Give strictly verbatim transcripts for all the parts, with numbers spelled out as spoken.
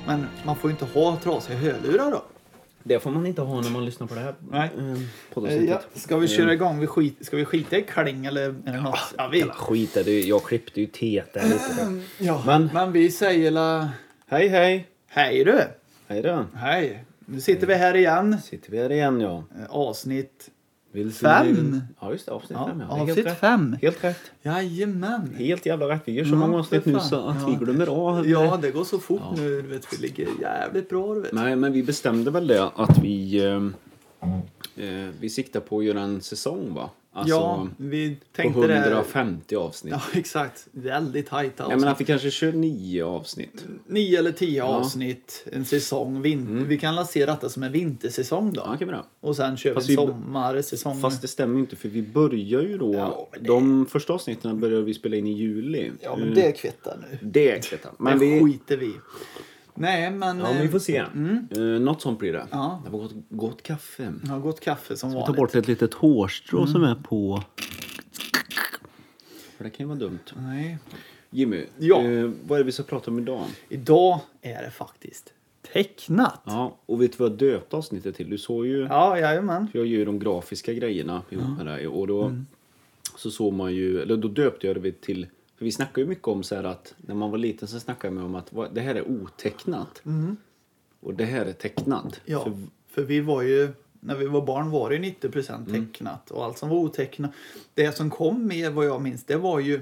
Men man får ju inte ha trasiga hörlurar då. Det får man inte ha när man lyssnar på det här. Nej. Mm, ja, ska vi köra igång? Vi skit, ska vi skita i kling eller är det något? Ja, vi... Skita, det, jag klippte ju teta lite. Ja, men... men vi säger la... Hej, hej. Hej du. Hej då. Hej. Nu sitter vi här igen. Sitter vi här igen, ja. Avsnitt Vill fem. Ja, just det. Avsnitt ja, fem, ja. Avsnitt helt fem. Rätt. Helt rätt. Jajamän. Helt jävla rätt. Vi gör så många avsnitt nu så att ja. vi glömmer av. Ja, det går så fort ja. nu. Du vet, vi ligger jävligt bra, du vet. Nej, men vi bestämde väl det att vi... Eh, eh, vi siktar på att göra en säsong, va? Alltså, ja, vi tänkte på hundrafemtio det... avsnitt. Ja, exakt. Väldigt tajta avsnitt. Jag menar att vi kanske kör nio avsnitt. Nio eller tio ja. avsnitt. En säsong. Vin- mm. Vi kan se detta som en vintersäsong då. Ja, okej, bra. Och sen kör fast vi en sommarsäsong. Fast det stämmer inte, för vi börjar ju då... Ja, det... De första avsnitten börjar vi spela in i juli. Ja, men det kvittar nu. Det kvittar. Men vi... skiter vi. Nej, men... Ja, men vi får se. Mm. Uh, något sånt blir det. Ja. Det var gott, gott kaffe. Ja, gott kaffe som vanligt. Ta bort ett litet hårstrå mm. som är på... För det kan ju vara dumt. Nej. Jimmy, ja. uh, vad är det vi ska prata om idag? Idag är det faktiskt tecknat. Ja, och vet du vad jag döpte avsnittet till? Du såg ju... Ja, jajamän. För jag gör ju de grafiska grejerna ihop mm. med dig. Och då, mm. så såg man ju... Eller då döpte jag det till... För vi snackar ju mycket om så här att när man var liten så snackade man om att det här är otecknat. Mm. Och det här är tecknat. Ja, för, för vi var ju, när vi var barn var det nittio procent tecknat. Mm. Och allt som var otecknat. Det som kom med vad jag minns, det var ju,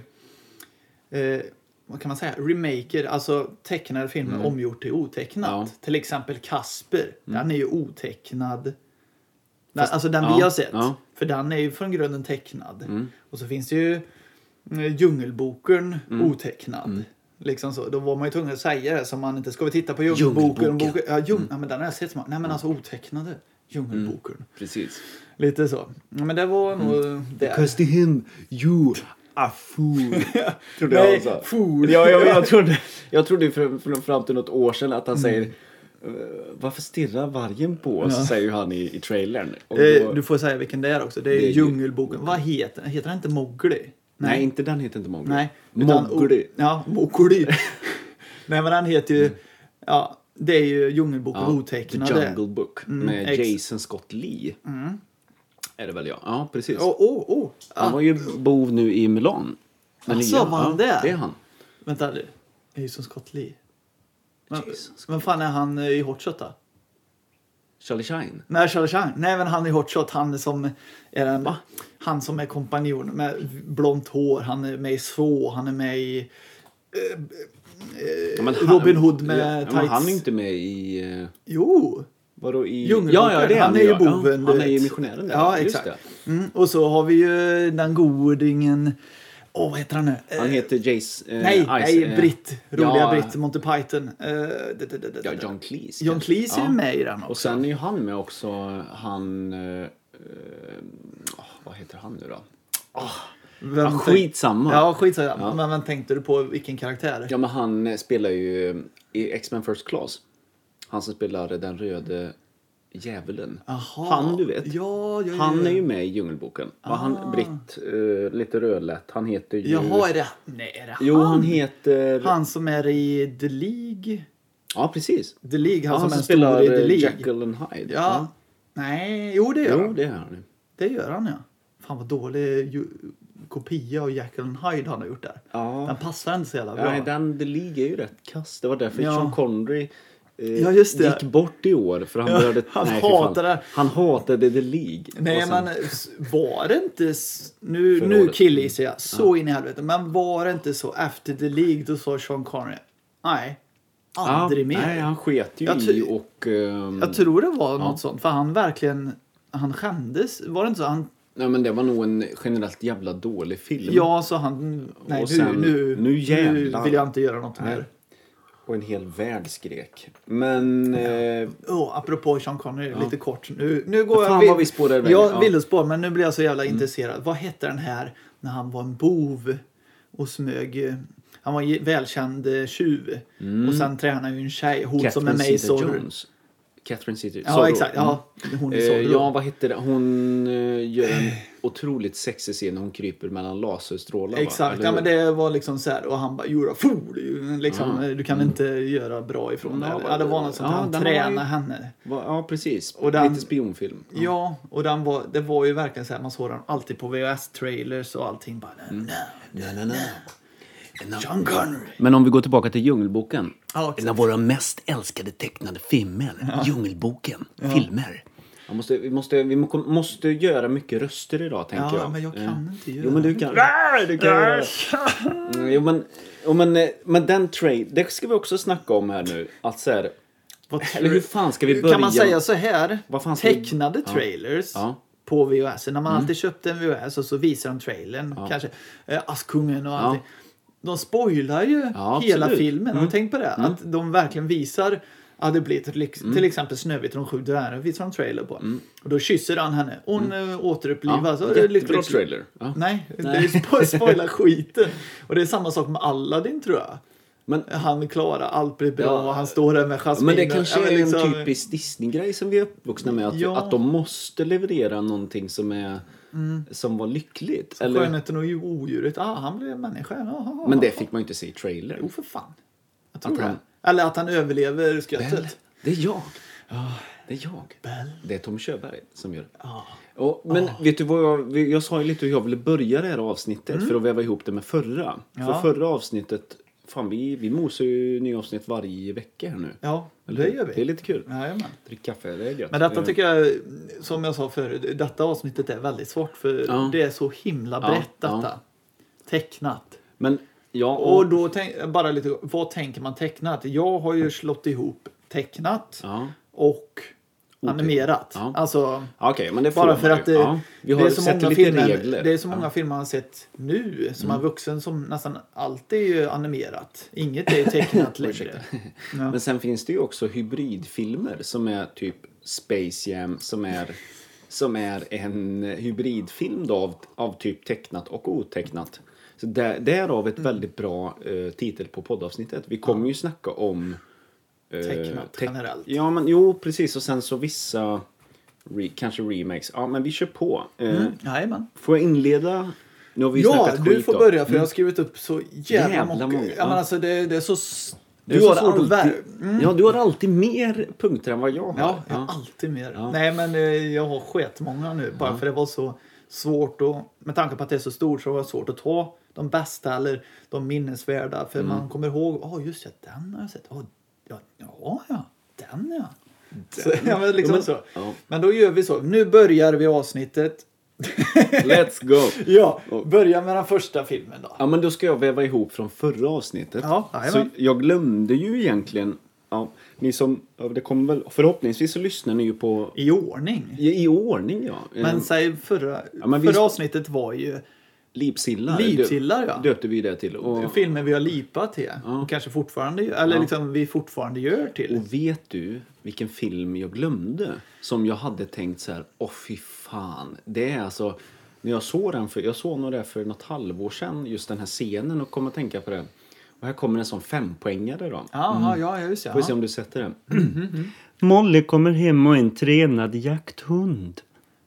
eh, vad kan man säga, remaker. Alltså tecknade filmer mm. omgjort till otecknat. Ja. Till exempel Kasper, mm. den är ju otecknad. Fast, alltså den ja, vi har sett. Ja. För den är ju från grunden tecknad. Mm. Och så finns det ju Djungelboken mm. otecknad. Mm. Liksom så. Då var man ju tvungen att säga det så man inte ska vi titta på Djungelboken. Boken. Ja, djung, mm. ja, men den har jag sett. Nej, men alltså otecknade Djungelboken. Mm. Precis. Lite så. Ja, men det var nog mm. det. Because to him you a fool. Trodde jag alltså. Fool. Ja, jag, jag trodde jag trodde för, för fram till något år sedan att han mm. säger varför stirrar vargen på oss, ja. säger ju han i, i trailern. Och då, du får säga vilken det är också. Det är, det är Djungelboken. Vad heter den? Heter den inte Mowgli? Nej. Nej, inte den heter inte Mowgli. Nej, Mowgli. Ja, Mowgli. Nej, men den heter ju mm. ja, det är ju Djungelboken ja, otecknade. The Jungle Book mm, med ex- Jason Scott Lee. Mm. Är det väl ja? Ja, precis. Oh, oh, oh. Han var ju bov nu i Milan. Alltså, var han ja, det är han. Vänta nu. Jason Scott Lee. Men, men fan är han i Hot Shot då? Charlie Sheen? Nej, Charlie Sheen. Nej, men han är i Hot Shot. Han som är en, va? Han som är kompanjon med blont hår. Han är med i Svå. Han är med i eh, ja, han, Robin Hood med ja, tights. Men han är inte med i... Uh, jo. Vadå i... Ja, ja, det är han, han är ju boven. Ja, han är ju missionären där. Ja, exakt. Mm, och så har vi ju den godingen... Åh, oh, vad heter han nu? Han heter Jace... Uh, nej, Ice, nej, uh, Britt. Roliga ja, Britt, Monty Python. Uh, det, det, det, ja, John Cleese. John Cleese är ja. med i den också. Och sen är ju han med också. Han... Uh, uh, vad heter han nu då? Oh, ja, skitsamma. Ja, skitsamma. Ja. Men vem tänkte du på vilken karaktär? Ja, men han spelar ju i X-Men First Class. Han som spelar den röde... Djävulen. Aha. Han, du vet. Ja, ja, ja, han är ju med i Djungelboken. Ah. Han Britt uh, lite rödlätt. Han heter ju... Jaha, är det... Nej, är det jo, han? han heter... Han som är i The League. Ja, precis. The League, han, ja, som, som är spelar stor i The League. Jekyll and Hyde. Ja. ja. Nej, jo det gör jo, han. det gör han. Det gör han, ja. Fan vad dålig ju, kopia av Jekyll and Hyde han har gjort där. Ja. Den passar inte så jävla bra. Nej, den The League är ju rätt kast. Det var därför ja. Sean Connery... Ja, just det. Gick bort i år för han ja, började han nej, hatade han hatade The League. Nej, sen, men var det inte nu nu killis jag så ja. in i helvete, men var det inte så efter The League då sa Sean Connery nej. Aldrig ja, mer. Nej, han sket ju jag i och um, jag tror det var ja. något sånt för han verkligen han skämdes. Var det inte så han nej, men det var nog en generellt jävla dålig film. Ja, så han nej och nu sen, nu nu, nu vill jag inte göra något mer. Och en hel värld skrek. Men... Ja. Eh, oh, apropå Sean Connery, ja. lite kort. Nu, nu går fan jag... Vill, vad vi spårar iväg. Jag ja. ville spåra, men nu blir jag så jävla mm. intresserad. Vad hette den här när han var en bov och smög... Han var välkänd tjuv. Mm. Och sen tränade ju en tjej. Hon Catherine som är med i Zorro. Catherine Zeta. Ja, exakt. Ja, hon är så eh, ja, vad heter det? Hon eh, gör en otroligt sexig scen när hon kryper mellan laserstrålar. Exakt, ja, men det var liksom så här. Och han bara, you're a fool. Liksom, ja. Du kan mm. inte göra bra ifrån det. Ja, det var något sånt. Ja, han tränade ju... henne. Ja, precis. Och den... Lite spionfilm. Ja, ja och den var, det var ju verkligen så här. Man såg den alltid på V H S-trailers och allting. Bara, mm. nej, nej, nej. John Connery. Men om vi går tillbaka till Djungelboken. Ja, en av våra mest älskade tecknade filmer. Ja. Djungelboken. Ja. Filmer. Jag måste, vi, måste, vi må, måste göra mycket röster idag, tänker ja, jag. Ja, men jag kan uh, inte göra Jo, men du kan. Nej, du kan göra det. Jo, men, jo, men, men den trade, det ska vi också snacka om här nu. Att så här, eller hur fan ska vi börja? Kan man säga så här? Tecknade vi... trailers... Ja. Ja. På V H S. När man mm. alltid köpte en V H S och så visar de trailern. Ja. Kanske eh, Askungen och ja. allting. De spoilar ju ja, hela filmen. Mm. Har du tänkt på det? Mm. Att de verkligen visar att det blir till, mm. till exempel Snövit och de sju dvärgarna. Visar de trailer på. Mm. Och då kysser han henne. Hon mm. återupplivas. Ja, jättebra trailer. Ja. Nej, det är spoilar skiten. Och det är samma sak med Aladdin, tror jag. Men han klarar allt blir bra ja, och han står där med Jasmine. Men det kanske är liksom... en typisk Disney-grej som vi är uppvuxna med. Att, ja. att de måste leverera någonting som är mm. som var lyckligt. Som eller... Skönheten och odjuret. Ah, han blev människa. Ah, ah, ah, men det fick man ju inte se i trailer. Jo, för fan. Jag tror att han... Eller att han överlever skrattet. Bell, det är jag. Oh, det är jag. Bell. Det är Tom Sjöberg som gör det. Oh. Och, men oh. vet du vad jag... Jag sa ju lite hur jag ville börja det här avsnittet. Mm. För att väva ihop det med förra. Ja. För förra avsnittet... Fan, vi, vi mosar ju nya avsnitt varje vecka här nu. Ja, det gör vi. Det är lite kul. Jajamän. Drick kaffe, det är gött. Men detta tycker jag, som jag sa förut, detta avsnittet är väldigt svårt. För ja. det är så himla brett ja, detta. Ja. Tecknat. Men, ja. Och, och då, tänk, bara lite, vad tänker man tecknat? Jag har ju slått ihop tecknat ja. och... animerat. Ja. Alltså, okay, men det bara för att det, ja. vi har det är så många lite filmer, regler. det är så många ja. filmer man har sett nu som mm. är vuxen som nästan alltid är animerat. Inget är tecknat längre. Ja. Men sen finns det ju också hybridfilmer som är typ Space Jam som är som är en hybridfilm då av, av typ tecknat och otecknat. Så där, därav ett mm. väldigt bra uh, titel på poddavsnittet. Vi kommer ja. ju snacka om tecknat te- generellt. Ja, men jo, precis. Och sen så vissa re- kanske remakes. Ja, men vi kör på. Mm. Nej, man. Får jag inleda? Nu har vi ja, du skit får då. börja för mm. jag har skrivit upp så jävla, jävla många. många. Ja, men alltså det, det är så det du är så har svårt alltid, att mm. Ja, du har alltid mer punkter än vad jag har. Ja, jag har ja. alltid mer. Ja. Nej, men jag har skett många nu. Bara ja. för det var så svårt. Och, med tanke på att det är så stort så var det svårt att ta de bästa eller de minnesvärda. För mm. man kommer ihåg, åh oh, just det, den har jag sett. Oh, ja, ja, ja, den ja. Den. Så, ja, men liksom ja, men, så. Ja. Men då gör vi så. Nu börjar vi avsnittet. Let's go. Ja, börja med den första filmen då. Ja, men då ska jag väva ihop från förra avsnittet. Ja, så jag glömde ju egentligen ja, ni som det kommer väl förhoppningsvis så lyssnar ni ju på i ordning. I, i ordning ja. Men säg förra ja, men förra vi... avsnittet var ju Lipsillar. Lipsillar ja. Döpte vi det till och filmer vi har lipat till ja. och kanske fortfarande eller ja. liksom vi fortfarande gör till. Och vet du vilken film jag glömde som jag hade tänkt så här, åh fy fan. Det är alltså när jag såg den för jag såg nog det för något halvår sedan just den här scenen och kom att tänka på det. Och här kommer en sån fempoängare då. Jaha, mm. ja, just det. Får vi se om du sätter den. Mm, mm, mm. Molly kommer hem och en tränad jakthund.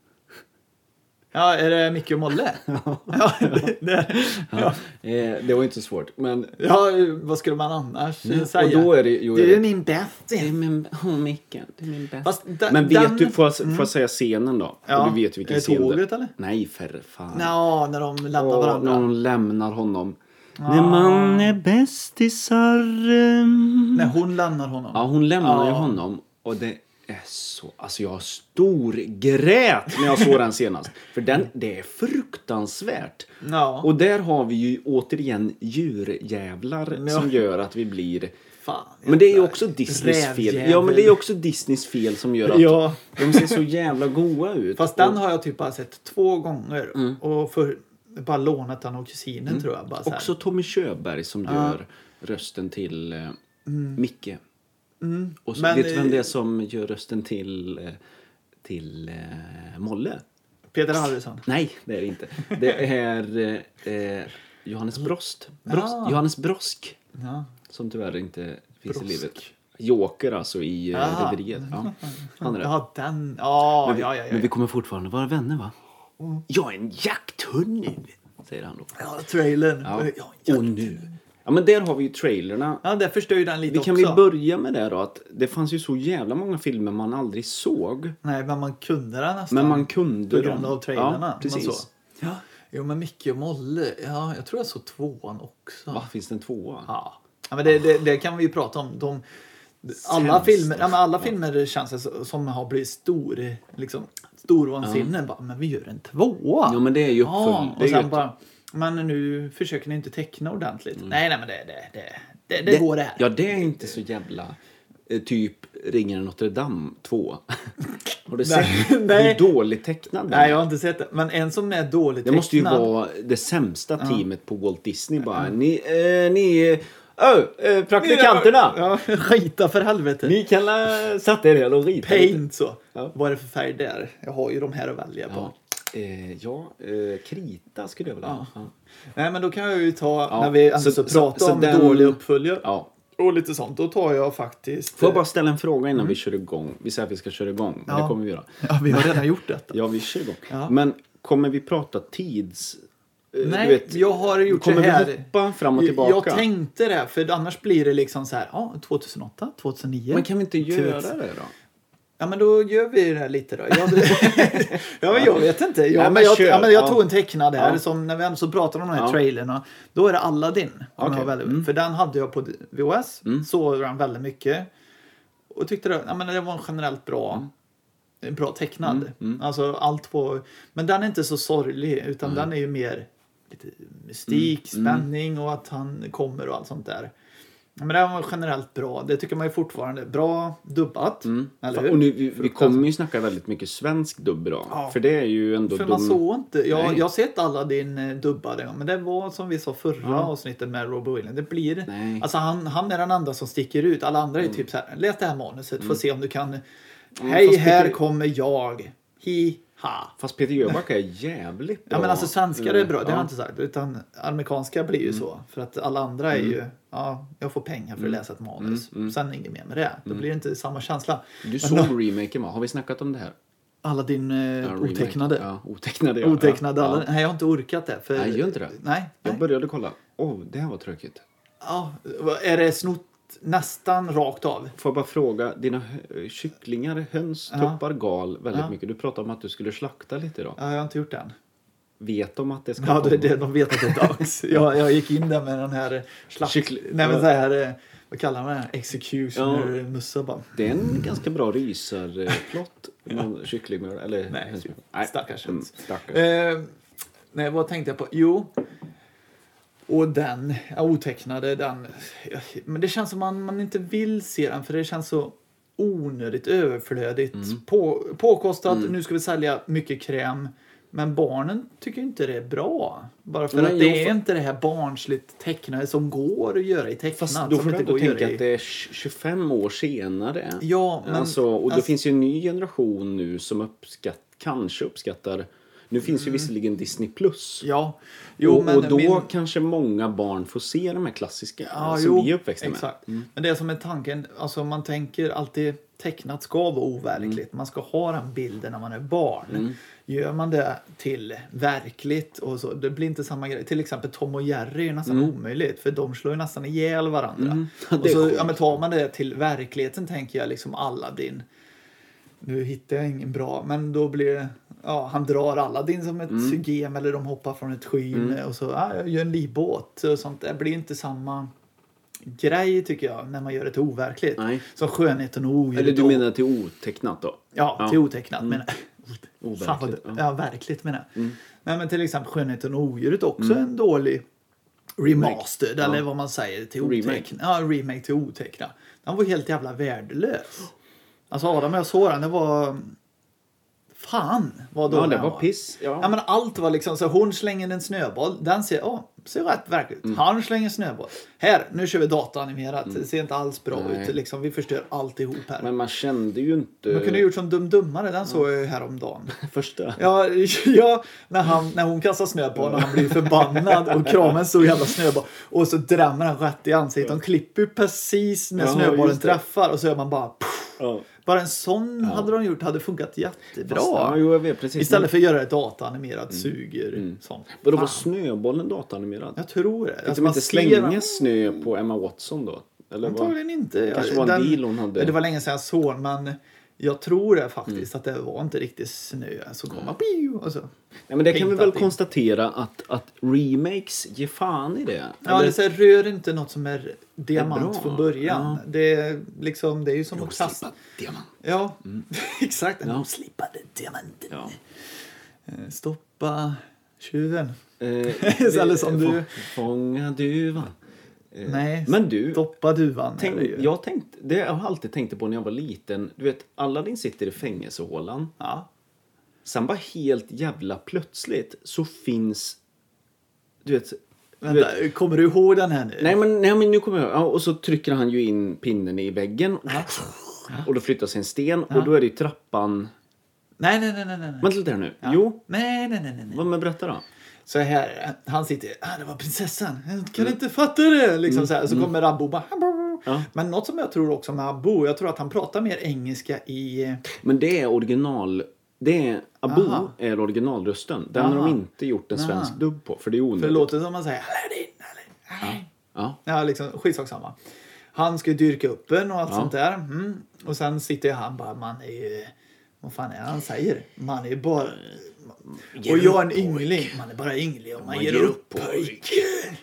Ja, är det Micke och Molle? Ja. ja, det, det, ja. ja. Eh, det var inte svårt, men... Ja, vad skulle man annars Nej, säga? Och då är det, jo, du är det. min bästis. Det är min... Oh, Micke, du är min bästis. Da, men vet den, du, får jag, mm. får jag säga scenen då? Ja. Och du vet vilken är det scen tåget, eller? Nej, för fan. Ja, när de lämnar oh, varandra. När hon lämnar honom. Ah. När man är bästisar. Um... När hon lämnar honom. Ja, hon lämnar ju ah. honom. Och det är så... Alltså jag stor grät när jag såg den senast. För den, det är fruktansvärt. Ja. Och där har vi ju återigen djurjävlar ja. som gör att vi blir... Fan, men det är ju också Disneys fel. Ja, men det är ju också Disneys fel som gör att ja. de ser så jävla goa ut. Fast den har jag typ bara sett två gånger. Mm. Och för... bara lånat han och kusinen mm. tror jag. Bara så här. Också Tommy Sjöberg som ja. gör rösten till eh, mm. Micke. Mm. Och så, men, vet du vem det är som gör rösten till, eh, till eh, Molle? Peter Harrison. Nej, det är det inte. Det är eh, Johannes Brost. Brost. Ja. Johannes Brosk. Ja. Som tyvärr inte finns Brosk. i livet. Joker alltså i eh, Aha. Rederiet. Ja, han är det. Ja, den. Ja, Men vi, ja, ja, ja. men vi kommer fortfarande vara vänner, va? Jag är en jakthund nu, säger han då. Ja, trailern. Ja. Ja, Och nu. Ja, men där har vi ju trailerna. ja, det förstör ju den lite Vi kan också. väl börja med det då, att det fanns ju så jävla många filmer man aldrig såg. Nej, men man kunde den nästan. Men man kunde på grund dem. av trailerna. Ja, precis. Så. Ja. Jo, men Micke och Molle. Ja, jag tror jag såg tvåan också. Va, finns det en tvåa? Ja. Ja, men det, det, det kan vi ju prata om. De, alla Sämst. filmer, ja, men alla filmer känns det som har blivit stor, liksom, storvansinne. Bara, men vi gör en tvåa. Ja, men det är ju uppföljd. Ja, det och är sen ju bara, men nu försöker ni inte teckna ordentligt. Mm. Nej, nej, men det, det, det, det, det, det går det här. Ja, det är inte så jävla... eh, Typ Ringen i Notre Dame två. Har du sett nej. hur dåligt tecknad den är? Nej, jag har inte sett det. Men en som är dåligt Det måste ju tecknad. vara det sämsta teamet på Walt Disney. Bara, ni... Eh, ni oh, eh, praktikanterna! Ja, skita för helvete. Ni kan la, sätta er här och rita. Paint så. Ja. Vad är det för färg där? Jag har ju de här att välja på. Ja, eh, ja eh, krita skulle jag vilja ha. Ja. Nej, men då kan jag ju ta, Ja, när vi så- så, så- pratar så om den- dåliga uppföljare Ja. och lite sånt. Då tar jag faktiskt... Får jag bara ställa en fråga innan vi kör igång? Vi säger att vi ska köra igång, men Ja. det kommer vi göra. Ja, vi har redan gjort detta. Ja, vi kör igång. Ja. Men kommer vi prata tids... eh, Nej, du vet, jag har gjort kommer så här. vi hoppa fram och tillbaka? Jag tänkte det, för annars blir det liksom så här, ja, tjugohundraåtta, tjugohundraonio. Men kan vi inte göra Tusen. det då? Ja, men då gör vi det här lite då. Jag, ja, men jag vet inte. Jag, men men jag, kör. ja, men jag Ja. tog en tecknad här, Ja. som när vi ändå så pratar om de här Ja. trailerna. Då är det Aladdin. Om Okej. jag väldigt, Mm. För den hade jag på V H S. Mm. Såg den väldigt mycket. Och tyckte det, ja, men det var en generellt bra, en bra tecknad. Mm. Mm. Alltså allt på, men den är inte så sorglig, utan den är ju mer lite mystik, Mm. spänning och att han kommer och allt sånt där. Ja, men det var generellt bra. Det tycker man ju fortfarande. Bra dubbat. Mm. Eller hur? Och nu, vi, vi kommer ju snacka väldigt mycket svensk dubb idag. Ja. För det är ju ändå... För man dum- såg inte. Jag, Nej. jag har sett alla din eh, dubbade. Men det var som vi sa förra Ja. avsnittet med Robbie Williams. Det blir... Nej. Alltså han, han är den enda som sticker ut. Alla andra är typ så här. Läs det här manuset. Får se om du kan... Mm, Hej, fast här Peter- kommer jag. Hi, ha. Fast Peter Jöback är jävligt bra. Ja, men alltså svenskar är bra. Det har Ja. jag inte sagt. Utan amerikanska blir ju så. För att alla andra är ju... Ja, jag får pengar för att läsa ett manus. Mm. Sen inget mer med det. Då blir det inte samma känsla. Du såg remaken, va? Har vi snackat om det här? Alla din eh, Ja, remake. otecknade. Ja, otecknade. Ja. Otecknade. Ja. Alla, nej, jag har inte orkat det. För, Nej, gör inte det. Nej. Jag nej. började kolla. Åh, oh, det här var tråkigt. Ja, är det snott nästan rakt av? Får jag bara fråga, dina hö- kycklingar, höns, Ja. tuppar gal väldigt Ja. mycket. Du pratade om att du skulle slakta lite idag. Ja, jag har inte gjort det än. Vet de att det ska Ja, komma? det, det, de vet att det är dags. jag, jag gick in där med den här slakt... Kyckling- Nej, men ja. så här... eh, Vad kallar man det? Executioner-mussa bara. Det är en ganska bra rysarplott. ja. Kycklingmör, eller Nej, hönsmör. stackars Mm, höns. stackars. Eh, nej, vad tänkte jag på? Jo. Och den, ja, otecknade, den. Men det känns som man, man inte vill se den, för det känns så onödigt överflödigt. Mm. På, påkostat, nu ska vi sälja mycket kräm. Men barnen tycker inte det är bra. Bara för Nej, att det jag är får- inte det här barnsligt tecknade som går att göra i tecknat. Fast då som får du inte ändå går att tänka göra i- att det är tjugofem år senare. Ja, men... alltså, och då alltså- finns ju en ny generation nu som uppskatt, kanske uppskattar. Nu finns ju visserligen Disney Plus. Ja, Mm. jo, och, men och då min- kanske många barn får se de här klassiska Ja, som jo, vi är uppväxta med. exakt. Men det är som är tanken, alltså man tänker alltid tecknat ska vara overkligt. Mm. Man ska ha den bilden när man är barn. Gör man det till verkligt och så, det blir inte samma grej. Till exempel Tom och Jerry är nästan omöjligt, för de slår ju nästan ihjäl varandra. Mm. Ja, det och är så, sjukt. ja, men tar man det till verkligheten, tänker jag liksom Aladdin. Nu hittar jag ingen bra, men då blir det, ja, han drar Aladdin som ett Mm. gem, eller de hoppar från ett skyn och så, ja, jag gör en livbåt och sånt. Det blir inte samma grej, tycker jag, när man gör det till overkligt. Nej. Som Skönheten och odjuret. Eller du och- menar till otecknat då? Ja, Ja. till otecknat. Men, Overkligt, fan vad, ja. ja, verkligt menar jag. Nej, men till exempel Skönheten och odjuret också en dålig remastered, Ja. eller vad man säger, till Remake. otecknat. Ja, remake till otecknat. Den var helt jävla värdelös. Alltså Adam och jag såg den, det var Fan, vad Ja, dålig det han var var. piss. Ja. Ja, men allt var liksom så hon slänger en snöboll. Den ser, åh, ser rätt verkligt. Mm. Han slänger en snöboll. Här, nu kör vi dataanimerat. Mm. Det ser inte alls bra Nej. ut. Liksom, vi förstör alltihop här. Men man kände ju inte... Man kunde ha gjort som Dum Dummare. Den såg jag ju häromdagen. Första. Ja, ja när, han, när hon kastar snö på honom. Han blir förbannad. Och kramen så jävla snöboll. Och så drämmer han rätt i ansiktet. De klipper precis när ja, snöbollen träffar. Och så gör man bara... Puff, ja. Bara en sån ja. hade de gjort hade funkat jättebra. Fast, ja, jo, jag vet, precis. Istället för att göra ett dataanimerat mm. suger. Mm. Sånt. Vadå, var snöbollen dataanimerad? Jag tror det. Alltså, man inte slänga man... snö på Emma Watson då? Eller antagligen var... inte. Kanske var en deal hon hade. Det var länge sedan jag såg, men jag tror det faktiskt mm. att det var inte riktigt snö. Så kom man mm. och så. Nej, men det kan vi väl in. konstatera att, att remakes ger fan i det. Ja, eller? Det så här, rör inte något som är diamant är från början. Ja. Det, är liksom, det är ju som att kasta... diamant. Ja, mm. exakt. Ja. De slipade diamanten. Ja. Stoppa tjuven. Eh, eller som du... Fånga duvan. Eh, Nej, men du, stoppa duvan. Tänk, jag, tänkt, det jag har alltid tänkt på när jag var liten. Du vet, Aladdin sitter i fängelsehålan. Ja. Sen bara helt jävla plötsligt så finns... Du vet... Vänta, du vet, kommer du ihåg den här nu? Nej, men, nej, men nu kommer jag... Ja, och så trycker han ju in pinnen i väggen. Ja. Och då flyttas en sten. Ja. Och då är det ju trappan... Nej, nej, nej, nej. nej. Vänta lite här nu. Ja. Jo. Nej, nej, nej, nej. Vad med berätta då? Så här, han sitter... Ah, det var prinsessan. Jag kan mm. inte fatta det. Liksom mm. så här. Så kommer mm. Rabbo bara... Ja. Men något som jag tror också med Abu, jag tror att han pratar mer engelska i... Men det är original... Det är, Abu Aha. är originalrösten. Den Aha. har de inte gjort en svensk Aha. dubb på. För det är onödigt. För det låter som man säger... Aladdin, Aladdin. Ja. Ja. ja, liksom skitsak samma. Han ska ju dyrka upp en och allt ja. sånt där. Mm. Och sen sitter han bara... Man är ju... Vad fan är det han säger? Man är bara... Och jag är en yngling. Man är bara yngling och man, man ger upp pojk.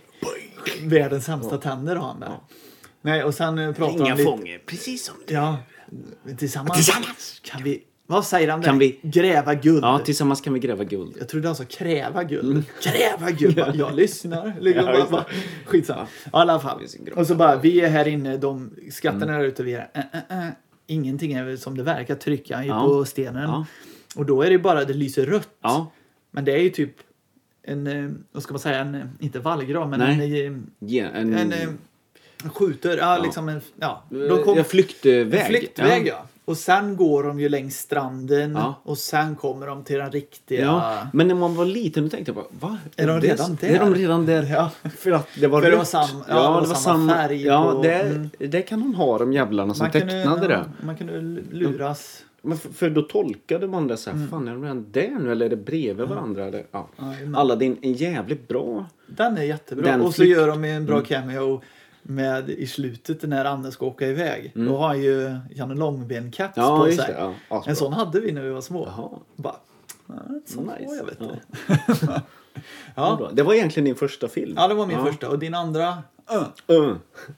Världens sämsta ja. tänder har han där. Ja. Nej, och sen pratar Inga han lite... fånge, precis som du. Ja, tillsammans, tillsammans kan vi... Vad säger han där? Kan vi gräva guld? Ja, tillsammans kan vi gräva guld. Jag trodde han sa kräva guld. Mm. Kräva guld. Jag lyssnar. Liksom ja, bara, bara. Skitsamma. Ja, i alla fall. Och så bara, vi är här inne. De skatterna mm. är ute. Vi är, äh, äh, äh. Ingenting är väl som det verkar. Trycka ja. på stenen. Ja. Och då är det bara, det lyser rött. Ja. Men det är ju typ en, vad ska man säga, en, inte vallgrav, men Nej. en, yeah, en, en, en skjuter. Ja, ja. liksom en, ja. De kom, en flyktväg. En flyktväg, ja. ja. Och sen går de ju längs stranden ja. och sen kommer de till den riktiga... Ja, men när man var liten då tänkte jag bara, va? Är de redan där? Är de redan där? Ja. För att det var, För det var, sam, ja, ja, det var det var samma färg. Ja, på, det, mm. det kan de ha, de jävlarna som man tecknade kunde, det. Ja, man kunde luras. Men för, för då tolkade man det så här, mm. fan är de redan där nu eller är det bredvid mm. varandra? Eller, ja. Ja, Aladdin är jävligt bra. Den är jättebra. Den och så flykt. Gör de en bra mm. cameo med i slutet när Anne ska åka iväg. Mm. Då har ju Janne Långben caps ja, på just sig. Det, ja. En sån hade vi när vi var små. Jaha. Bara, ja, så nice. jag vet ja. det. Ja. Det var egentligen din första film. Ja, det var min ja. första. Och din andra? Uh. Uh.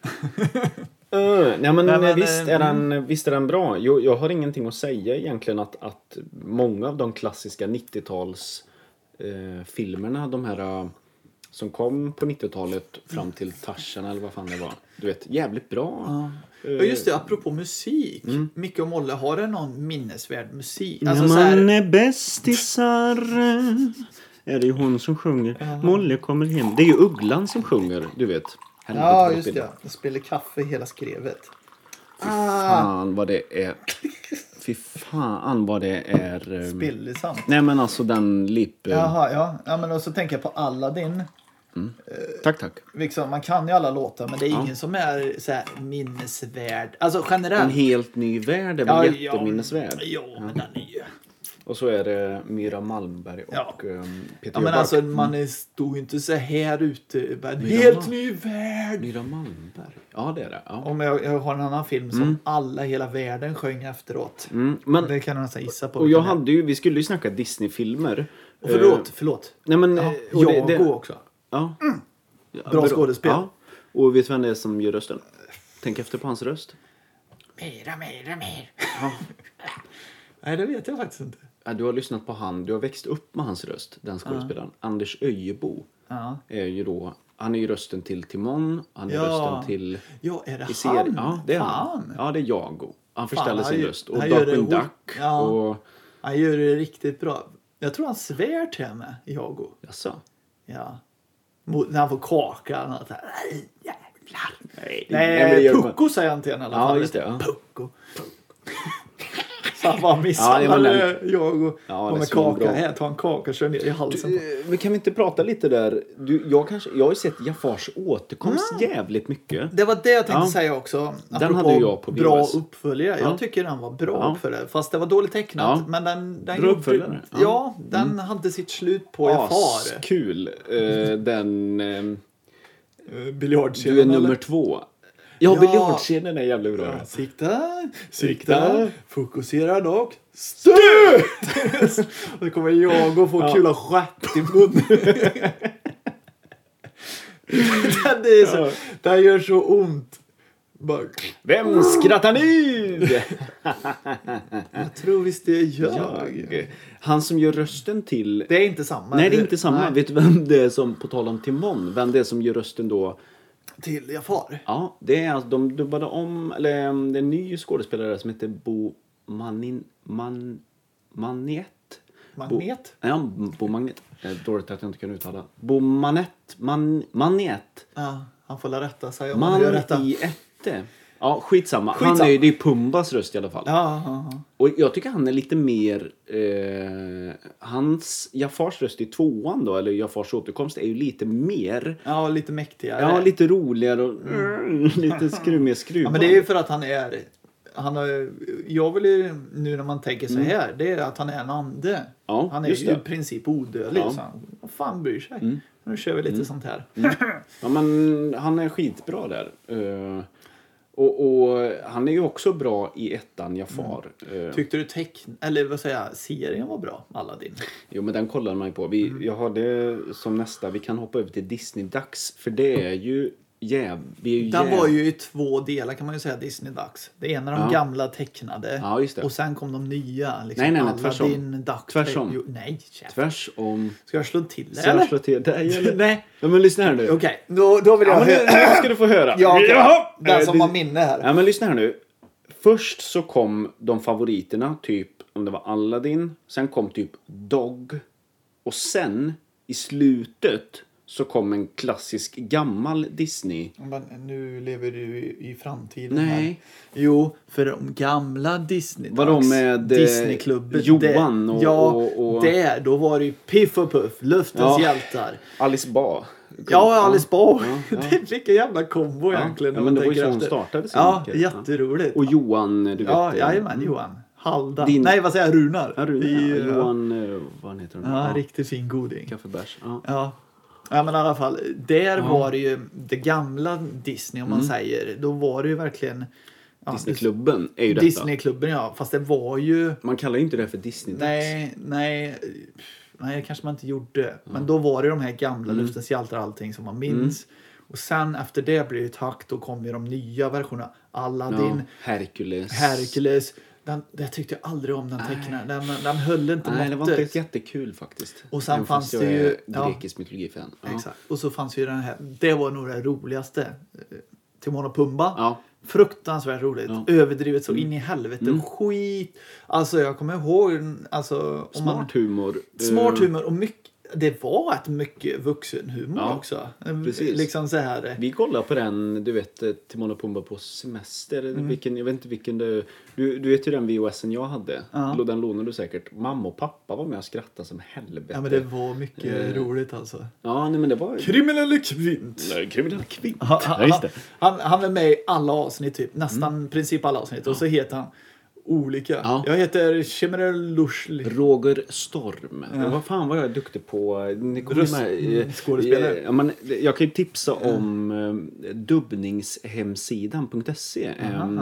Uh, nej men, nej, men visst, är den, mm. visst är den bra. Jag, jag har ingenting att säga egentligen att, att många av de klassiska nittio-tals eh, filmerna, de här uh, som kom på nittio-talet fram till Tarzan eller vad fan det var. Du vet, jävligt bra. Ja, uh, ja just det, apropå musik. Mm. Micke och Molle, har det någon minnesvärd musik? Alltså, när man så här... är bästisar är det ju hon som sjunger. Uh-huh. Molle kommer hem. Det är ju Ugglan som sjunger, du vet. Ja, just det. Jag spelar kaffe hela skrevet. Fy fan vad det är. Fy fan vad det är. Um... Spillesamt. Nej men alltså den lip... Jaha, ja. Ja men och så tänker jag på Aladdin. Mm. Uh, tack, tack. Liksom, man kan ju alla låtar men det är ja. ingen som är så här minnesvärd. Alltså generellt. En helt ny värld är väl ja, jätteminnesvärd. Ja, ja, ja, men den är ju... Och så är det Myra Malmberg och ja. um, Peter Ja men alltså mm. man stod ju inte så här ute. Bara, en helt Mal- ny värld. Myra Malmberg. Ja det är det. Ja. Om jag, jag har en annan film som mm. alla hela världen sjöng efteråt. Mm. Men, det kan man nästan gissa på. Och jag hade ju, vi skulle ju snacka Disney-filmer. Och förlåt, uh, förlåt. Nej men. Ja, och jag det, det, också. Ja. Mm. Bra skådespel. Ja. Och vet du vem det är som gör rösten? Tänk efter på hans röst. Mera, mera, mer. Ja. Nej det vet jag faktiskt inte. Du har lyssnat på han, du har växt upp med hans röst, den skådespelaren. Uh. Anders Öjebo uh. är ju då, han är ju rösten till Timon, han är ja. rösten till... Ja, är det han? han? Ja, det är Fan. han. Ja, det är Jago. Han förställer sin ju, röst. Och Darkwing Duck ja. och Han gör det riktigt bra. Jag tror han svär till mig, Iago. Jaså? Ja. Mot, när han får kaka. Han har så här, nej, jävlar. Nej, Nej, Pucko säger han till henne i alla fall. Ja, just det. Ja. Pucko. Så han bara misshandlade ja, jag och, ja, och med kaka. Här, ta en kaka och kör ner i halsen. Du, men kan vi inte prata lite där? Du, jag, kanske, jag har ju sett Jafars återkomst mm. jävligt mycket. Det var det jag tänkte ja. säga också. Den hade jag på bra uppföljare. Ja. Jag tycker den var bra ja. uppföljare. Fast det var dåligt tecknat. Ja. Men den, den bra uppföljare. Ja, ja den mm. hade sitt slut på Jafar. Kul. Uh, den... Uh, Biljardscenen. Du är nummer eller? två. Ja, ja. Biljardscenen är jävligt bra. Ja, sikta, sikta, fokusera dock, stöt! Och då kommer jag och få ja. kula stjärt i munnen. den, är så, ja. den gör så ont. Bara, vem skrattar nu? Jag tror visst det är jag. jag. Han som gör rösten till... Det är inte samma. Nej, det är inte samma. Nej. Vet du vem det är som, på tal om Timon, vem det är som gör rösten då... Till Jafar? Ja, det är alltså, de dubbade om, eller det är en ny skådespelare som heter Bo Manin, Man, Manet. Magnet? Bo, ja, Bo Magnet. Det är dåligt att jag inte kan uttala. Bo Manet, Man, Manet. Ja, han får la rätta sig om man han gör rätta. I ette. Ja, skitsamma. skitsamma. Han är ju, det är Pumbas röst i alla fall. Ja, ja, ja. Och jag tycker han är lite mer... Eh, hans Jafars röst i tvåan då, eller Jafars återkomst, är ju lite mer... Ja, lite mäktigare. Ja, lite roligare och mm. lite skruv, mer skruvad. Ja, men det är ju för att han är... Han har, jag vill ju, nu när man tänker så här, mm. det är att han är en ande. Ja, han är ju i princip odödlig. Ja. Så han, vad fan bryr sig? Mm. Nu kör vi lite mm. sånt här. Mm. Ja, men han är skitbra där. Uh, Och, och han är ju också bra i ettan Jafar. Mm. Tyckte du teckn eller vad säger jag, serien var bra, Aladdin? Jo, men den kollar man ju på. Vi, mm. Jag har det som nästa. Vi kan hoppa över till Disney-dags. För det är ju jäv... Vi är ju den jäv... var ju i två delar kan man ju säga, Disney-dags. Det ena de ja. gamla tecknade. Ja, just det. Och sen kom de nya. Liksom, nej, nej, nej. Tvärsom. Aladdin, dags. Tvärsom. Jo, nej, chef. Tvärsom. Ska jag slå till det, Ska eller? jag slå till det? Eller? Nej. Ja, men lyssna här nu. Okej, okay. då, då vill jag ja, höra. Nu ska du få höra. Ja, okay. Jaha. Den som har minne här. Ja, men lyssna här nu. Först så kom de favoriterna, typ om det var Aladdin. Sen kom typ Dog. Och sen i slutet så kom en klassisk gammal Disney. Men nu lever du i, i framtiden. Nej. Här. Jo, för de gamla Disney. Vadå med Disneyklubben? Johan och... Ja, och, och... där. Då var det ju Piff och Puff. Luftens ja. hjältar. Alice Ba. Ja, Alice Ba. Ja, ja. Det är vilken jävla kombo ja. egentligen. Ja, men det var ju så hon startade. Så ja, mycket. jätteroligt. Och Johan, du vet. Ja, jajamän, Johan. Halda. Din... Nej, vad säger jag? Runar. Ja, Runar. I, ja. Johan, vad heter han? Ja, ja, riktigt fin goding. Kaffebärs. Ja. Ja. Ja, men i alla fall, där ja. var det ju det gamla Disney, om man mm. säger. Då var det ju verkligen... Ja, Disneyklubben är ju detta. Disneyklubben, ja. Fast det var ju... Man kallar ju inte det för Disney. Nej, nej... Nej, det kanske man inte gjorde. Mm. Men då var det de här gamla mm. Luftens hjältar och allting som man minns. Mm. Och sen efter det blir det takt. Då kom ju de nya versionerna. Aladdin. Ja, Hercules. Hercules. Den, det tyckte jag aldrig om, den tecknaren. Den, den höll inte Nej, måttet. det var inte jättekul faktiskt. Och sen fanns det ju... grekisk ja, mytologi-fan. Ja. Exakt. Och så fanns ju den här... Det var nog det roligaste. Timon och Pumba. Ja. Fruktansvärt roligt. Ja. Överdrivet så mm. in i helvete. Mm. Skit. Alltså jag kommer ihåg... Alltså, smart man, humor. Smart humor och mycket... Det var ett mycket vuxenhumor ja, också. Precis. Liksom så här. Vi kollade på den, du vet, Timon och Pumba på semester. Mm. Vilken, jag vet inte vilken du... Du, du vet ju den V H S'en jag hade. Ja. Den lånade du säkert. Mamma och pappa var med och skrattade som helvete. Ja, men det var mycket eh. roligt alltså. Ja, nej, men det var... Kriminella kvint. Nej, kriminella kvint. Han, ja, just det. Han, han är med i alla avsnitt typ. Nästan mm. princip alla avsnitt. Och så heter han... Olika. Ja. Jag heter Chemerel Lushli. Roger Storm. Ja. Vad fan var jag duktig på? Ni Röst, med, skådespelare. Ja, men jag kan ju tipsa ja. om uh, dubbningshemsidan punkt se. Um,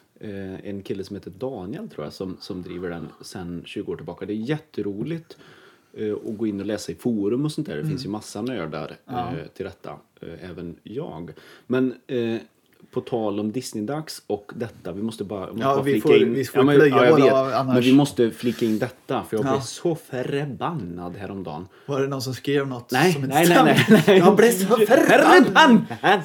uh, en kille som heter Daniel tror jag som, som driver den sedan tjugo år tillbaka. Det är jätteroligt uh, att gå in och läsa i forum och sånt där. Det mm. finns ju massa nördar ja. uh, till detta. Uh, även jag. Men... Uh, på tal om Disney-dags och detta, vi måste bara, måste ja, bara vi flika får, in. Vi får ja, men, ja, jag vet, annars... men vi måste flika in detta för jag ja. blev så förbannad häromdagen. Var det någon som skrev något nej, som nej, nej, nej, nej. Jag blev så förbannad.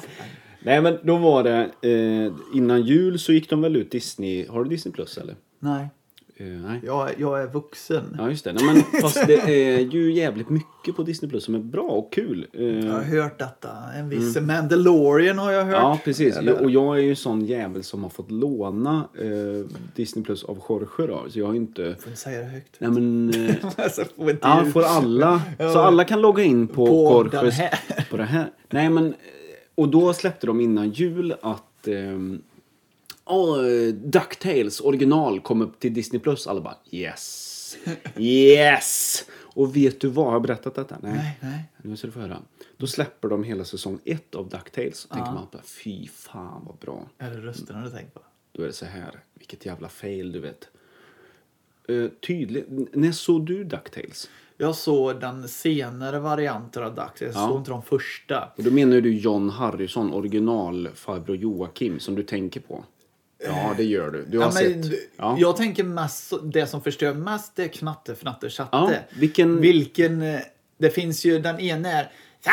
Nej, men då var det eh, innan jul så gick de väl ut Disney. Har du Disney Plus eller? Nej. Uh, nej. Jag, jag är vuxen. Ja, just det. Nej, men fast det är ju jävligt mycket på Disney Plus som är bra och kul. Uh, jag har hört detta. En viss mm. Mandalorian har jag hört. Ja, precis. Jag, och jag är ju sån jävel som har fått låna uh, Disney Plus av Jorge då. Så jag har inte... Får inte säga det högt. Nej, men... Uh, alltså, får inte ja, får alla. Så alla kan logga in på, på Jorges... På det här. Nej, men... Och då släppte de innan jul att... Um, Oh, DuckTales original kom upp till Disney Plus. Alla bara, yes, yes. Och vet du vad, har jag berättat detta? Nej, nej, nej. Nu ska du få höra. Då släpper de hela säsong ett av DuckTales. Och ja. tänker man bara, fy fan vad bra. Är det rösterna du tänker på? Då är det så här, vilket jävla fail du vet. Uh, tydligt, när såg du DuckTales? Jag såg den senare varianten av DuckTales. Jag ja. såg inte de första. Och då menar du John Harrison, original farbror Joakim, som du tänker på? Ja, det gör du. Du har ja, men, sett. Ja. Jag tänker mest, det som förstör mest är Knatte, Fnatte, Chatte. Ja, vilken... vilken... Det finns ju, den ena är...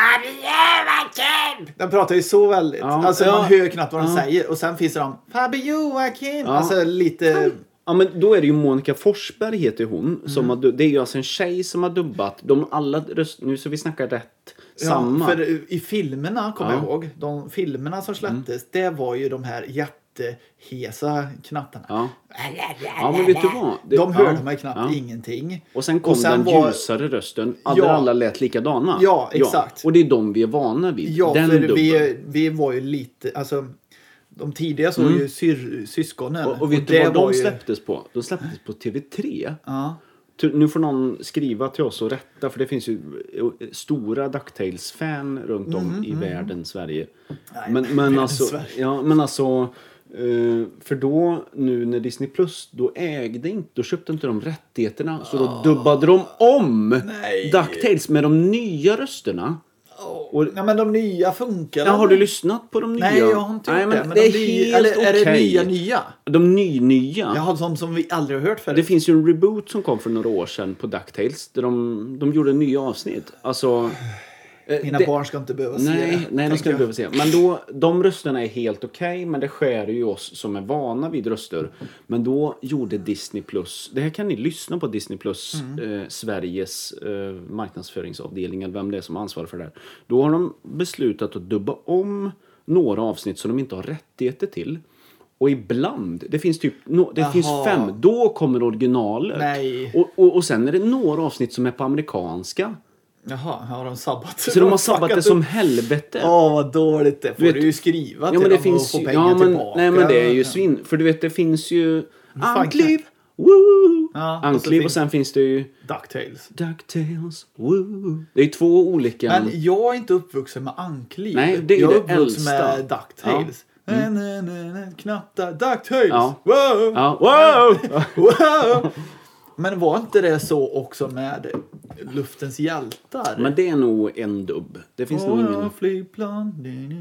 Joakim! Den pratar ju så väldigt. Ja, alltså ja, man hör knappt vad de ja. säger. Och sen finns det de... Fabi Joakim! Ja. Alltså lite... Ja, men då är det ju Monica Forsberg heter hon. Mm. Som har, det är ju alltså en tjej som har dubbat. De alla röst, nu så vi snackar rätt. Ja, samma. För i filmerna, kommer ja. jag ihåg. De filmerna som släpptes, mm. det var ju de här jättehesa knattarna. Ja. Ja, men vet du vad? Det, de hörde ja, man knappt ja. ingenting. Och sen kom och sen den var... ljusare rösten. Alla, ja. alla lät likadana. Ja, exakt. Ja. Och det är de vi är vana vid. Ja, den för vi, vi var ju lite... Alltså, de tidiga så mm. ju syr, syskonen. Och, och vet och du vad de ju... släpptes på? De släpptes på T V tre. Ja. Nu får någon skriva till oss och rätta. För det finns ju stora DuckTales-fan runt om mm, i mm. världen, Sverige. Nej, men, men, alltså, Sverige. Ja, men alltså... Uh, för då, nu när Disney Plus, då ägde inte, då köpte inte de rättigheterna. Så då oh. dubbade de om Nej. DuckTales med de nya rösterna. Oh. Och, ja, men de nya funkar. Ja, har du lyssnat på de nya? Nej, jag har inte gjort Nej, men det. Men det de är nya, helt eller okej. är det nya nya? De ny, nya. Jag har som, som vi aldrig har hört förut. Det finns ju en reboot som kom för några år sedan på DuckTales. Där de, de gjorde nya avsnitt. Alltså... Mina det, barn ska inte behöva nej, se det. Nej, de ska inte behöva se. Men då, de rösterna är helt okej. Okay, men det skär ju oss som är vana vid röster. Men då gjorde Disney Plus. Det här kan ni lyssna på Disney Plus. Mm. Eh, Sveriges eh, marknadsföringsavdelning. Eller vem det är som ansvarar för det här. Då har de beslutat att dubba om några avsnitt som de inte har rättigheter till. Och ibland, det finns typ no, det finns fem. Då kommer originalet. Nej. Och, och, och sen är det några avsnitt som är på amerikanska. Jaha, har de sabbat? Så de har sabbat det som helvete. Åh, oh, vad dåligt det. Får du, vet, du ju skriva till ja, men det dem finns, och få pengar ja, men, tillbaka. Nej, men det är ju svin. För du vet, det finns ju Ankliv. Woo! Ja, Ankliv och, och sen finns det ju DuckTales. DuckTales. Woo! Det är två olika. Men jag är inte uppvuxen med Ankliv. Nej, det är jag är uppvuxen äldsta. med DuckTales. Ja. Mm. Nej, nej, nej, knappta DuckTales. Ja. Wow! Ja. Wow! Wow! Men var inte det så också med Luftens hjältar? Men det är nog en dubb. Det finns oh, nog ingen... flygplan.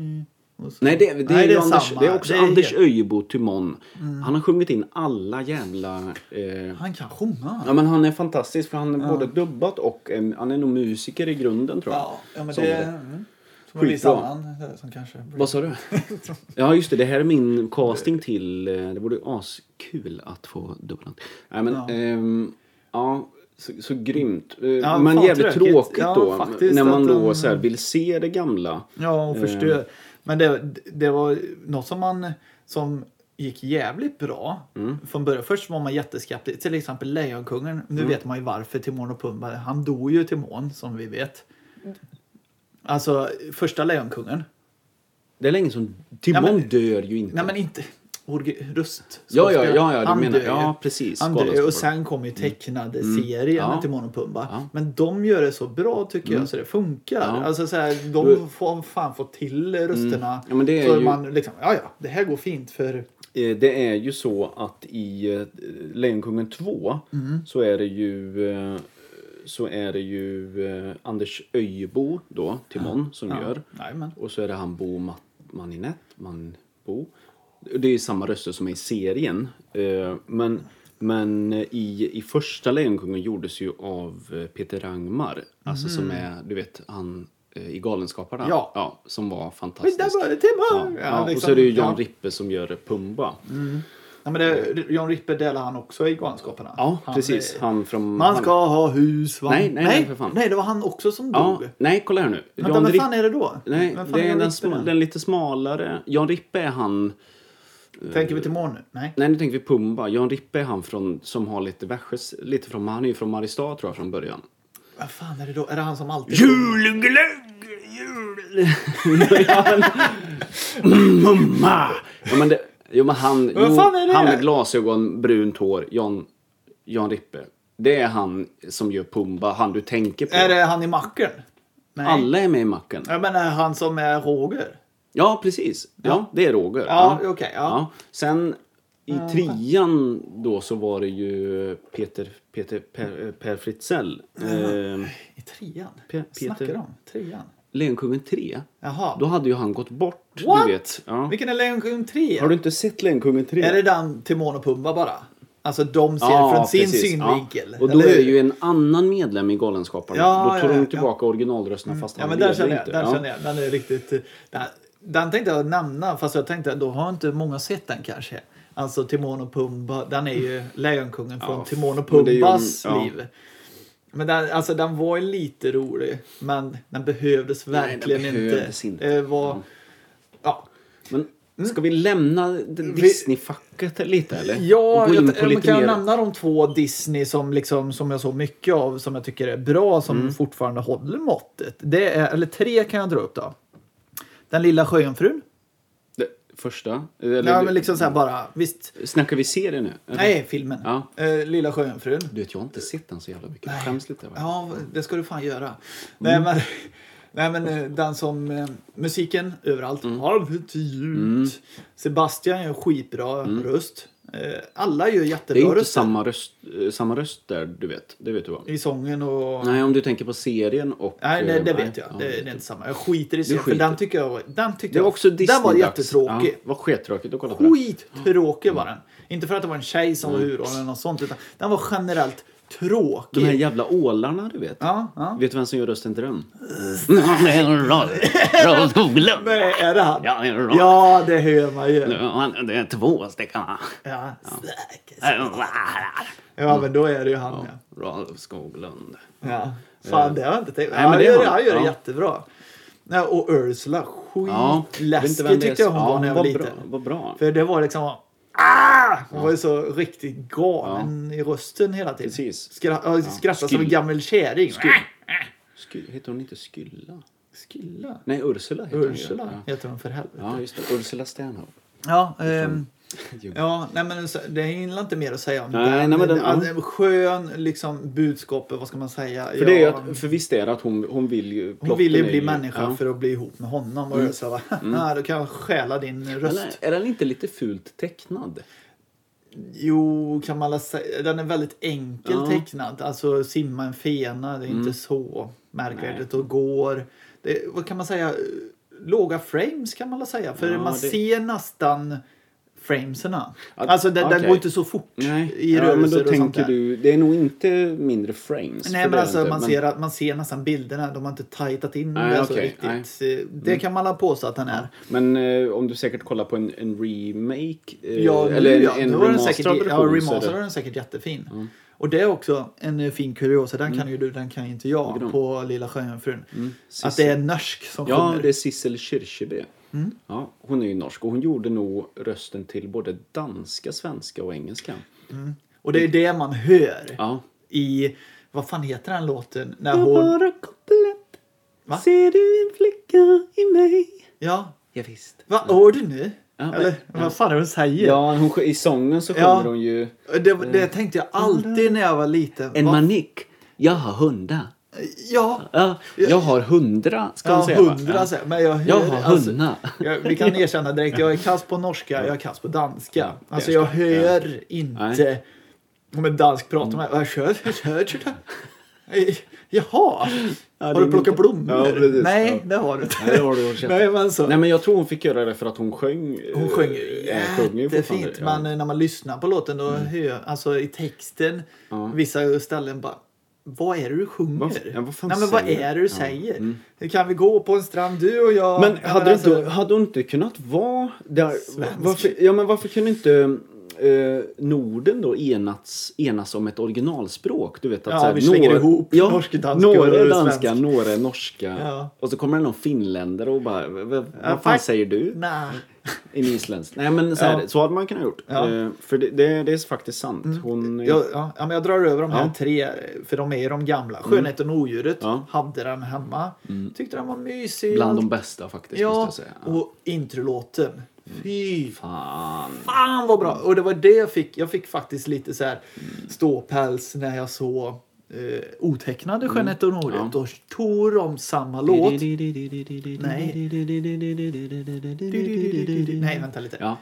Nej, det, det, Nej, är, det är Anders, samma. det är också det är Anders helt... Öjebo Timon. Mm. Han har sjungit in alla jävla... Eh... Han kan sjunga. Ja, men han är fantastisk för han är ja. både dubbat och eh, han är nog musiker i grunden, tror jag. Ja, ja men det är... Mm. Som en viss annan som kanske... Blir... Vad sa du? Ja, just det. Det här är min casting till... Det vore askul att få dubbla. Nej, men... Ja. Ehm, ja så, så grymt. Ja, men jävligt tråkigt, tråkigt ja, då. Faktiskt, när man då att, så här, vill se det gamla. Ja, och förstå. Ehm. Men det, det var något som man... Som gick jävligt bra. Mm. Från början. Först var man jätteskeptisk. Till exempel Lejonkungen. Nu mm. vet man ju varför Timon och Pumba. Han dog ju Timon, som vi vet. Alltså, första Lejonkungen. Det är länge som... Timon nej, men, dör ju inte. Nej, men inte... Röst. Ja, ja, ja, ja, han du menar, dör, ja, precis. Han dör, och sen kommer ju tecknade mm. serien ja. med Timon och Pumba. Ja. Men de gör det så bra, tycker mm. jag, så det funkar. Ja. Alltså, så här, de du... får fan få till rösterna. Mm. Ja, men det är så ju... man liksom, ja, ja, det här går fint för... Det är ju så att i Lejonkungen två mm. så är det ju... så är det ju eh, Anders Öjebo då, Timon, ja. som ja. gör. Jajamän. Och så är det han Bo Maninett, man Bo. Det är samma röster som är i serien. Eh, men men i, i första Lejonkungen gjordes ju av Peter Rangmar. Mm. Alltså som är, du vet, han eh, i Galenskaparna. Ja. ja. Som var fantastisk. Men där var det Timon! Ja. Ja. Ja, liksom, och så är det ju Jan ja. Rippe som gör Pumba. Mm. Ja, men det, John Rippe delar han också i Galenskaparna. Ja, han, precis. Han från... Man ska han... ha hus. Nej, nej, nej, för fan. Nej, det var han också som ja, dog. Nej, kolla här nu. Vänta, vem fan är det då? Nej, det är, är den, sm... den lite smalare. John Rippe är han... Tänker vi till morgon nu? Nej. Nej, nu tänker vi Pumba. John Rippe är han från, som har lite verses, lite från, han är ju från Mariestad tror jag från början. Vad fan är det då? Är det han som alltid... Juleglögg! Jul... Mumma! Ja, men det... Jo, men han, jo, han med glasögon, brunt hår, John, John Rippe. Det är han som gör Pumba, han du tänker på. Är det han i macken? Nej. Alla är med i macken. Jag menar han som är Roger. Ja, precis. Ja, ja det är Roger. Ja, okej. Okay, ja. Ja. Sen i trean då så var det ju Peter, Peter Per, Per Fritzell. Mm. Eh, I trean? Pe- Snackar de om? Trean? Lejonkungen tre. Jaha. Då hade ju han gått bort. What? Du vet. Ja. Vilken är Lejonkungen tre? Har du inte sett Lejonkungen tre? Är det den Timon och Pumba bara? Alltså de ser ja, från sin precis. synvinkel. Ja. Och då eller? Är det ju en annan medlem i Galenskaparna. Ja, då tar ja, de tillbaka ja. originalrösterna fast mm. han ja, men där känner jag, inte. där ja. känner jag. Den är riktigt... Den, den tänkte jag nämna, fast jag tänkte då har inte många sett den kanske. Alltså Timon och Pumba, den är ju Lejonkungen från ja, Timon och Pumbas en, ja. liv. Men den, alltså, den var ju lite rolig, men den behövdes verkligen Nej, den behövdes inte. inte. Det var... Mm. Ja. Men ska vi lämna Disney-facket lite, eller? Ja, gå in jag, på lite kan mer... jag nämna de två Disney som, liksom, som jag så mycket av, som jag tycker är bra, som mm. fortfarande håller måttet. Det är, eller tre kan jag dra upp då. Den lilla sjöjungfrun. Första? Eller, ja, men liksom så här bara, visst. Snackar vi serien nu? Eller? Nej, filmen. Ja. Uh, Lilla sjöjungfrun. Du vet, jag har inte sett den så jävla mycket. Nej. Skäms lite. Va? Ja, det ska du fan göra. Mm. Nej, men, nej, men den som, uh, musiken överallt. Mm. Halvt ljud. Mm. Sebastian gör skitbra mm. röst. Uh, alla gör jättebra röster. Det är inte samma röst, samma röst där, du vet. Det vet du vad. I sången och... Nej, om du tänker på serien och... Nej, nej det vet jag. Ja, det, det är inte samma. Jag skiter i serien, för den tycker jag... Den tyckte det var också jag... Den var jättetråkig. Ja, var skittråkigt att kolla på den. Skittråkig mm. var den. Inte för att det var en tjej som mm. var huvudrollen eller något sånt, utan den var generellt tråkig. De här jävla ålarna, du vet. Ja, ja. Vet du vem som gör rösten till den? Nej, är det han? Ja, ja, det hör man ju. Det är två stycken. Ja, ja, men då är det ju han. Ja. Rolf Skoglund. Ja, fan det har jag inte tänkt. Nej, men det gör, han gör det jättebra. Ja, och Ursula, skitläskig ja, tyckte jag hon var när jag var liten. Vad bra. För det var liksom... Ah! Hon ja. var ju så riktigt galen ja. i rösten hela tiden. Precis. Skra- ja. Skrattade som en gammal kärring. Skyll. Skyll. Heter hon inte Skylla? Skylla? Nej, Ursula heter Ursula hon. Ja. heter hon för helvete. Ja, just det. Ursula Stanhope. Ja, ehm... ja, nej men det är inte mer att säga om nej, den. Nej, men den ja. Skön liksom budskapet, vad ska man säga? För, det är att, för visst är det att hon, hon vill ju... Hon vill ju bli ju, människa ja. för att bli ihop med honom. Och mm. så, mm. nej, då kan jag stjäla din röst. Eller, är den inte lite fult tecknad? Jo, kan man säga. Den är väldigt enkel ja. tecknad. Alltså simma en fena, det är mm. inte så märkvärdigt och går. Det, vad kan man säga? Låga frames kan man säga. För ja, man det... ser nästan... frameserna. Alltså det, okay. det går inte så fort Nej. i ja, rörelser men då och tänker sånt där. Du, det är nog inte mindre frames. Nej, men alltså inte, man, men... Ser att, man ser nästan bilderna, de har inte tajtat in Nej, det okay. så riktigt. Nej. Det kan man ha påstå att den är. Men eh, om du säkert kollar på en, en remake eh, ja, eller en, ja, en remaster version. Ja, remaster är den säkert jättefin. Mm. Och det är också en fin kuriosa, den kan mm. ju du, den kan inte jag mm. på Lilla Sjöjungfrun. Mm. Att det är norsk som ja, sjunger. Ja, det är Sissel Kyrkjebø. Mm. Ja, hon är ju norsk och hon gjorde nog rösten till både danska, svenska och engelska. Mm. Och det är det man hör ja. i, vad fan heter den låten? När jag hon... bara kopplet, va? Ser du en flicka i mig? Ja. Ja visst. Vad hör du nu? Ja, Eller ja. vad fan är det hon säger? Ja, hon, i sången så sjunger ja. hon ju... Det, det tänkte jag alltid när jag var liten. En Va? manik. Jag har hundar. Ja. ja. Jag har hundra, ska man ja, säga. hundra, ja. Men jag, jag har alltså, hundar. Jag, vi kan erkänna direkt, jag är kass på norska, jag är kass på danska. Alltså jag hör ja. inte om en dansk pratar med. Jag kör, jag kör, jag Jaha, ja, har du plockat blommor? Ja, precis, Nej, ja. det har du inte. Nej, det har du Nej, men så. Nej, men jag tror hon fick göra det för att hon sjöng. Hon sjöng äh, jättefint. Ja. Men när man lyssnar på låten då mm. hör, alltså i texten, ja. vissa ställen bara, vad är det du sjunger? Vad, ja, vad Nej, men vad är det du säger? Ja. Mm. Kan vi gå på en strand, du och jag? Men hade, alltså, inte, hade hon inte kunnat vara där? Varför, ja, men varför kunde inte eh, Norden då enats, enas om ett originalspråk. Du vet att Ja, så här, vi slänger några, ihop ja, norska, danska några är och danska, svenska. några är norska. Ja. Och så kommer det någon finländare och bara, vad, vad Ja, fan fuck. säger du? Nej. En isländsk. Nej men så, här, Ja. så hade man kunnat gjort. Ja. Eh, för det, det, det är faktiskt sant. Hon, Jag, ja, ja, men jag drar över de här Ja. tre, för de är ju de gamla. Skönheten och odjuret Ja. hade den hemma. Tyckte den var mysig. bland de bästa faktiskt måste Ja, jag säga. Ja. och introlåten. Fy Fan. fan vad bra. Och det var det jag fick. Jag fick faktiskt lite så här ståpäls när jag såg eh, otecknade Skönheten och odjuret. Ja. Då tog de samma låt. Nej, vänta lite. Ja.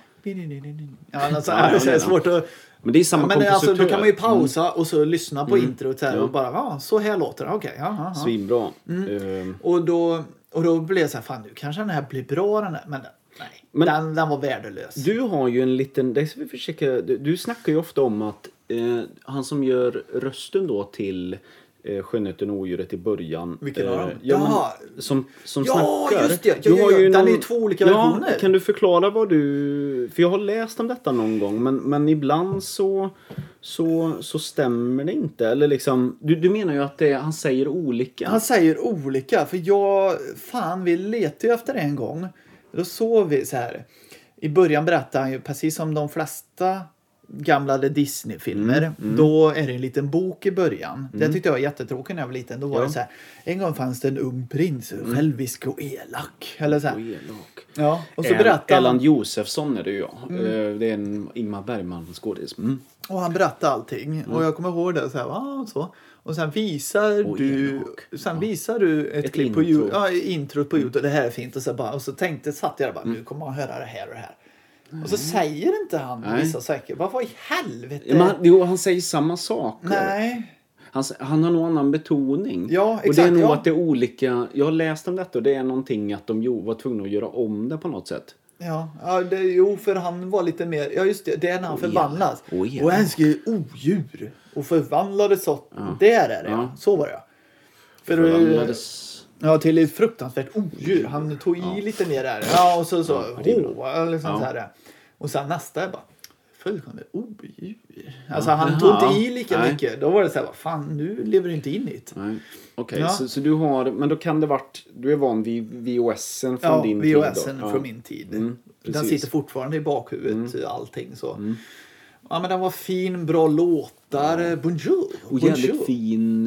Ja, alltså, Ja, ja, det är ja. svårt att... Men det är samma Ja, men kompositör. alltså, då kan man ju pausa och så lyssna på Mm. introt här Ja. och bara, ja, så här låter det. Okej, ja, ja, ja. Svinbra. Eh, Och då, och då blev jag så här, fan nu kanske den här blir bra den här. Men nej, Men- den, den var värdelös. Du har ju en liten... Det ska vi försöka, du, du snackar ju ofta om att eh, han som gör rösten då till eh, Skönheten och odjuret i början. Vilken av dem? eh, Ja, Ja. men, som, som Ja, snackar. just det. Ja, Du ja, har ja. ju Den är ju två olika versioner. Ja, kan du förklara vad du... För jag har läst om detta någon gång. Men, men ibland så, så, så stämmer det inte. Eller liksom... Du, du menar ju att det, han säger olika. Han säger olika, för jag, fan vi letade ju efter det en gång. Då såg vi så här. I början berättade han ju, precis som de flesta gamla Disney-filmer. Mm, mm. Då är det en liten bok i början. Det tyckte jag var jättetråkigt när jag var liten. Då var Ja. det så här. En gång fanns det en ung prins, självisk och elak. Eller så här. Och elak. Ja, och så El- berättade Erland han. Josefsson är det ju, ja. Eh, Det är en Ingmar Bergman skådis. Mm. Och han berättade allting. Och jag kommer ihåg det så här, ah, så. Och sen visar Och du elak. sen Ja. visar du ett, Ett klipp på intro. YouTube, ja, introt på YouTube. Det här är fint och så bara och så tänkte satt jag där bara nu kommer man höra det här och det här. Och så säger inte han Nej. vissa saker. Vad var i helvete? Ja, men han, jo, han säger samma saker. Nej. Han, s- han har nog annan betoning. Ja, Och det är exakt, nog ja. att det är olika... Jag har läst om detta och det är någonting att de jo, var tvungna att göra om det på något sätt. Ja, ja det, jo för han var lite mer, ja just det, det är när han Och förvandlas. elak. Och elak. Och han skrev odjur. Och förvandlades så, där är det ja. Ja. Så var det ja. För, Förvandlades... Ja, till ett fruktansvärt odjur. Han tog i lite mer där. Ja, och så så. Ja, det är bra. Åh, liksom Ja. så här. Och sen nästa är bara fullkomligt odjur. Alltså han tog Jaha. inte i lika Nej. mycket. Då var det så här, vad fan, nu lever du inte in i det. Nej. Okej, Ja. så, så du har... Men då kan det varit... Du är van vid V H S-en från Ja, din V H S tid då? Ja. från min tid. Mm, Den precis. sitter fortfarande i bakhuvudet, allting så. Ja, men den var fin, bra låtar. Bonjour. Och Bonjour. jävligt fin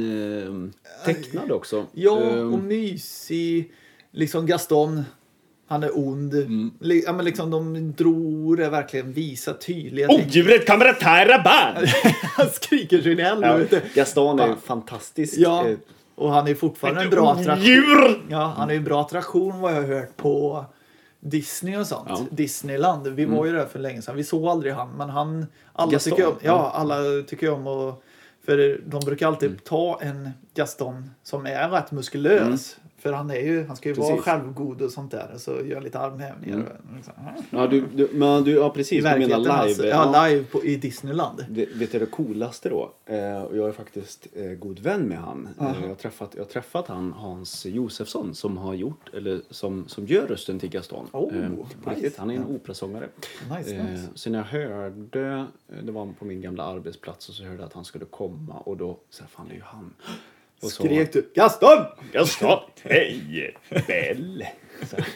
eh, tecknad också. Ja, Ehm, och mysig. Liksom Gaston. Han är ond. Mm. Li- Ja, men liksom de drog det verkligen, visa tydliga tecken. Odjuret kommer att tära band! Han skriker sig i Ja, helvete. Gaston är Fan. fantastisk. Ja, eh, och han är fortfarande en bra attraktion. Djur! Ja, han är ju bra attraktion vad jag har hört på Disney och sånt. Ja. Disneyland. Vi var ju där för länge sedan. Vi såg aldrig han, men han... Alla Gaston, tycker om, ja. ja, alla tycker om och för de brukar alltid ta en Gaston som är rätt muskulös. För han är ju, han ska ju vara Precis. självgod och sånt där. Så gör lite armhävningar. Mm. och liksom. Ja, du, du, men du, ja I precis. Du verkligheten menar live. alltså. Ja, live på, i Disneyland. Det, vet du det coolaste då? Eh, och jag är faktiskt eh, god vän med han. Eh, Aha. jag har träffat, jag har träffat han, Hans Josefsson, som har gjort, eller som, som gör rösten till Gaston. Oh, eh, nice. på riktigt. Han är en operasångare. Nice, Eh, nice. så när jag hörde, det var på min gamla arbetsplats, och så hörde jag att han skulle komma, och då så här, fan det är ju han. Och så, Skrek du Gaston! Gaston! Hej! Bell! Så här,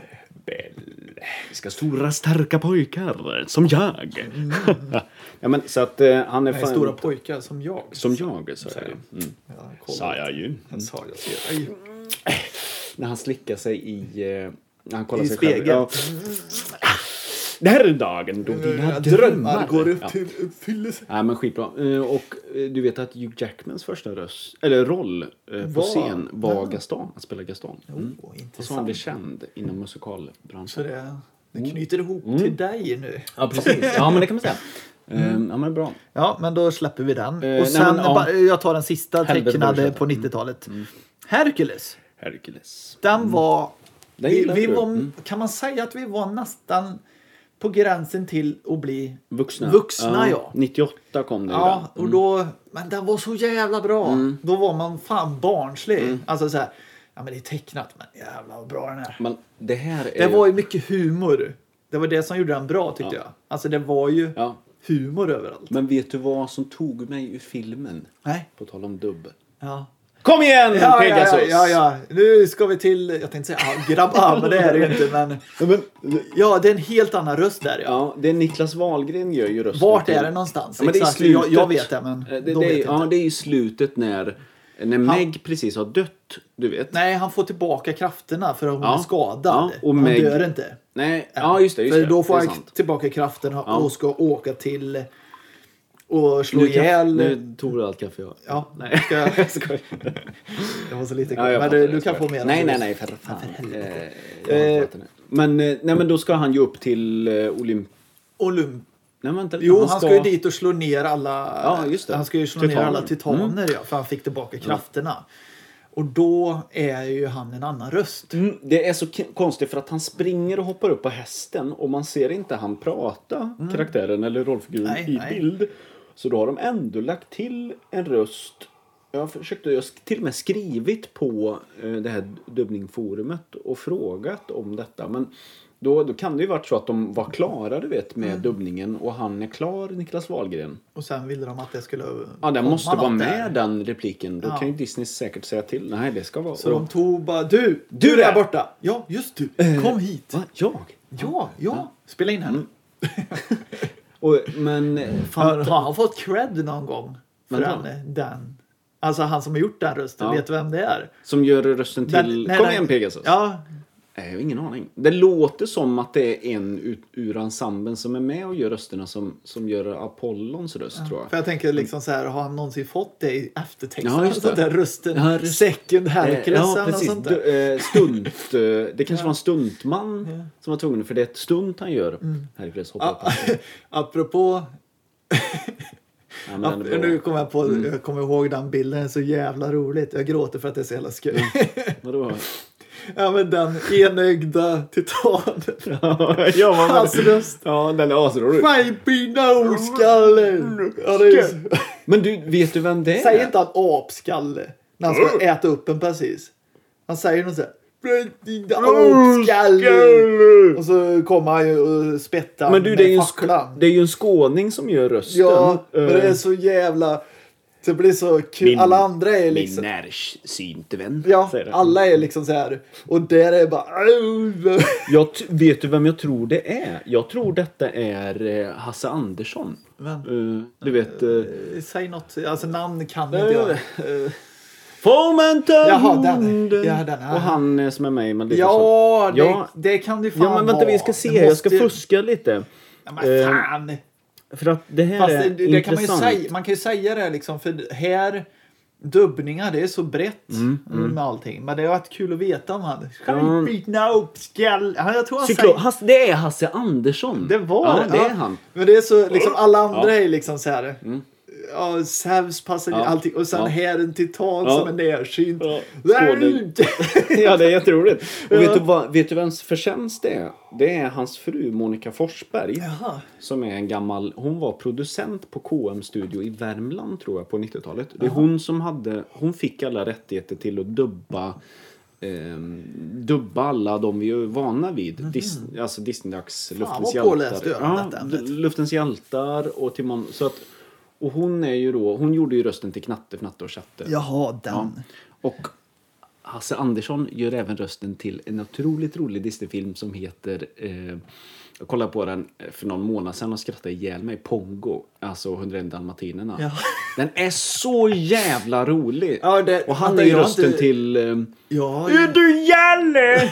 Bell! Vi ska stora starka pojkar som jag. Ja, men så att eh, han är Nej, fan... stora pojkar som jag. Som jag, så är det. Mm. Ja, kolla. Sa jag ju. Jag sa jag ser dig. När han slickar sig i... eh, När han kollar I sig spegeln. själv. Ja. Det här är dagen då dina Drömmar drömmar går upp Ja. till uppfyllelse. Nej, men skitbra. Eh, Och eh, du vet att Hugh Jackmans första röst, eller roll eh, på Var? scen var Ja. Gaston. Att spela Gaston. Mm. Oh, Och så har han blev intressant. känd inom musikalbranschen. Så det, det knyter ihop till dig nu. Ja, precis. Ja, men det kan man säga. Eh, Ja, men bra. Ja, men då släpper vi den. nej, och sen, men, ja. ba- jag tar den sista Helvete tecknade vad du på nittiotalet. Hercules. Hercules. Den var... Den vi, gillade vi du. var Mm. kan man säga att vi var nästan på gränsen till att bli Vuxna. Vuxna, ja. nittioåtta kom det ju Ja, den. och då... Men den var så jävla bra. Mm. Då var man fan barnslig. Alltså så här... Ja, men det är tecknat, men jävlar vad bra den är. Men det här är Det ju- var ju mycket humor. Det var det som gjorde den bra tyckte Ja. jag. Alltså det var ju Ja. humor överallt. Men vet du vad som tog mig ur filmen? Nej. På tal om dubb. Ja. Kom igen, Ja, Pegasus! ja, ja, ja. Nu ska vi till, jag tänkte säga ja, grabbar, men det är det ju inte. Men, ja, det är en helt annan röst där. Ja, ja det är Niklas Wahlgren gör ju rösten. Vart till. är det någonstans? Ja, men det är Exakt. slutet. Jag, jag vet det, men det, de det, vet är, inte. ja, det är i slutet när, när Meg precis har dött, du vet. Nej, han får tillbaka krafterna för att hon Ja. är skadad. Ja, och hon Meg- dör inte. Nej, ja just det. Just för det. då får det är han sant. tillbaka krafterna Ja. och ska åka till och slå Nu, kan, ihjäl. nu tog du allt kaffe jag. Ja, Nej. ska jag... Jag skojar. Det var så lite Ja, jag men fattar du, det, du jag kan skojar. få mer. Nej, av nej, det. nej, för fan. för helvete. Eh, jag har inte pratat nu. men, eh, nej, men då ska han ju upp till eh, Olymp... Olymp. Nej, vänta, Jo, han ska ju dit och slå ner alla... Ja, just det. Han ska ju slå Titaner. ner alla titaner, ja, för han fick tillbaka krafterna. Och då är ju han en annan röst. Mm, det är så k- konstigt för att han springer och hoppar upp på hästen och man ser inte han prata, karaktären eller rollfiguren Nej, i nej. bild. Så då har de ändå lagt till en röst. Jag försökte, jag har till och med skrivit på eh, det här dubbningforumet och frågat om detta. Men då, då kan det ju varit så att de var klara, du vet, med dubbningen och han är klar, Niklas Wahlgren. Och sen ville de att det skulle Ja, den komma måste vara något med där. den repliken. Då Ja. kan ju Disney säkert säga till. Nej, det ska vara... Så de tog bara, du, Du du är där! borta. Ja, just du. Kom hit. Va? Jag? Ja, ja. Spela in här nu. Och, men... eh, Har, har han fått cred någon gång? För Vem han, den. Alltså han som har gjort den rösten, Ja. vet du vem det är? Som gör rösten till... Den- nej, Kom nej. igen, Pegasus. Ja, Nej, jag har ingen aning. Det låter som att det är en ut, ur ensemblen som är med och gör rösterna som, som gör Apollons röst, tror jag. för jag tänker liksom så här, har han någonsin fått det i eftertexten? Ja, just det. Den där rösten, Ja, röst- second Hercules ja, eller precis. sånt där. Du, eh, stunt. eh, det kanske var en stuntman som var tvungen, för det är ett stunt han gör. Mm. Hercules hoppar på. Apropå, Ja, men den är bra. nu kommer jag på, jag kommer ihåg den bilden, den är så jävla roligt. Jag gråter för att det är så jävla skoj. Vadå? Ja, men den enögda titanen. ja, vad var Hans det? röst. Ja, den är asrolig. Baby-no-skalle. Ja, det är så... Men du, vet du vem det är? Säger inte han apskalle när han ska äta upp en precis? Han säger något så här. Apskalle. Och så kommer han ju och spettar Men du, det är, ju en med facklan. sk- det är ju en skåning som gör rösten. Ja, men det är Eh, så jävla... Det blir så kul. Min- Alla andra är liksom... Min närsynte vän. Ja, säger det. alla är liksom så här. Och där är bara... Jag t- vet du vem jag tror det är? Jag tror detta är eh, Hasse Andersson. Men, Eh, du vet... Uh, säg något. Alltså namn kan inte jag. Fomenton! Jaha, den. Ja, den här. Och han eh, som är med i Melodifestivalen. Ja, det, Ja. det kan du fan Ja, men vänta, vi ska vara. se. Det Jag ska måste- fuska lite. Ja, men Eh, fan. För att det här Fast är det, det kan man ju intressant. säga. Man kan ju säga det liksom. För här... Dubbningar, det är så brett med allting. Men det har varit kul att veta om han. Ja. Ja, jag tror han Cyklop, säger... Hasse, det är Hasse Andersson. Det var ja, det. det ja. är han. Men det är så, liksom alla andra Ja. är liksom så här. Ja, Sävs passar Ja. allting. Och sen Ja. här en titan Ja. som är närsynt. Ja. Nej! Ja, det är jätteroligt. Och Ja. vet, du vad, vet du vems förtjänst det är? Det är hans fru Monica Forsberg. Jaha. Som är en gammal... Hon var producent på K M-studio i Värmland, tror jag, på nittiotalet. Det är hon som hade... Hon fick alla rättigheter till att dubba... Eh, dubba alla de vi är vana vid. Mm. Dis, alltså Disney-dags Luftens vad påläst hjältar. du är om detta ämnet. Luftens hjältar och Timon. Så att, och hon är ju då... Hon gjorde ju rösten till Knatte, Fnatte och Tjatte. Jaha, den. Ja. Och Hasse Andersson gör även rösten till en otroligt rolig Disney-film som heter... Eh, jag kollade på den för någon månad sedan och skrattade ihjäl mig. Pongo, alltså hundraett dalmatinerna. Ja. Den är så jävla rolig. Ja, det- och han vänta, är ju jag har rösten inte- till... Eh, Ja, Är du Jalle?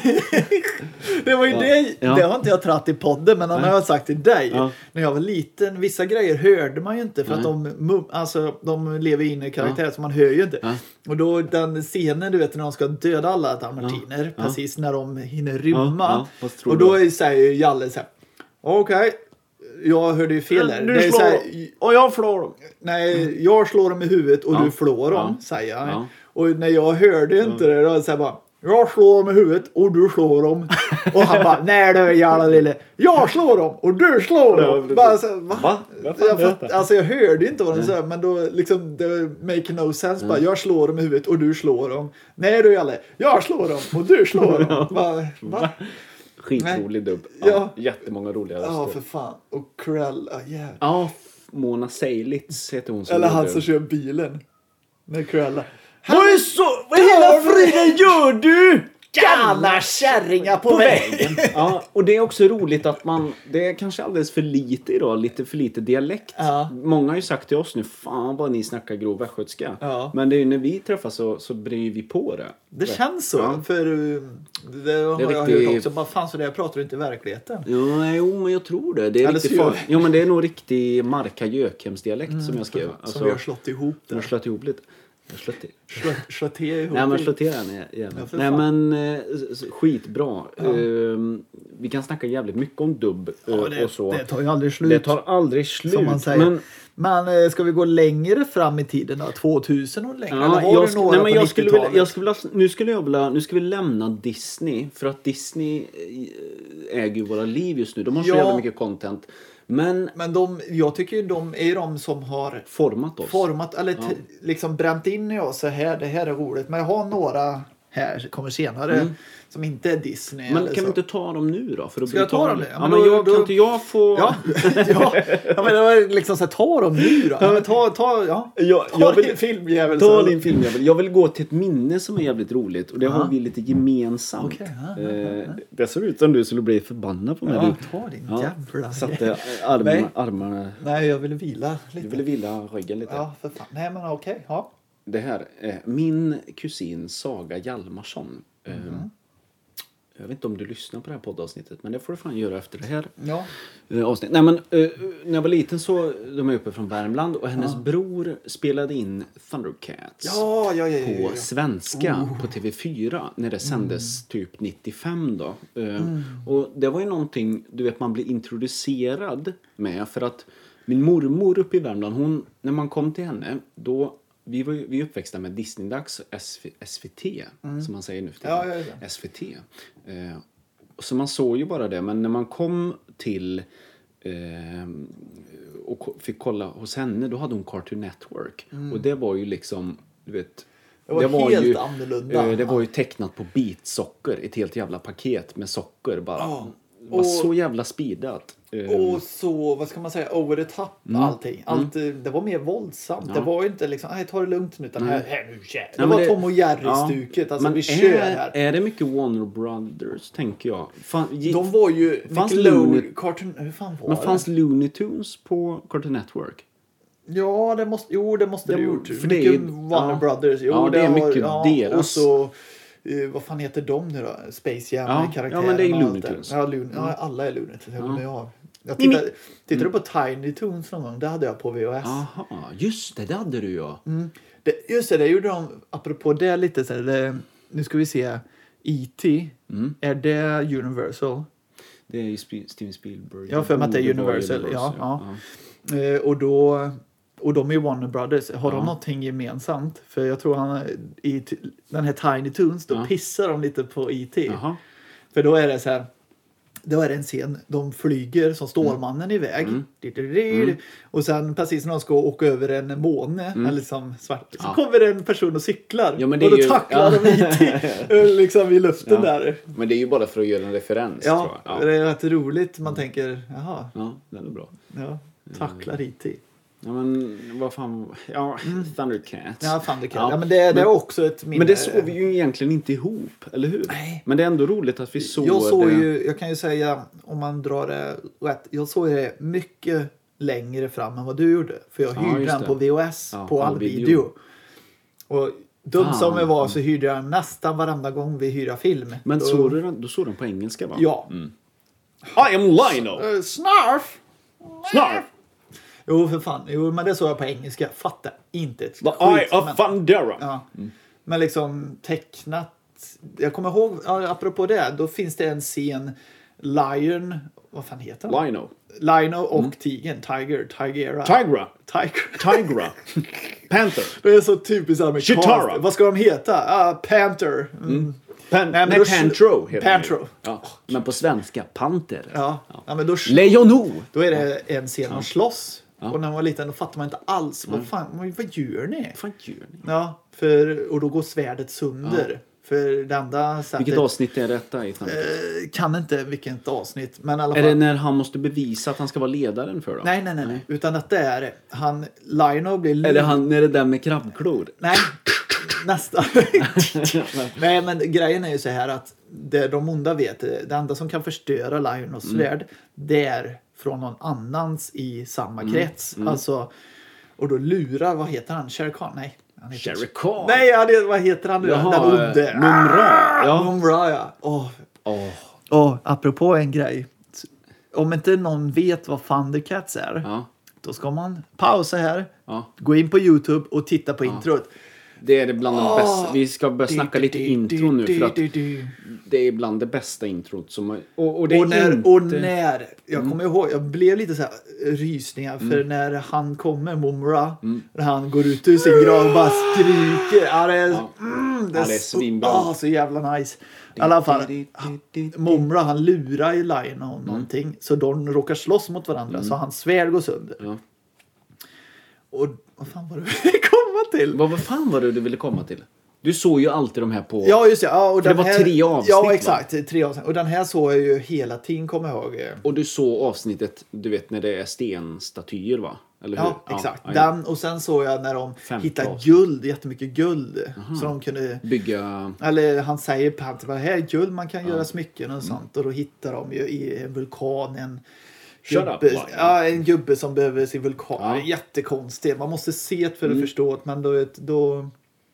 det var ju det. Ja. Det har inte jag tratt i podden, men han har jag sagt till dig. Ja. När jag var liten, vissa grejer hörde man ju inte för att de, mum- alltså, de lever in i karaktär så man hör ju inte. Ja. Och då den scenen, du vet, när de ska döda alla dalmatiner, Ja. precis när de hinner rymma. Ja, ja, vad tror och du? då är- säger ju Jalle så här: okej, jag hörde ju fel där. Du Det är slår så här, dem. Och jag slår dem. nej, jag slår dem i huvudet och Ja. du slår dem, Ja. säger jag. Ja. Och när jag hörde inte det, då så här bara: jag slår dem i huvudet och du slår dem. Och han bara: nej du jävla lille. Jag slår dem och du slår Ja, dem. precis. Bara så, här, va? Va? Vad fan Jag är fatt, detta? alltså jag hörde inte vad de sa, men då liksom det make no sense. Bara, jag slår dem i huvudet och du slår dem. Nej du Jalle, jag slår dem och du slår dem. Bara, va? Skitrolig dubb. Ja. Ja. Jättemånga roliga röster. Ja, för fan. Och Cruella, yeah. Ja, Mona Seilitz heter hon som Eller gjorde- han som kör bilen. Med Cruella. Vad är så? Vad i hela friden gör du? Galna kärringar på vägen. Ja, och det är också roligt att man, det är kanske alldeles för lite idag, lite för lite dialekt. Ja. Många har ju sagt till oss nu, fan vad ni snackar grov västgötska. Ja. Men det är ju när vi träffas så, så bryr vi på det. Det känns så. Ja. För uh, det har Det är jag riktigt- hört också. Bara fan så det jag pratar inte i verkligheten. Ja, jo, men jag tror det. Det är Eller riktigt så- far... Jo, men det är nog riktig Marka Jökhemsdialekt som jag skrev. Som vi har slått ihop Jag har där. slått ihop lite. Jag har slått i. Slå- Slå till ihop. Nej, men i- slå till den igen. Ja, för Nej, fan. men eh, s- skitbra. Ehm, vi kan snacka jävligt mycket om dubb eh, Ja, det, och så. det tar ju aldrig slut. Det tar aldrig slut. som man säger. Men, Men, eh, ska vi gå längre fram i tiden då? tvåtusen och längre? ja, Eller har jag, du sk- några nej, men på jag skulle vilja, nittiotalet? jag skulle vilja, nu skulle jag vilja, nu ska vi lämna Disney. För att Disney eh, äger ju våra liv just nu. De har så Ja. jävla mycket content. Men Men de, jag tycker ju de är ju de som har format oss. format, eller t- liksom bränt in i oss så här, det här är roligt. Men jag har några här, kommer senare, som inte är Disney. Mm. Men eller kan så. vi inte ta dem nu då? För att Ska jag bli ta tal- dem nu? Ja, Ja, men men då- jag, då- kan inte jag få... Ja, ja, ja, men det var liksom så här, ta dem nu då. Ja, men ta, ta, ja. Jag, Ta jag vill, din filmjävel. ta så- din filmjävel. Jag vill gå till ett minne som är jävligt roligt. Och det har vi lite gemensamt. Okej, ja, ja, ja, Eh, det ser ut som du skulle bli förbannad på mig. Ja, du. ta din Ja, jävla... satte armarna, Nej. armarna... Nej, jag ville vila Du lite. ville vila ryggen lite. Ja, för fan. Nej, men okej. Ja. Det här är min kusin Saga Hjalmarsson. Eh, Jag vet inte om du lyssnar på det här poddavsnittet, men det får du fan göra efter det här Ja. eh, avsnitt. Nej, men eh, när jag var liten så, de är uppe från Värmland och hennes bror spelade in Thundercats Ja, ja, ja, ja, på ja, ja. svenska på T V fyra när det sändes typ nittiofem då. Eh, Och det var ju någonting, du vet, man blir introducerad med för att min mormor uppe i Värmland, hon, när man kom till henne, då vi var ju, vi är uppväxta med Disney-dags och S V, S V T, som man säger nu för tiden. Ja, ja, ja. S V T. Eh, så man såg ju bara det. Men när man kom till eh, och ko- fick kolla hos henne, då hade hon Cartoon Network. Och det var ju liksom, du vet... Det var helt ju, annorlunda. eh, det var ju tecknat på bitsocker. Ett helt jävla paket med socker bara. Ja. Det var Och- så jävla speedat. Eh, Och så, vad ska man säga, over the top allting. Allt, eh, Det var mer våldsamt. Ja. Det var ju inte liksom, nej ta det lugnt nu. Utan här, här nu jävlar. Det Ja, men var det- Tom och Jerry-stuket. Alltså Men vi kör är, här. är det mycket Warner Brothers, tänker jag? Fan, ge- De var ju Fanns Nickelodeon, Looney- Cartoon, hur fan var men det? fanns Looney Tunes på Cartoon Network? Ja, det måste, jo, det måste Det- det gjort. för det är ju- Mycket Warner ja. Brothers. Jo, Ja, det är har- mycket ja, deras. Och så, eh, vad fan heter de nu då? Space Jam, Ja, karaktärerna ja, men det är ju och allt Looney det. Tunes. Ja, Looney, ja, alla är Looney Tunes. Ja. Ja. Jag Mimi. tittade, tittade du på Tiny Toons någon gång? Det hade jag på V H S. Aha, just det, det hade du ja. Mm. Det, just det, det gjorde de, apropå det lite så här, det, nu ska vi se, E T Mm. är det Universal? Det är ju Sp- Steven Spielberg. Jag har för mig att det är borde vara Universal, ja, ja. Eh, och då, och de är ju Warner Brothers. Har Ja. de någonting gemensamt? För jag tror han, i t- den här Tiny Toons, då Ja. pissar de lite på E T. Jaha. För då är det så här, då är det en scen, de flyger som Stålmannen iväg. Mm. Mm. Och sen precis när de ska åka över en måne, eller som svart, så Ja. kommer det en person och cyklar. Ja, men det och är då ju- tacklar ja. de E T liksom i luften Ja. där. Men det är ju bara för att göra en referens, Ja, tror jag. Ja. det är rätt roligt. Man tänker, jaha, Ja, den är bra. ja, tacklar E T. Ja, men vad fan... Ja, Thundercats. Mm. Ja, fan det kan. Ja. Ja, men det, det är också ett minne. Men det såg vi ju egentligen inte ihop, eller hur? Nej. Men det är ändå roligt att vi såg jag såg det. ju, jag kan ju säga, om man drar det rätt, jag såg det mycket längre fram än vad du gjorde. För jag Ja, hyrde just den det. på V H S, Ja, på all video. video. Och dum Fan. som jag var så hyrde jag nästan varenda gång vi hyrde film. Men då, såg du den, då såg den på engelska, va? Ja. Mm. I am Lino! Uh, snarf! Snarf! Jo, för fan. Jo, men det såg jag på engelska. Fattar inte ett The skit, Eye of men- Thundera! Ja. Men liksom tecknat. Jag kommer ihåg, ja, apropå det, då finns det en scen Lion, vad fan heter han? Lino. Lino och tigern, Tiger, Tigera. Tigra. Tiger. Tigra. Panther. Det är så typiskt amerikanskt. Chitara. Vad ska de heta? Ah, Panther. Mm. Pan- Nej, men nej, då- Pantro heter Pantro. den ju. Ja. Men på svenska, panter. Ja. Ja, men då, Lejono. då är det en scen de slåss. Ja. Och när man var liten då fattar man inte alls. Vad fan, vad, vad gör ni? Vad fan gör ni? Ja, för, och då går svärdet sönder. För det enda sättet... Vilket avsnitt är detta i Thundercats? Eh, kan inte vilket avsnitt. Men i alla Är fall... det när han måste bevisa att han ska vara ledaren för dem? Nej, nej, nej, nej. Utan att det är han... Lino blir... Är det han när det där med krabbklor? Nej, nästan. Nej, men grejen är ju så här att det de onda vet, det enda som kan förstöra Linos mm. svärd, det är från någon annans i samma mm. krets. Mm. Alltså, och då lurar, vad heter han? Shere Khan? Nej. Shere Khan? Nej, ja, det, vad heter han nu? Jaha, den onde. Mumra. Ja. Mumra, ja. Åh. Oh. Oh, apropå en grej. Om inte någon vet vad Thundercats är, ja. då ska man pausa här, ja. gå in på YouTube och titta på ja. introt. Det är bland de bästa. Vi ska börja snacka lite intro nu för att det är bland det bästa introt som och, och det är och när inte... och när jag mm. kommer ihåg, jag blev lite så här rysningar för mm. när han kommer Mumra mm. när han går ut ur sin grav och bara skriker. Ja, det är, ja. Mm, det är, ja, det är svinbra. Så, så jävla nice. I alla fall Mumra, han lurar i Lion och mm. någonting så de råkar slåss mot varandra mm. så hans svärd går sönder. Ja. Och vad fan var det vi ville komma till? Vad, vad fan var det du ville komma till? Du såg ju alltid de här på... Ja, just det. Ja, och den det var här... tre avsnitt. Ja, exakt. Va? Tre avsnitt. Och den här såg jag ju hela tiden, kommer jag ihåg. Och du såg avsnittet, du vet, när det är stenstatyer, va? Eller hur? Ja, exakt. Ja, den, och sen såg jag när de hittade avsnitt. guld, jättemycket guld. Aha. Så de kunde... Bygga... Eller han säger på han, det här är guld, man kan ja. göra smycken och sånt. Och då hittar de ju i en vulkan en... Shut gubbe, up, ja, en gubbe som behöver sin vulkan. Ja. Jättekonstigt. Man måste se det för att mm. förstå det, men då... då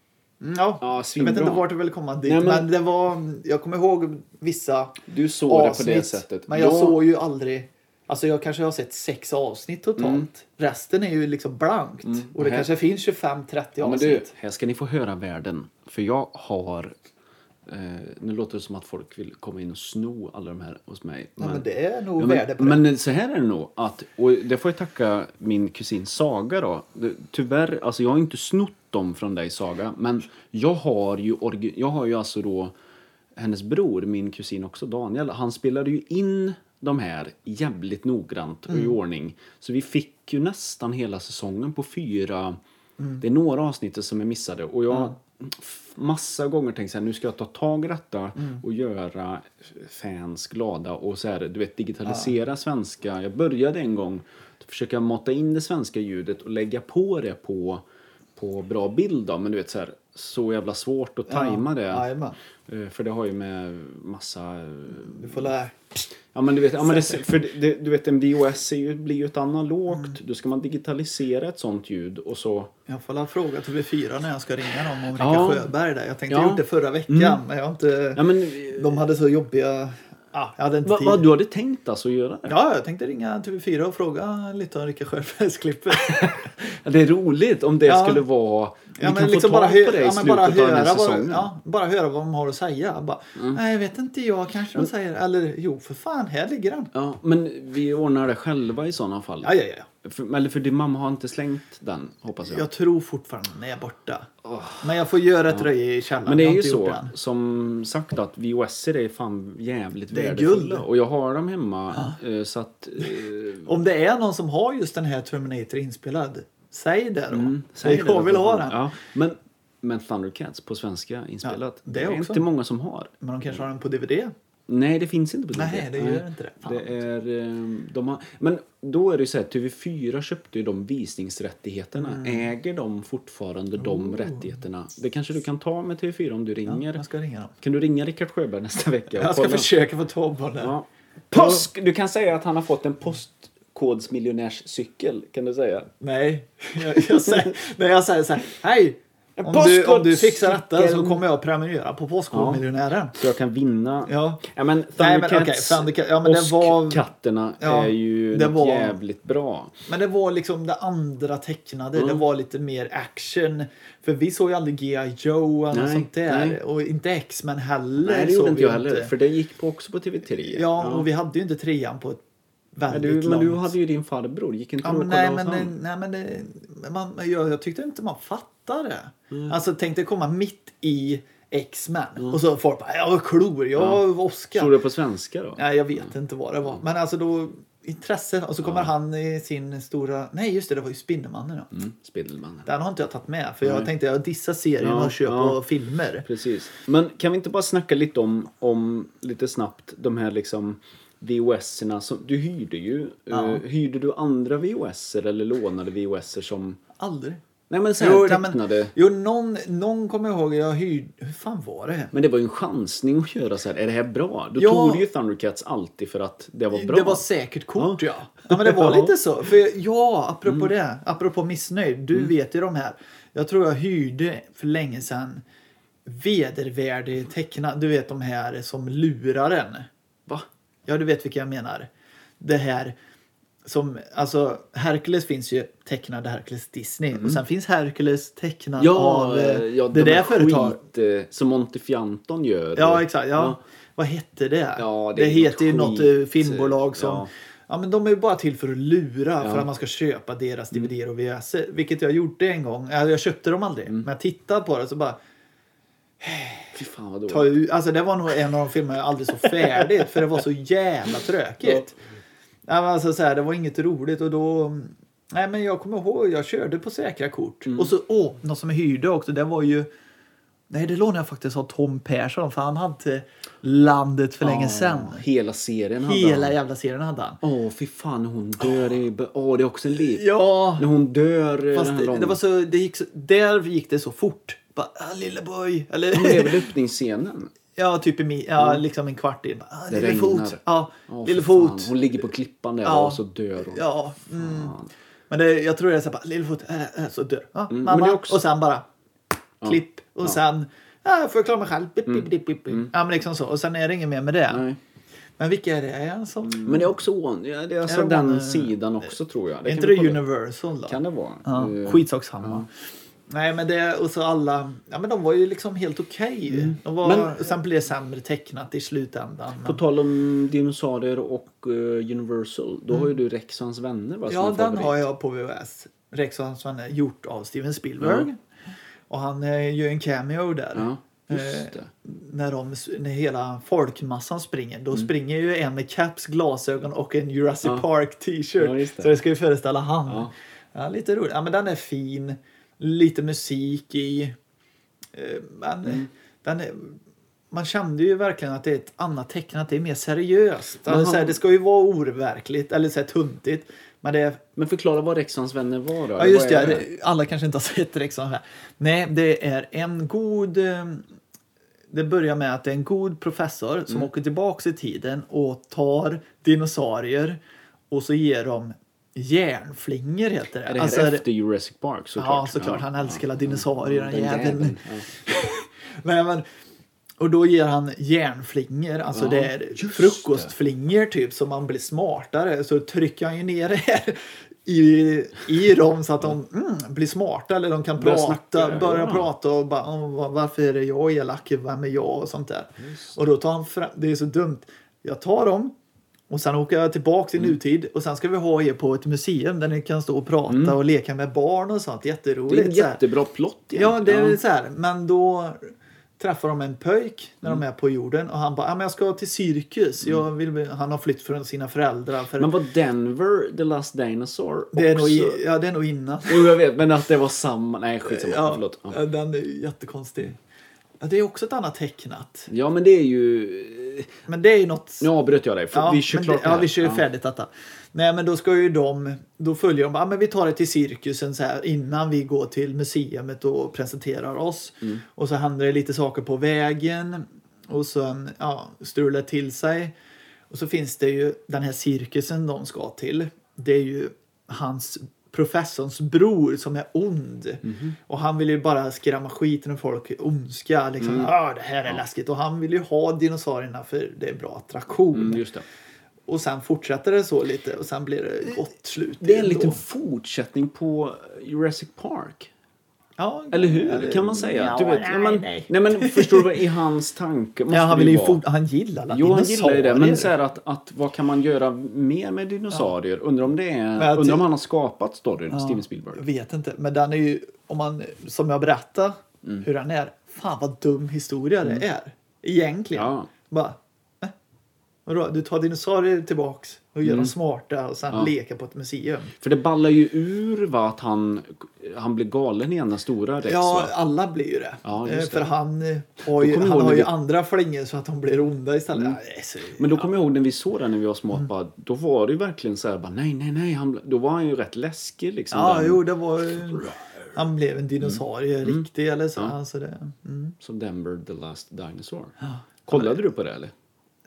ja, ja jag vet inte vart du vill komma dit. Nej, men... men det var... Jag kommer ihåg vissa du såg avsnitt, det på det sättet. Men jag ja. såg ju aldrig... Alltså jag kanske har sett sex avsnitt totalt. Mm. Resten är ju liksom blankt. Mm. Och det här... kanske finns tjugofem trettio ja, avsnitt. Men du, här ska ni få höra världen. För jag har... Eh, nu låter det som att folk vill komma in och sno alla de här hos mig. Men, ja, men det är nog ja, värde på men, det. Men så här är det nog. Att, och det får jag tacka min kusin Saga då. Det, tyvärr, alltså jag har inte snott dem från dig Saga. Men jag har ju, orgi- jag har ju alltså då hennes bror, min kusin också Daniel. Han spelade ju in de här jävligt noggrant och mm. i ordning. Så vi fick ju nästan hela säsongen på fyra. Mm. Det är några avsnitt som är missade. Och jag mm. massa gånger tänkt så här, nu ska jag ta tag i detta mm. och göra fans glada och så här, du vet, digitalisera ja. svenska. Jag började en gång att försöka mata in det svenska ljudet och lägga på det på, på bra bild då. Men du vet så här, så jävla svårt att tajma ja. det. Ajma. För det har ju med massa... Du får lära. Ja, men du vet, ja, men det, för det, du vet en D O S är ju, blir ju ett analogt. Mm. Då ska man digitalisera ett sånt ljud och så... Jag får la fråga till V fyra när jag ska ringa dem om Rika ja. Sjöberg där. Jag tänkte ja. jag gjort det förra veckan, mm. men jag har inte... Ja, men... De hade så jobbiga... Ja, jag hade inte va, tid. Va, du hade tänkt alltså att göra det? Ja, jag tänkte ringa till V fyra och fråga lite om Rika Sjöbergs klippet. Ja, det är roligt om det ja. skulle vara... Vi ja, men kan liksom få bara tag på det i ja, slutet bara av den här säsongen. Ja, bara höra vad de har att säga. Bara, mm. Nej, jag vet inte jag kanske de säger. Eller jo, för fan, här ligger den. Ja, men vi ordnar det själva i sådana fall. Ja, ja, ja. För, eller för din mamma har inte slängt den, hoppas jag. Jag tror fortfarande den är borta. Oh. Men jag får göra ett ja. röj i källaren. Men det är ju så, som sagt, att V H S är fan jävligt det är värdefulla. Guld. Och jag har dem hemma. Ja. Så att... Eh... Om det är någon som har just den här Terminator inspelad, säg det då. Mm, säg jag det, vill ha den. Ja, men... Men Thundercats på svenska inspelat. Ja, det är, det är också. inte många som har. Men de kanske har den på D V D? Nej, det finns inte på D V D. Nej, det gör Nej. inte det. Fan. Det är, de har, men då är det ju så här, T V fyra köpte ju de visningsrättigheterna. Mm. Äger de fortfarande oh. de rättigheterna? Det kanske du kan ta med T V fyra om du ringer. Ja, jag ska ringa dem. Kan du ringa Rickard Sjöberg nästa vecka? Jag ska kolla. försöka få tag på det. Ja. Post, du kan säga att han har fått en postkodsmiljonärscykel, kan du säga? Nej, jag, jag, säger, nej, jag säger så här, hej! Om du, om du fixar detta så kommer jag prenumerera på Postkodmiljonären. Ja, så jag kan vinna. Ja. Ja, men Thundercats okay, ja, men det var katterna ja, är ju det var, jävligt bra. Men det var liksom det andra tecknade. Mm. Det var lite mer action. För vi såg ju aldrig G I Joe och nej, sånt där. Nej. Och inte X-Men heller. Nej, det gjorde inte jag heller. Inte. För det gick på också på T V tre. Ja, ja, och vi hade ju inte trean på ett väldigt men du, långt. Men du hade ju din farbror. Gick inte ja, men nej, men det, nej, men det, man, jag, jag tyckte inte man fattade det. Mm. Alltså tänkte komma mitt i X-Men. Mm. Och så folk bara, jag var klor, jag var ja. Oscar. Såg du på svenska då? Nej, jag vet mm. inte vad det var. Men alltså då, intresse. Och så kommer ja. han i sin stora... Nej, just det, det var ju Spindelmannen. Ja. Mm, Spindelmannen. Den har inte jag tagit med. För Nej. jag tänkte jag dissa serien ja, och köpa ja. filmer. Precis. Men kan vi inte bara snacka lite om, om lite snabbt de här liksom V O S-erna som du hyrde ju. Ja. Uh, hyrde du andra V O S-er eller lånade V O S-er som... Aldrig. Nej men så här jo, tecknade... men, jo, någon, någon kommer jag ihåg jag hyrde... Hur fan var det? Men det var ju en chansning att göra så här. Är det här bra? Då ja. tog du ju Thundercats alltid för att det var bra. Det var säkert kort, ja. Ja, ja men det var lite så. För ja, apropå mm. det. Apropå missnöjd. Du mm. vet ju de här. Jag tror jag hyrde för länge sedan vedervärdig teckna. Du vet de här som lurar en. Va? Ja, du vet vilka jag menar. Det här... Som, alltså, Hercules finns ju tecknad Hercules Disney. Mm. Och sen finns Hercules tecknad ja, av ja, det där företaget. Eh, som Montefianton gör. Ja, exakt. Ja. Ja. Vad hette det? Ja, det det heter ju skit. något filmbolag som... Ja. ja, men de är ju bara till för att lura. Ja. För att man ska köpa deras D V D och V H S. Vilket jag gjorde en gång. Jag köpte dem aldrig. Mm. Men jag tittade på det så bara... Fy fan vad ta ut, alltså det var nog en av de filmer jag aldrig så färdigt. För det var så jävla tråkigt. Ja. Ja, men alltså så här, det var inget roligt och då... Nej, men jag kommer ihåg, jag körde på säkra kort. Mm. Och så, åh, något som jag hyrde också, det var ju... Nej, det lånade jag faktiskt av Tom Persson, för han hade Landet för ah, länge sedan. Hela serien hade Hela han. jävla serien hade han. Åh, oh, fy fan, hon dör i... Åh, oh, det är också en liv. Ja. När hon dör... Fast det, det var så, det gick så... Där gick det så fort. Bara, ah, lille boy. Eller... Men det är väl öppningsscenen? Ja, typ i mi- ja, mm. liksom en kvart in. Ah, det lille fot. Ja, oh, lille fot. Hon ligger på klippan där ja. och så dör hon. Ja, mm. Men det, jag tror det är så bara, lille fot, äh, äh, så dör. Ja, mm. mamma. Men det är också... Och sen bara, klipp. Och ja. sen, ja, får jag klara mig själv. Bip, bip, bip, bip. Mm. Ja, men liksom så. Och sen är det inget mer med det. Nej. Men vilka är det som... Men det är också ja, det är alltså är det den one, sidan också, tror jag. Det är inte det Universal då? Kan det vara? Ja, uh, skitsak samma. Ja. Nej, men det, och så alla, ja men de var ju liksom helt okej. Okay. Mm. De var, men, sen blev det sämre tecknat i slutändan. Men... På tal om dinosaurier och uh, Universal, då mm. har ju du Rex och hans vänner. Va, ja, den favorit. Har jag på V H S. Rex och hans vänner, gjort av Steven Spielberg. Mm. Och han uh, gör en cameo där. Ja, just det. Uh, när, de, när hela folkmassan springer, då mm. springer ju en med caps, glasögon och en Jurassic ja. Park t-shirt. Ja, det. Så det ska ju föreställa han. Ja. Ja, lite roligt. Ja, men den är fin. Lite musik i. Men mm. den är, man kände ju verkligen att det är ett annat tecken, att det är mer seriöst. Alltså, han... Det ska ju vara overkligt eller så här tuntigt. Men, det är... men förklara vad Rex och hans vänner var då? Ja, just det. det. Alla kanske inte har sett Rex och hans vänner. Nej, det är en god... Det börjar med att det är en god professor som mm. åker tillbaka i tiden och tar dinosaurier och så ger dem järnflingor heter det. Är det här alltså, efter Jurassic Park såklart? Ja, såklart. Han älskar ja. dinosaurier. Den jäveln. Ja. Nej, men, och då ger han järnflingor. Alltså ja, det är frukostflingor typ. Så man blir smartare. Så trycker han ju ner det här i, i dem så att de mm, blir smarta. Eller de kan börja prata. Snacka, börja ja. prata och bara, oh, varför är det jag elak? Vem är jag? Och sånt där. Just. Och då tar han fram, det är så dumt. Jag tar dem. Och sen åker jag tillbaka i nutid. Och sen ska vi ha er på ett museum där ni kan stå och prata mm. och leka med barn och sånt. Jätteroligt. Det är en jättebra plott. Ja, det är ja. så här. Men då träffar de en pöjk när mm. de är på jorden. Och han bara, ja men jag ska till cirkus. Mm. Jag vill, han har flytt från sina föräldrar. För... Men var Denver The Last Dinosaur det är också? Nog, ja, det är nog innan. Jo, jag vet. Men att det var samma. Nej, skitsamma. Ja, förlåt. Ja. Den är jättekonstig. Ja, det är också ett annat tecknat. Ja, men det är ju... Men det är ju något... Nu avbröt jag dig. För ja, vi kör klart det, ja, vi kör ju färdigt detta. Nej, men då ska ju de... Då följer de... Ja, men vi tar det till cirkusen så här innan vi går till museet och presenterar oss. Mm. Och så händer det lite saker på vägen. Och sen, ja, strular till sig. Och så finns det ju den här cirkusen de ska till. Det är ju hans... professorns bror som är ond. Mm-hmm. Och han vill ju bara skrämma skiten och folk ondska. Liksom, mm. ah, det här är ja. läskigt. Och han vill ju ha dinosaurierna för det är en bra attraktion. Mm, just det. Och sen fortsätter det så lite. Och sen blir det gott slut. Det är en liten fortsättning på Jurassic Park. Ja, eller hur? Eller, kan man säga? Ja, du vet, nej, man, nej. nej men förstår du vad i hans tanke måste ja, han vill ju fort, han gillar alla jo, han gillar ju det. Men så här att, att vad kan man göra mer med dinosaurier? Ja. Undrar om det är undrar om han har skapat storyn ja, Steven Spielberg. Jag vet inte, men den är ju om man som jag berättar mm. hur den är. Fan vad dum historia mm. det är. Egentligen. Ja. Bara eh? Vadå? Du tar dinosaurier tillbaks. och göra Mm. dem smarta och sen Ja. leka på ett museum. För det ballar ju ur va, att han, han blir galen i ena stora Rex Ja, va? alla blir ju det. Ja, Eh, just För det. han eh, har ju, kommer jag han ihåg har när ju vi- andra flingor så att de blir onda istället. Mm. Ja, det är så, Men då ja. kommer jag ihåg när vi såg den när vi var små, Mm. bara, då var det ju verkligen så här, bara, nej, nej, nej. Han, då var han ju rätt läskig liksom. Ja, den, jo, det var ju... Han blev en dinosaurie, riktig eller så. Ja. Alltså det, mm. Som Denver the Last Dinosaur. Kollade du på det eller?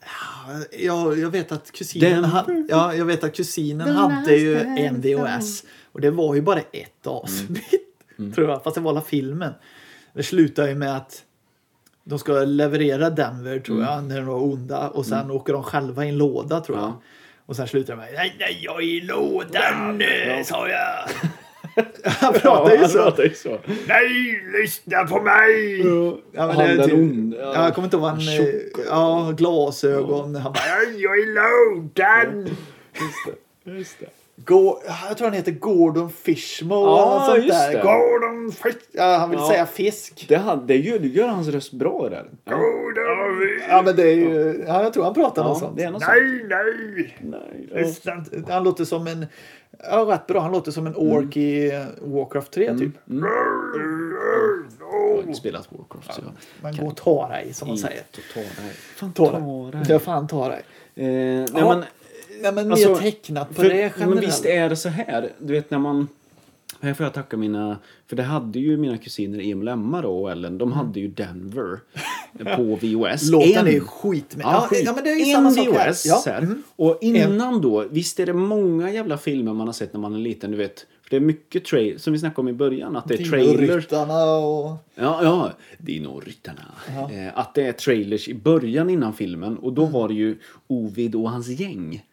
Ja, jag vet att kusinen, Den- ha, ja, jag vet att kusinen hade ju en V H S. Och det var ju bara ett avsnitt, tror jag. Fast det var alla filmen. Det slutar ju med att de ska leverera Denver, tror jag, när de var onda. Och sen åker de själva i en låda, tror jag. Ja. Och sen slutar de med, nej, nej, jag är i lådan, ja. sa jag. Han pratar ju så. ju så. Nej, lyssna på mig! Ja, men Han det är den typ- ond- ja, jag kommer inte ihåg vad han... tjock eh, Ja, glasögon. Han bara, "Nej, jag är i lådan! Just det. Just det. Gå- Jag tror han heter Gordon Fishmo. Ja, eller något sånt just där. det. Gordon Fish... Ja, han vill Ja. säga fisk. Det, hade, det, gör, det gör hans röst bra där. Ja. Gordon... Ja, men det är ju... Ja, jag tror han pratar något Ja, sånt. det är något nej, nej! Nej, ja. Lyssna inte. Han låter som en... Ja, rätt bra. Han låter som en ork i Warcraft tre, typ. Jag har inte spelat Warcraft. Så jag Man kan går och tar dig, som man inte säger. ta dig. Fan, Ta ta dig. dig. Jag fan tar dig. Eh, nej, Ja, men, Nej, men alltså, mer tecknat på för, det generellt. men visst är det så här. Du vet när man... Här får jag tacka mina... För det hade ju mina kusiner Emil och Emma då, och Ellen. De hade ju Denver på V H S. Låten En. är skit med. Ja, Ja, skit. ja, men det är ju en samma sak V H här. S. Ja. Så här. Mm. Och innan då, visst är det många jävla filmer man har sett när man är liten, du vet. För det är mycket trail, som vi snackade om i början, att det är trailers. Dinoryttarna och... Ja, ja. Dinoryttarna. Eh, att det är trailers i början innan filmen. Och då var det ju Ovid och hans gäng.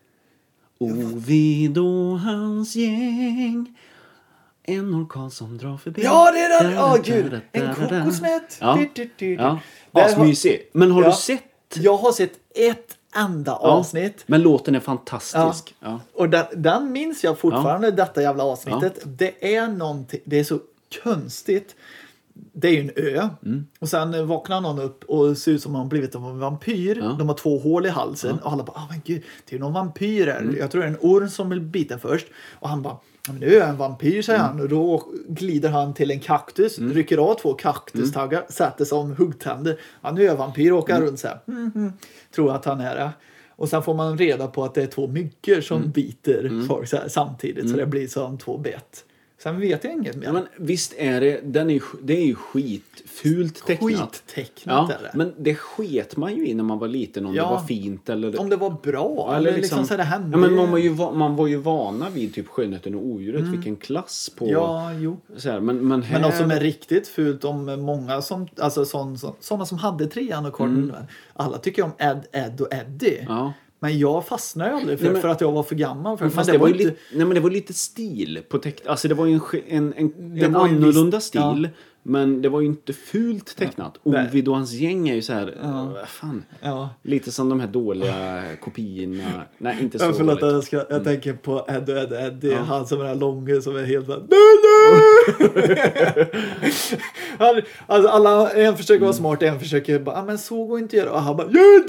Ovid och hans gäng. En orkan som drar förbi. Ja, det är den! Da, Åh, da, gud! da, En da, da, da. kokosnöt! Ja. Du, du, du, du. Ja, Där har- asmysig. Men har Ja. du sett? Jag har sett ett enda Ja. avsnitt. Men låten är fantastisk. Ja. Och den, den minns jag fortfarande, detta jävla avsnittet. Det är någonting, det är så konstigt. Det är ju en ö. Mm. Och sen vaknar någon upp och ser ut som om han blivit en vampyr. Ja. De har två hål i halsen. Och alla bara, ah men gud, det är ju någon vampyr här. Mm. Jag tror det är en orm som vill bita först. Och han bara, ja, men nu är jag en vampyr, säger Mm. han. Och då glider han till en kaktus, rycker av två kaktustaggar, sätter som huggtänder. Ja, nu är jag vampyr och åker Mm. runt så här. Mm, mm, tror att han är det. Och sen får man reda på att det är två myggor som Mm. biter folk så här, samtidigt. Så det blir som två bett. Sen vet jag inget mer. Ja, men visst är det, den är, ju- det är ju skitfult tecknat. Skittecknat Ja, är det. men det sket man ju i när man var liten om Ja. det var fint eller... Om det var bra. Ja, eller liksom, så det hände. ja, men man var, ju, va- man var ju vana vid typ Skönheten och odjuret, vilken klass på... Ja, jo. Så här, men, men, här, Men något som är riktigt fult om många som, alltså sån, så, sådana som hade trean och korten. Alla tycker om Ed, Ed och Eddie. Mm. Ja. Men jag fastnade ju aldrig för, Nej, men- för att jag var för gammal. För, Men fast men det, var ju inte... lite, nej, men det var lite stil på teck, alltså det var ju en, sk- en, en, Det en var ju en annorlunda viss- stil, men det var ju inte fult tecknat. Nej. Ovid och hans gäng är ju så här, ja. vad fan, Ja. lite som de här dåliga kopiorna. Nej, inte så Jag, förlåt, dåligt. jag, ska, jag tänker på Ed och Ed och Eddie. Ja. Han som är den långe som är helt bara... Nej, nej! han, alltså alla, en försöker vara smart, en försöker bara, ah, men så går inte att göra. Och han bara, jag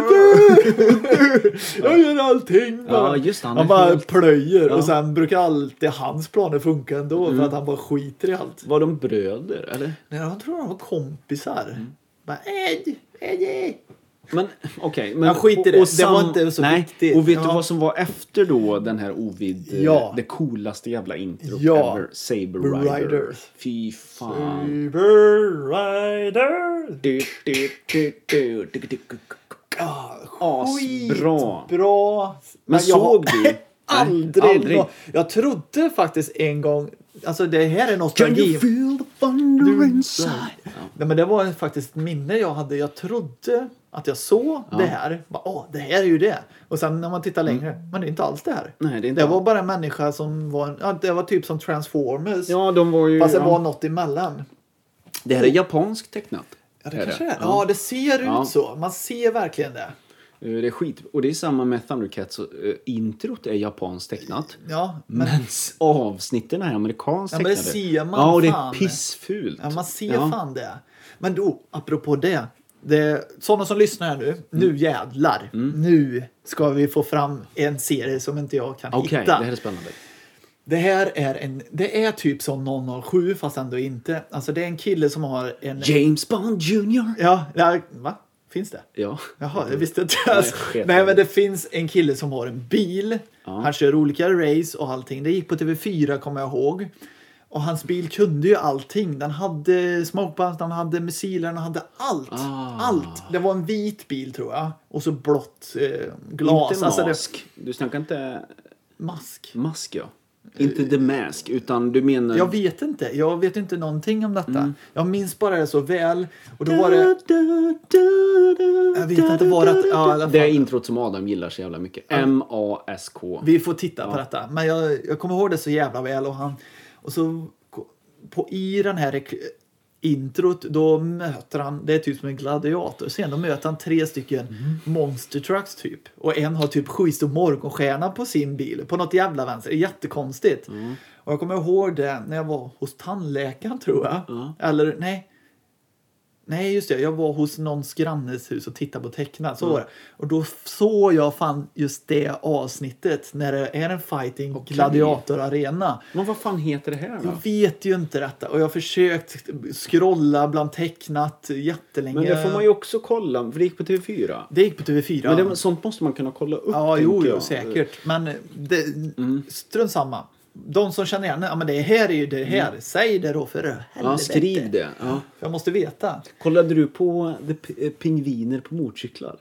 gör Jag gör allting bara. Ja, just det, han han är bara helt- plöjer. Ja. Och sen brukar alltid hans planer funka ändå. För att han bara skiter i allt. Var de bröder, eller? Nej, jag tror de var kompisar. Mm. Bara, Ed, Eddie. Men okej. men Ja, skit i det. Det var inte så nej, viktigt. Och vet du Ja. vad som var efter då den här Ovid, eh, Ja. det coolaste jävla introt Ja. ever? Saber Rider. Riders. Fy fan. Saber Rider. Du, du, du, du, du, du, du. Asbra. Bra. Men jag har såg du? Aldrig. Nej, aldrig. nå- Jag trodde faktiskt en gång. Alltså det här är Can nostalgi. you feel the thunder inside? Ja. Nej, men det var faktiskt ett minne jag hade. Jag trodde att jag såg det här. Bara, Åh, det här är ju det. Och sen när man tittar längre. Men det är inte alls det här. Nej, det är inte det alls. var bara en människa som var. Ja, det var typ som Transformers. Ja, de var ju... Fast det ja. var något emellan. Det här är japanskt tecknat. Ja, det Är kanske det? är. Ja, det ser ut Ja. så. Man ser verkligen det. Eh, Det är skit. Och det är samma med Thundercats. Uh, introt är japanskt tecknat. Ja, men, Men s- avsnitten är amerikanskt Ja, men det tecknade. ser man Ja, och det är fan. pissfult. ja, man ser Ja. fan det. Men då, apropå det. det, sådana som lyssnar här nu, mm. nu jävlar. Mm. Nu ska vi få fram en serie som inte jag kan okay, hitta. Det här är spännande. Det här är en, det är typ som noll noll sju fast ändå inte. Alltså det är en kille som har en... James Bond junior Ja, ja va? Finns det? Ja. Jaha, jag visste inte. Alltså, nej, nej, men det finns en kille som har en bil. Ja. Han kör olika race och allting. Det gick på T V fyra kommer jag ihåg. Och hans bil kunde ju allting. Den hade smokebombs, den hade missiler, den hade allt. Ah. Allt. Det var en vit bil tror jag. Och så blått eh, glas. Inte mask. Alltså det... Du snackar inte... Mask. Mask, ja. Inte The Mask, utan du menar... Jag vet inte. Jag vet inte någonting om detta. Mm. Jag minns bara det så väl. Och då var det... Jag vet inte vad det... Ja, det är introt som Adam gillar så jävla mycket. M A S K. Vi får titta ja. på detta. Men jag, jag kommer ihåg det så jävla väl. Och, han, och så på, i den här introt, då möter han... Det är typ som en gladiator. Sen då möter han tre stycken mm. monster trucks typ. Och en har typ sju stor morgonstjärna på sin bil. På något jävla vänster. Det är jättekonstigt. Mm. Och jag kommer ihåg det när jag var hos tandläkaren tror jag. Mm. Eller nej... Nej just det, jag var hos någons grannes hus och tittade på tecknat. Så mm. var det. Och då såg jag fan just det avsnittet när det är en fighting okay. gladiatorarena. Men vad fan heter det här då? Jag vet ju inte detta. Och jag har försökt scrolla bland tecknat jättelänge. Men det får man ju också kolla. För det gick på T V fyra. Det gick på T V fyra. Men det, sånt måste man kunna kolla upp. Ja, jo, jo säkert. Men det, mm. strunt samma. De som känner igen, ja men det här är ju det här. Mm. Säg det då för helvete. Ja, skriv det. Ja. Jag måste veta. Kollade du på de p- pingviner på motorcyklar?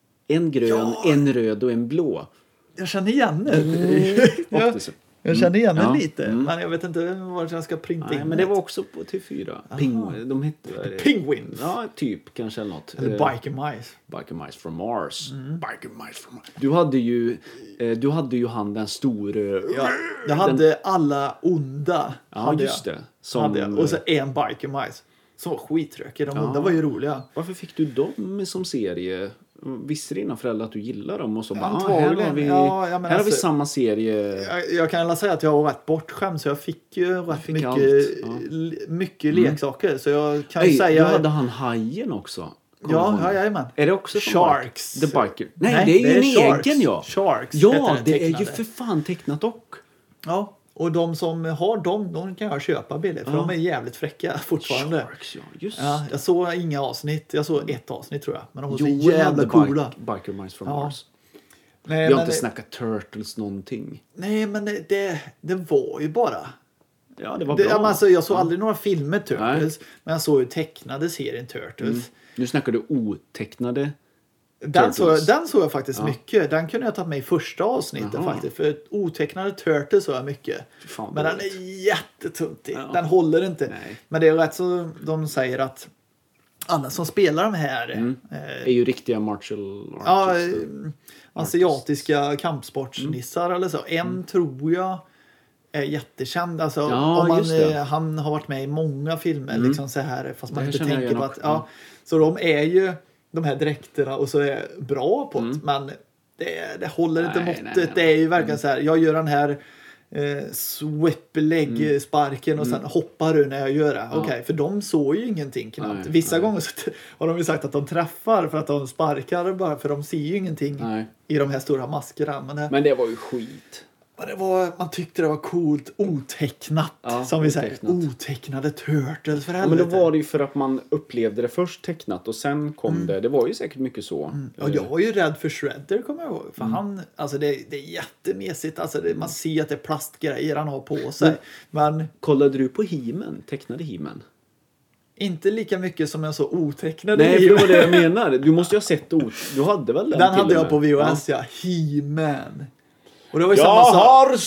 En grön, ja. En röd och en blå. Jag känner igen det. Mm. jag, jag känner igen det mm. lite. Mm. Men jag vet inte var jag ska printa Nej, in. Men det var också på T V fyra. Ping, de hette... Penguins. Ja, typ. Kanske eller något. Eller Biker Mice. Biker Mice from Mars. Mm. Biker Mice from Mars. Du hade ju... Eh, du hade ju han den store... Ja, jag hade den... alla onda. Ja, just det. Som... Hade jag. Och så en Biker Mice. Som var skittråkiga. De ja. onda var ju roliga. Varför fick du dem som serie... Visste dina föräldrar att du gillar dem och så bara, ah, här har vi, ja, här alltså, har vi samma serie. Jag, jag kan alla säga att jag var rätt bortskämd så jag fick ju rätt fick mycket, ja. mycket mm. leksaker så jag kan Ej, säga... Du hade han hajen också. Kom ja, ja, jajamän. Är det också Sharks? The Biker. Nej, Nej, det är ju det är en Sharks. egen ja. Sharks. Ja, det är ju för fan tecknat och. Ja. Och de som har dem, de kan jag köpa billigt. För ja. de är jävligt fräcka fortfarande. Sharks, ja. Just. Ja, jag såg inga avsnitt. Jag såg ett avsnitt tror jag. Men de var så jävla coola. Biker Mice from ja. Mars. Nej, jag har inte det... snackat Turtles någonting. Nej, men det, det, det var ju bara... Ja, det var det, bra. Alltså, jag såg ja. aldrig några filmer Turtles. Nej. Men jag såg ju tecknade serien Turtles. Mm. Nu snackar du otecknade Den såg, den såg jag faktiskt ja. mycket. Den kunde jag ta med i första avsnittet Jaha. faktiskt. För otecknade Turtles såg jag mycket. Fan, men den är jättetuntig. Ja. Den håller inte. Nej. Men det är rätt så de säger att alla som spelar de här mm. eh, är ju riktiga martial arts. Ja, asiatiska kampsportsnissar mm. eller så. En mm. tror jag är jättekänd. Alltså, ja, om man, eh, han har varit med i många filmer. Mm. Liksom så här, fast man inte tänker på att... Ja, så de är ju... de här dräkterna och så är bra på det. Mm. Men det, det håller nej, inte måttet. Nej, nej, nej. Det är ju verkligen mm. så här. Jag gör den här eh, swip-leg-sparken och sen mm. hoppar du när jag gör det. Ja. Okej, okay, för de såg ju ingenting knappt. Nej, Vissa nej. gånger så har de ju sagt att de träffar för att de sparkar bara för de ser ju ingenting nej. i de här stora maskerna. Men det, men det var ju skit. Men det var, man tyckte det var coolt otecknat, ja, som vi säger. Otecknade Turtles för helvete. Ja, men då var det ju för att man upplevde det först tecknat och sen kom mm. det. Det var ju säkert mycket så. Mm. Ja, jag var ju rädd för Shredder, kommer jag ihåg. För mm. han, alltså det, det är jättemesigt. Alltså det, man ser att det är plastgrejer han har på sig. Mm. Men, kollade du på He-Man? Tecknade He-Man? Inte lika mycket som jag så otecknade. Nej, för det var det jag menade. Du måste ju ha sett ot. Du hade väl den? Den hade jag på V H S, ja. ja. He-Man. Och det var ju jag samma sak. har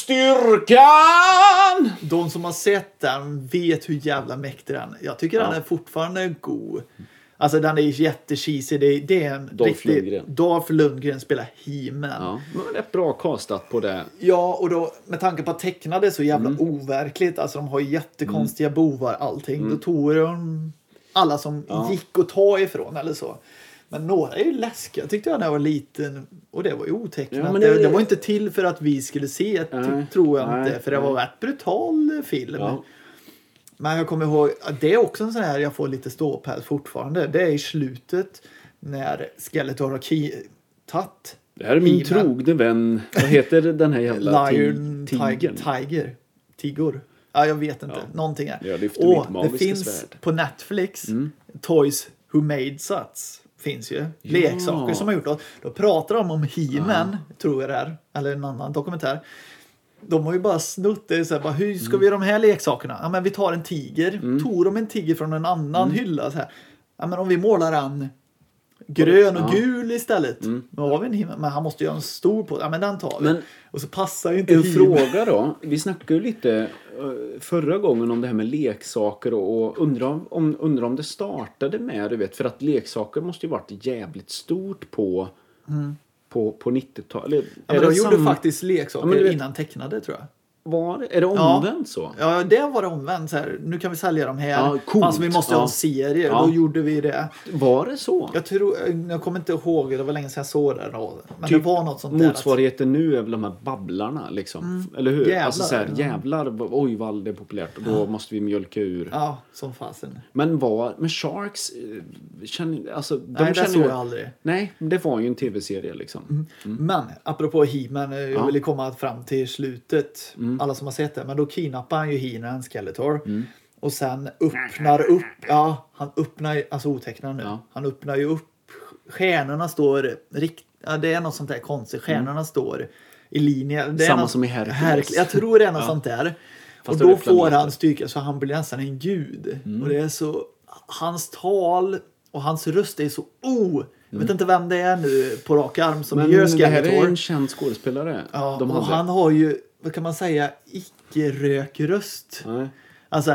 styrkan! De som har sett den vet hur jävla mäktig den är. Jag tycker ja. den är fortfarande god. Alltså den är jättecheesy. Det, det är en Dolph riktig... Lundgren. Dolph Lundgren spelar He-Man. Ja, men det är bra castat på det. Ja, och då med tanke på att teckna det så jävla mm. overkligt. Alltså de har jättekonstiga mm. bovar, allting. Mm. Då tog de alla som ja. gick att ta ifrån eller så. Men några är ju läskiga. Jag tyckte jag när jag var liten. Och det var ju otecknat. Ja, men det, det, det var inte till för att vi skulle se. Nej, tror jag nej, inte. För det var nej. rätt brutal film. Ja. Men jag kommer ihåg, det är också en sån här jag får lite ståpäls fortfarande. Det är i slutet när Skeletor har ki- tatt. Det här är min He-Man. trogne vän. Vad heter den här jävla Lion, tigern? Tiger. Tiger. Tigor. Ja, jag vet inte. Ja. Någonting är. Jag lyfter Och mitt magiska det finns svärd. på Netflix Mm. Toys Who Made Suts. Finns ju. Leksaker som har gjort det. Då pratar de om He-Man, tror jag det är. Eller en annan dokumentär. De har ju bara snutt det. Så här, bara, hur ska vi göra de här leksakerna? Ja, men vi tar en tiger. Mm. Tog de en tiger från en annan hylla. Så här. Ja, men om vi målar en grön och Ja. gul istället. Mm. Då har vi en He-Man. Men han måste ju ha en stor på. Ja, men den tar vi. Men och så passar ju inte en He-Man. fråga då. Vi snackade ju lite eh, förra gången om det här med leksaker och, och undrar om, undrar om det startade med, du vet, för att leksaker måste ju varit jävligt stort på, mm. på, på nittiotalet. Ja, men de gjorde samma... faktiskt leksaker ja, vet... innan tecknade, tror jag. Var det? Är det omvänt ja. så? Ja, det var det omvänt. Så här, nu kan vi sälja dem här. Ja, coolt. Alltså, vi måste ja. ha en serie. Ja. Då gjorde vi det. Var det så? Jag tror, jag kommer inte ihåg. Det var länge sedan jag såg det. Då. Men typ det var något sånt där. Motsvarigheten nu är väl de här babblarna. Liksom. Mm. Eller hur? Jävlar. Alltså så här, jävlar. Oj, vad det är populärt. Och då ja. måste vi mjölka ur. Ja, som fasen. Men vad? Men Sharks... Känner, alltså, de Nej, det såg jag aldrig. Nej, det var ju en tv-serie liksom. Mm. Mm. Men, apropå He-Man. Jag ja. ville komma fram till slutet. Mm. Alla som har sett det. Men då kidnappar han ju He-Man, Skeletor. Mm. Och sen öppnar upp. Ja, han öppnar alltså otecknad nu. Ja. Han öppnar ju upp. Stjärnorna står rikt, ja, det är något sånt där konstigt. Stjärnorna mm. står i linje. Det är Samma något, som i Hercules. Hercules. Jag tror det är något ja. sånt där. Fast och då får han styrka så han blir nästan en gud. Mm. Och det är så hans tal och hans röst är så oh. Jag vet mm. inte vem det är nu på rak arm som men gör Skeletor. Men det här är en känd skådespelare. Ja, De och han har ju, vad kan man säga, icke-rökröst. Nej. Alltså,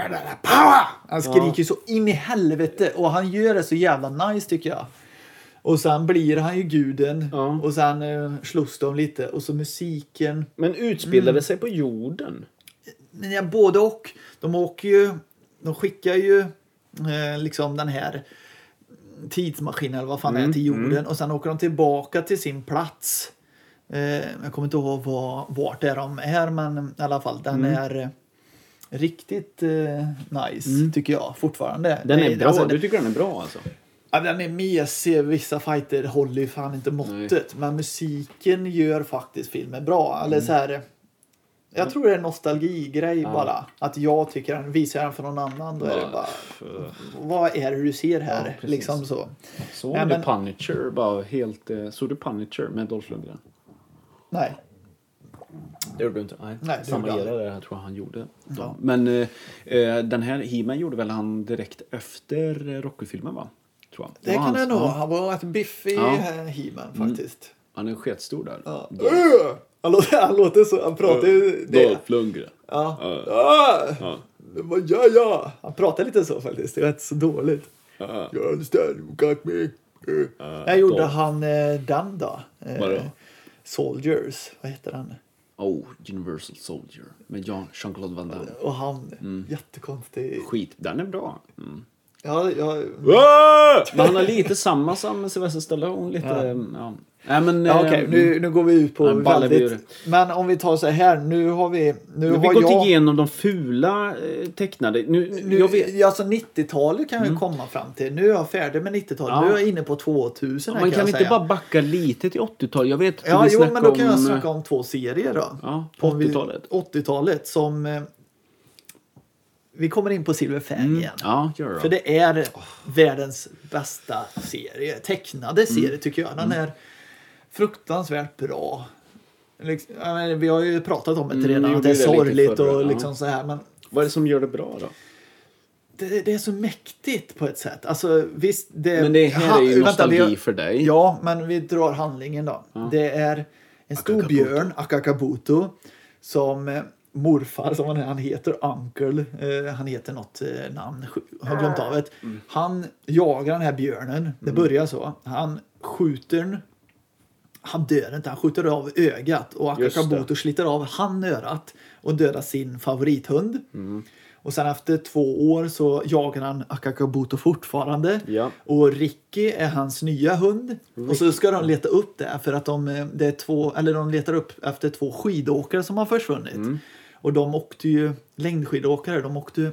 power! Han skriker ja. så in i helvete. Och han gör det så jävla nice tycker jag. Och sen blir han ju guden. Ja. Och sen uh, slåss de lite. Och så musiken. Men utspelade mm. sig på jorden? Ja, både och. De åker ju, de skickar ju eh, liksom den här tidsmaskinen eller vad fan mm. är till jorden. Mm. Och sen åker de tillbaka till sin plats. Eh, jag kommer inte ihåg var, vart är de är. Men i alla fall, den mm. är riktigt eh, nice mm. tycker jag fortfarande. Den är Nej, bra, alltså, du tycker den är bra alltså? Ja, den är mesig, vissa fighter håller ju fan inte måttet. Nej. Men musiken gör faktiskt filmen bra. Eller mm. så här, jag tror det är en nostalgigrej ja. bara. Att jag tycker den visar den för någon annan. Då ja. är det bara, vad är det du ser här? Ja, liksom så. Så ja, men, Punisher, bara helt, så du Punisher med Dolph Lundgren? Nej. Det gjorde du inte. Nej, Nej samma era där jag tror han gjorde. Ja. Men eh, den här He-Man gjorde väl han direkt efter Rocky-filmen va? Tror jag. Det, det kan det nog. Han var rätt biffig ja. He-Man faktiskt. Mm. Han är sketstor där. Ja. Han, låter, han låter så. Han pratar ju det. Dolph Lundgren. Ja. Ja. Ja. Ja. ja. ja. Han pratar lite så faktiskt. Det är rätt så dåligt. Ja. You understand? You got me. Ja. Jag gjorde Dolph. han eh, den då. Eh, Soldiers. Vad heter han? Oh, Universal Soldier. Med Jean-Claude Van Damme. Och han. Mm. Jättekonstig. Skit. Den är bra. Mm. Ja, ja. Men han har lite samma som Sylvester Stallone. Lite, ja. Ja. Nej, men, ja, okej, okay. nu, nu går vi ut på väldigt... Men om vi tar så här, nu har vi... Nu har vi gått jag... igenom de fula eh, tecknade. Nu, nu, jag vet... Alltså nittiotalet kan mm. vi komma fram till. Nu är jag färdig med nittiotalet. Ja. Nu är jag inne på tvåtusen. Ja, man kan, kan inte säga. bara backa lite till åttiotalet. Jag vet ja, jo, men då om... kan jag snacka om två serier då. Ja, på åttiotalet. åttiotalet som... Eh, vi kommer in på Silver Fang mm. igen. Ja, gör det. För det är oh. världens bästa serie. Tecknade serie mm. tycker jag. Den mm. är fruktansvärt bra. Liksom, menar, vi har ju pratat om det redan. Mm, att det är sorgligt och ja. liksom så här. Men vad är det som gör det bra då? Det, det är så mäktigt på ett sätt. Alltså, visst, det, men det här är ju ha, nostalgi vänta, vi, för dig. Ja, men vi drar handlingen då. Ja. Det är en stor Akakabuto. björn, Akakabuto, som... morfar som han heter, Uncle, eh, han heter något eh, namn, har glömt av det. Mm. Han jagar den här björnen, det mm. börjar så. Han skjuter den, han dör inte, han skjuter av ögat och Akakabuto sliter av handörat och dödar sin favorithund. Mm. Och sen efter två år så jagar han Akakabuto fortfarande. Ja. Och Ricky är hans nya hund. Ricky. Och så ska de leta upp det för att de, det är två, eller de letar upp efter två skidåkare som har försvunnit. Mm. Och de åkte ju, längdskidåkare, de åkte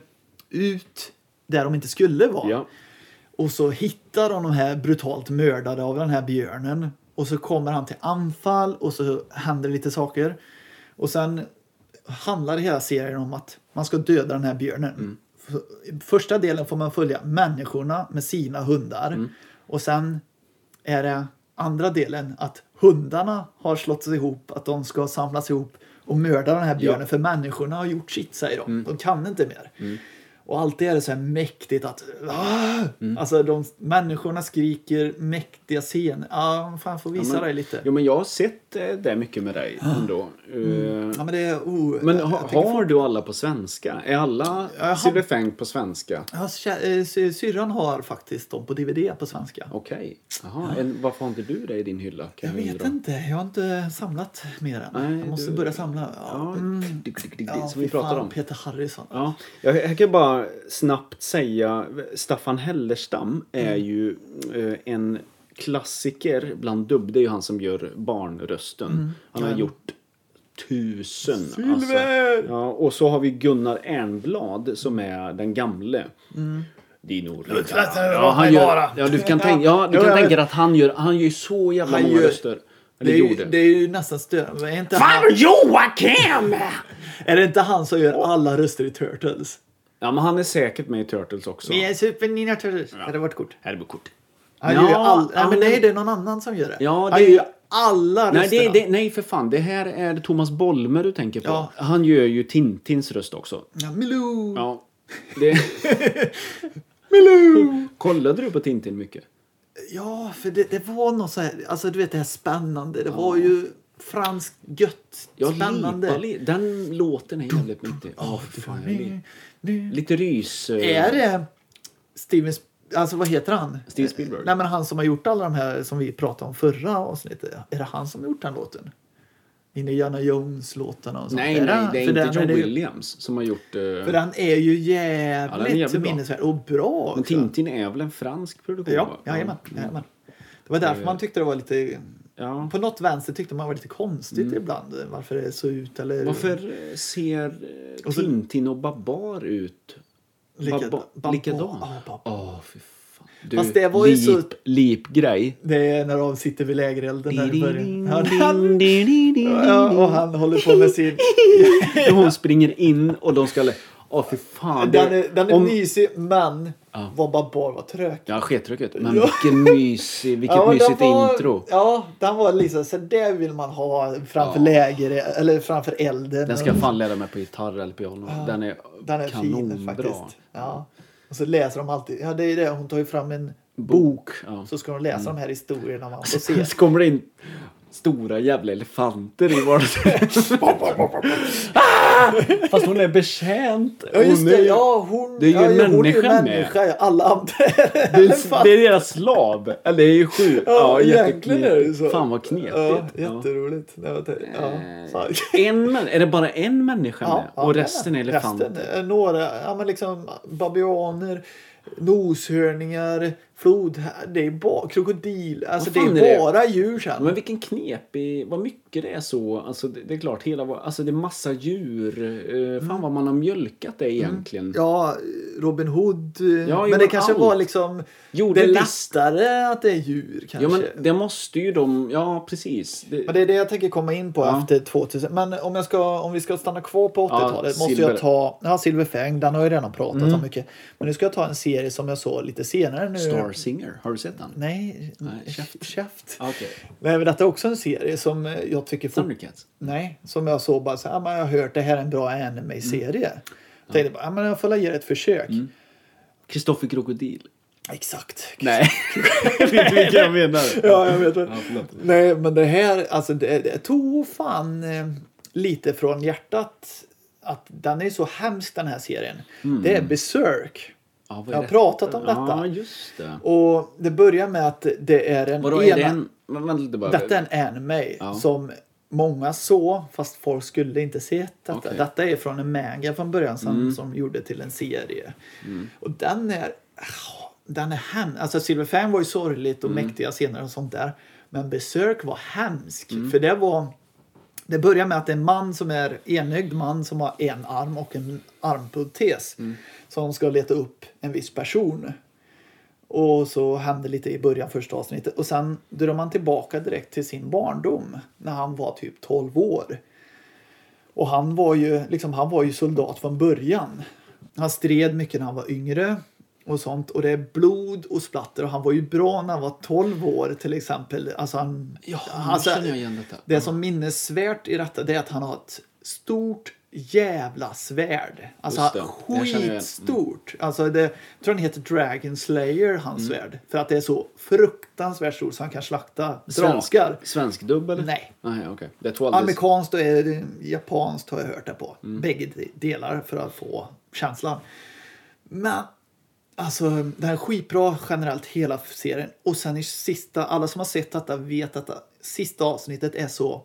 ut där de inte skulle vara. Ja. Och så hittar de de här brutalt mördade av den här björnen. Och så kommer han till anfall och så händer lite saker. Och sen handlar hela serien om att man ska döda den här björnen. Mm. Första delen får man följa människorna med sina hundar. Mm. Och sen är det andra delen att hundarna har slått sig ihop. Att de ska samlas ihop och mörda den här björnen. Ja. För människorna har gjort sitt, säger de. Mm. De kan inte mer. Mm. Och alltid är det så här mäktigt att... Ah! Mm. Alltså de människorna skriker mäktiga scener. Ja, fan får visa Ja, men, dig lite. Jo, men jag har sett eh, det mycket med dig ändå. Mm. Ja, men det är... Oh, Men jag- ha, jag tänker har du alla på svenska? Är alla Jag har- Silverfäng på svenska? Ja, kä- eh, sy- syrran har faktiskt dem på D V D på svenska. Okej. Jaha, en, varför har inte du det i din hylla? Kan Jag vet undra? inte. Jag har inte samlat mer än. Nej, jag måste du- börja samla. Ja, Ja, mm. dick, dick, dick, Ja, som vi fy pratade fan, om. Peter Harrison. Ja, jag, jag kan bara snabbt säga, Staffan Hellerstam är Mm. ju eh, en klassiker bland dubb. Det är ju han som gör barnrösten. Mm. Han har Ja. gjort tusen. Silver! Ja, och så har vi Gunnar Ernblad som är den gamle. Mm. Dino vet inte, ja, låt han mig gör, vara. ja, du kan, tänka, ja, du Jo, kan jag tänka vet. dig att han gör, han gör ju så jävla Han många gör- röster. Det Eller är, ju, gjorde. det är ju nästan störande. Är inte han, Fan Joakim! är det inte han som gör alla röster i Turtles? Ja, men han är säkert med i Turtles också. Vi är Super Ninja Turtles. Ja. Är det vårt kort? Här är vårt kort. Han Ja, gör ju all... Nej, ja, men men- nej, det är någon annan som gör det. Ja, han det- gör ju alla Nej, rösterna. det, det, nej, för fan. Det här är Thomas Bolmer du tänker på. Ja. Han gör ju Tintins röst också. Ja, Milou! Ja. Det... Milou! Kollade du på Tintin mycket? Ja, för det, det var något så här... Alltså, du vet det här spännande. Det var ju franskt gött. Ja, Spännande. lipa, li, den låten är jävligt mäktig. Ja, för fan. Jag li, Nu- lite rys. eh, Är det Steven... Sp- Alltså, vad heter han? Steven Spielberg? Nej, men han som har gjort alla de här som vi pratade om förra avsnittet. Är det han som har gjort den låten? Indiana Jones-låtarna och sånt. Nej, Är nej, det är för inte den John det ju- Williams som har gjort... eh, För den är ju Ja, den jävligt, är jävligt bra. minnesvärd och bra. Men också. Tintin är väl en fransk produktion? Ja, va? jajamän, Mm. jajamän. Det var därför Eh, man tyckte det var lite... Ja. På något vänster tyckte man var lite konstigt ibland. Varför det såg ut eller... Varför eh, ser eh, Och så- Tintin och Babar ut Lika- Baba- Baba- likadant? ja, Baba. Åh, fy fan. Du, Fast det var ju lip, så- lip-grej. Det är när de sitter vid lägerelden där i början. Ja, Ding, han, ding, ding, ding, ja, och han håller på med sin... Då hon springer in och de ska... Åh, fy fan. Den det- är, den är om- mysig, men Ja. var bara bara var trök. Ja, sketrycket. Men Ja. vilken mysig, vilket Ja, den mysigt var, intro. Ja, den var liksom så där vill man ha framför Ja. läger eller framför elden. Den ska jag fan lära mig på gitarr eller piano. Den är, Den är fin kanonbra. faktiskt. Ja. Och så läser de alltid. Ja, det är det. Hon tar ju fram en bok. Ja. Så ska de läsa de här historierna man får se. Så kommer det in stora jävla elefanter i vardagsrummet. Fast hon är betjänt. Ja, just Hon det. är- Ja, hon, det är ju ja, en ja, hon är ju människa med. människa. Ja, alla andra Det är, det är deras slav. Eller det är ju sju. Ja, Ja, egentligen är det så. Fan vad knepigt. Ja, Ja. jätteroligt. Ja, det, ja. Så. En, män- är det bara en människa med? Ja, och ja, resten är elefanter? Resten är några, ja men liksom babianer, noshörningar, flod, det är bara krokodil, alltså det Vad fan är är det? bara djur sen. Men vilken knepig, vad mycket det är så, alltså det, det är klart, hela, vår- alltså det är massa djur, eh, fan vad man har mjölkat det egentligen. Ja, Robin Hood, Ja, men jo, det kanske allt. var liksom Gjorde det är visst- lättare att det är djur kanske. Ja men det måste ju de, ja precis. Det, Men det är det jag tänker komma in på Ja. efter tvåtusen. Men om, jag ska, om vi ska stanna kvar på åttiotalet Ja, måste Silver- jag ta... Ja, Silverfäng, den har jag redan pratat Mm. om mycket. Men nu ska jag ta en serie som jag såg lite senare nu. Star Singer, har du sett den? Nej, Nej, käft. käft. käft. Okej. Nej, men detta är också en serie som jag tycker... For... Thundercats. Nej, som jag såg bara så här, men jag har hört det här är en bra anime-serie. Jag tänkte bara, ja, men jag får ge det ett försök. Kristoffer Krokodil. Exakt. Nej, vet du vilken jag menar? Ja, jag vet det. Ja, förlåt. Nej, men det här, alltså det, det tog fan eh, lite från hjärtat att den är så hemsk den här serien. Det är Berserk. Ja, vad är Jag har det? pratat om detta. Ja, just det. Och det börjar med att det är en Vadå, är det en... men Vänta lite bara. Detta är en anime Ja. som många såg fast folk skulle inte se detta. Okej. Detta är från en manga från början som, Mm. som gjorde till en serie. Och den är ah, den är hem. Alltså Silverfang var ju sorgligt och Mm. mäktiga scener och sånt där. Men Berserk var hemsk. Mm. För det var Det börjar med att det är en man som är enögd man som har en arm och en armprotes. Mm. Som ska leta upp en viss person. Och så händer lite i början första avsnittet. Och sen drar man tillbaka direkt till sin barndom. När han var typ tolv år. Och han var ju, liksom, han var ju soldat från början. Han stred mycket när han var yngre. Och sånt. Och det är blod och splatter. Och han var ju bra när han var tolv år till exempel. Alltså han, ja, alltså, känner jag igen detta. Det som minnesvärt i detta det är att han har ett stort jävla svärd. Alltså skitstort. Mm. Alltså det, jag tror han heter Dragon Slayer, hans mm. svärd. För att det är så fruktansvärt stort så han kan slakta drakar. Svensk dubb eller? Nej. Nej, okay. Det är amerikanskt och är, japanskt har jag hört det på. Mm. Bägge delar för att få känslan. Men alltså, det här är skitbra generellt hela serien. Och sen i sista, alla som har sett detta vet att det sista avsnittet är så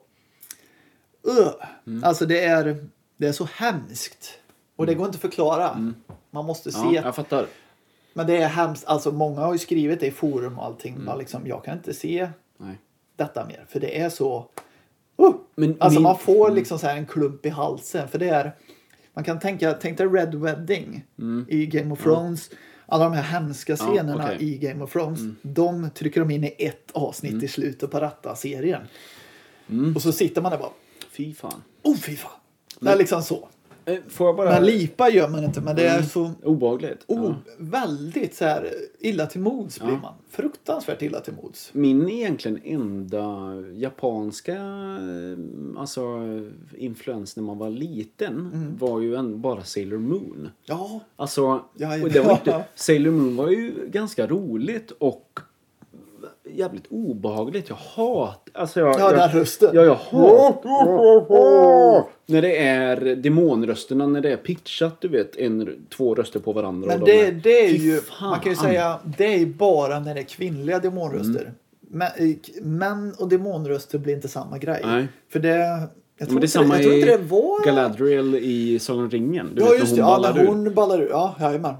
uh. mm. Alltså det är det är så hemskt. Och mm. det går inte att förklara. Mm. Man måste se. Ja, jag fattar. Men det är hemskt. Alltså många har ju skrivit det i forum och allting. Mm. Men liksom, jag kan inte se Nej. detta mer. För det är så uh. Men, alltså min... man får liksom så här en klump i halsen. För det är man kan tänka, tänk dig Red Wedding mm. i Game of Thrones. Ja. Alla de här hemska scenerna ja, okay. i Game of Thrones. Mm. De trycker de in i ett avsnitt mm. i slutet på Ratta-serien. Mm. Och så sitter man där bara. Fy fan. Oh fy fan. Men, det är liksom så. Får jag bara... Men lipa gör man inte. Men det är så... Obehagligt. Oh, ja. Väldigt så här illa till mods blir ja. man. Fruktansvärt illa till mods. Min egentligen enda japanska alltså, influens när man var liten mm. var ju en, bara Sailor Moon. Ja. Alltså, ja, ja. Och det var inte, Sailor Moon var ju ganska roligt och jävligt obehagligt. Jag hat alltså jag, ja, den rösten. Ja, jag hat. Oh, oh, oh. När det är demonrösterna, när det är pitchat, du vet, en, två röster på varandra. Men och det, de är, det är ju, man kan ju säga, det är bara när det är kvinnliga demonröster. Mm. Men, män och demonröster blir inte samma grej. Nej. För det... Jag tror, men det är inte, samma jag tror inte det var... Galadriel i Sagan om ringen. Du ja, vet, just det. Ja, när hon ballar ur. Ja, jajamän.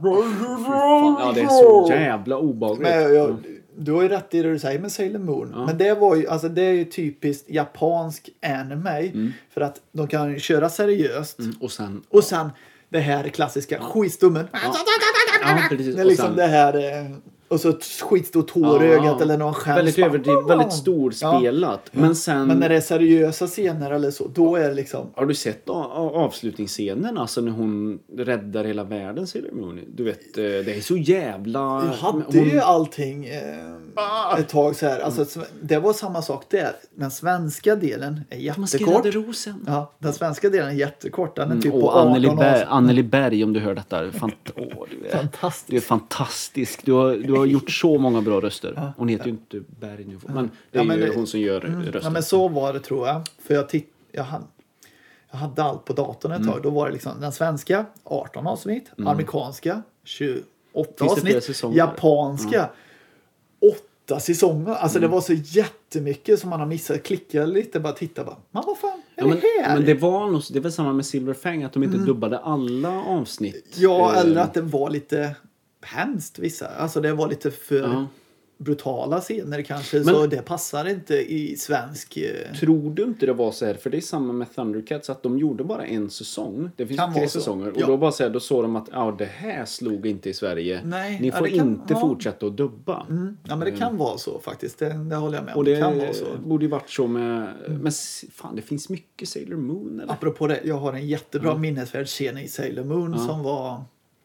Ja, det är så jävla obehagligt. Men jag, jag, du har ju rätt i det du säger med Sailor Moon. Ja. Men det var ju, alltså det är ju typiskt japansk anime. Mm. För att de kan köra seriöst. Mm. Och sen... Och sen det här klassiska ja. skitstummen. Ja. Ja, precis. Det är liksom sen... det här... Och så ett skitstort tår i ögat eller någon skäms. Väldigt överdrivet, väldigt storspelat. Ja. Men sen... Men när det är seriösa scener eller så, då är det liksom... Har du sett avslutningsscenen? Alltså när hon räddar hela världen, Sailor Moon? Du vet, det är så jävla... Jag hade hon... ju allting eh, ah. ett tag så här. Alltså, det var samma sak där. Den svenska delen är jättekort. Rosen. Ja, den svenska delen är jättekort. Den är typ mm, på Anneli Berg, Anneli Berg, om du hör detta. Fant... Åh, du är... Fantastisk. Du är fantastisk. Du har, du har gjort så många bra röster. Ja. Hon heter ju inte Berg nu. Men det är ja, men ju det, hon som gör mm, rösten. Ja, men så var det tror jag. För jag, titt, jag, hade, jag hade allt på datorn ett mm. tag. Då var det liksom den svenska, arton avsnitt. Mm. Amerikanska, tjugoåtta avsnitt. Japanska, ja. åtta säsonger. Alltså mm. det var så jättemycket som man har missat. Klicka lite, bara titta. Bara, man, vad fan är ja, men, det här? Men det var nog, det var samma med Silverfang. Att de inte mm. dubbade alla avsnitt. Ja, eh. eller att det var lite... hemskt vissa. Alltså det var lite för ja. brutala scener kanske. Men, så det passar inte i svensk... Tror du inte det var så här? För det är samma med Thundercats. Att de gjorde bara en säsong. Det finns tre säsonger. Ja. Och då, bara så här, då såg de att ja, det här slog inte i Sverige. Nej, Ni får ja, kan, inte ja. fortsätta att dubba. Mm. Ja men det kan mm. vara så faktiskt. Det, det håller jag med om. Och det, det kan vara så. borde ju varit så med... Mm. Men fan, det finns mycket Sailor Moon. Eller? Apropå det. Jag har en jättebra mm. minnesvärd scen i Sailor Moon ja. som var...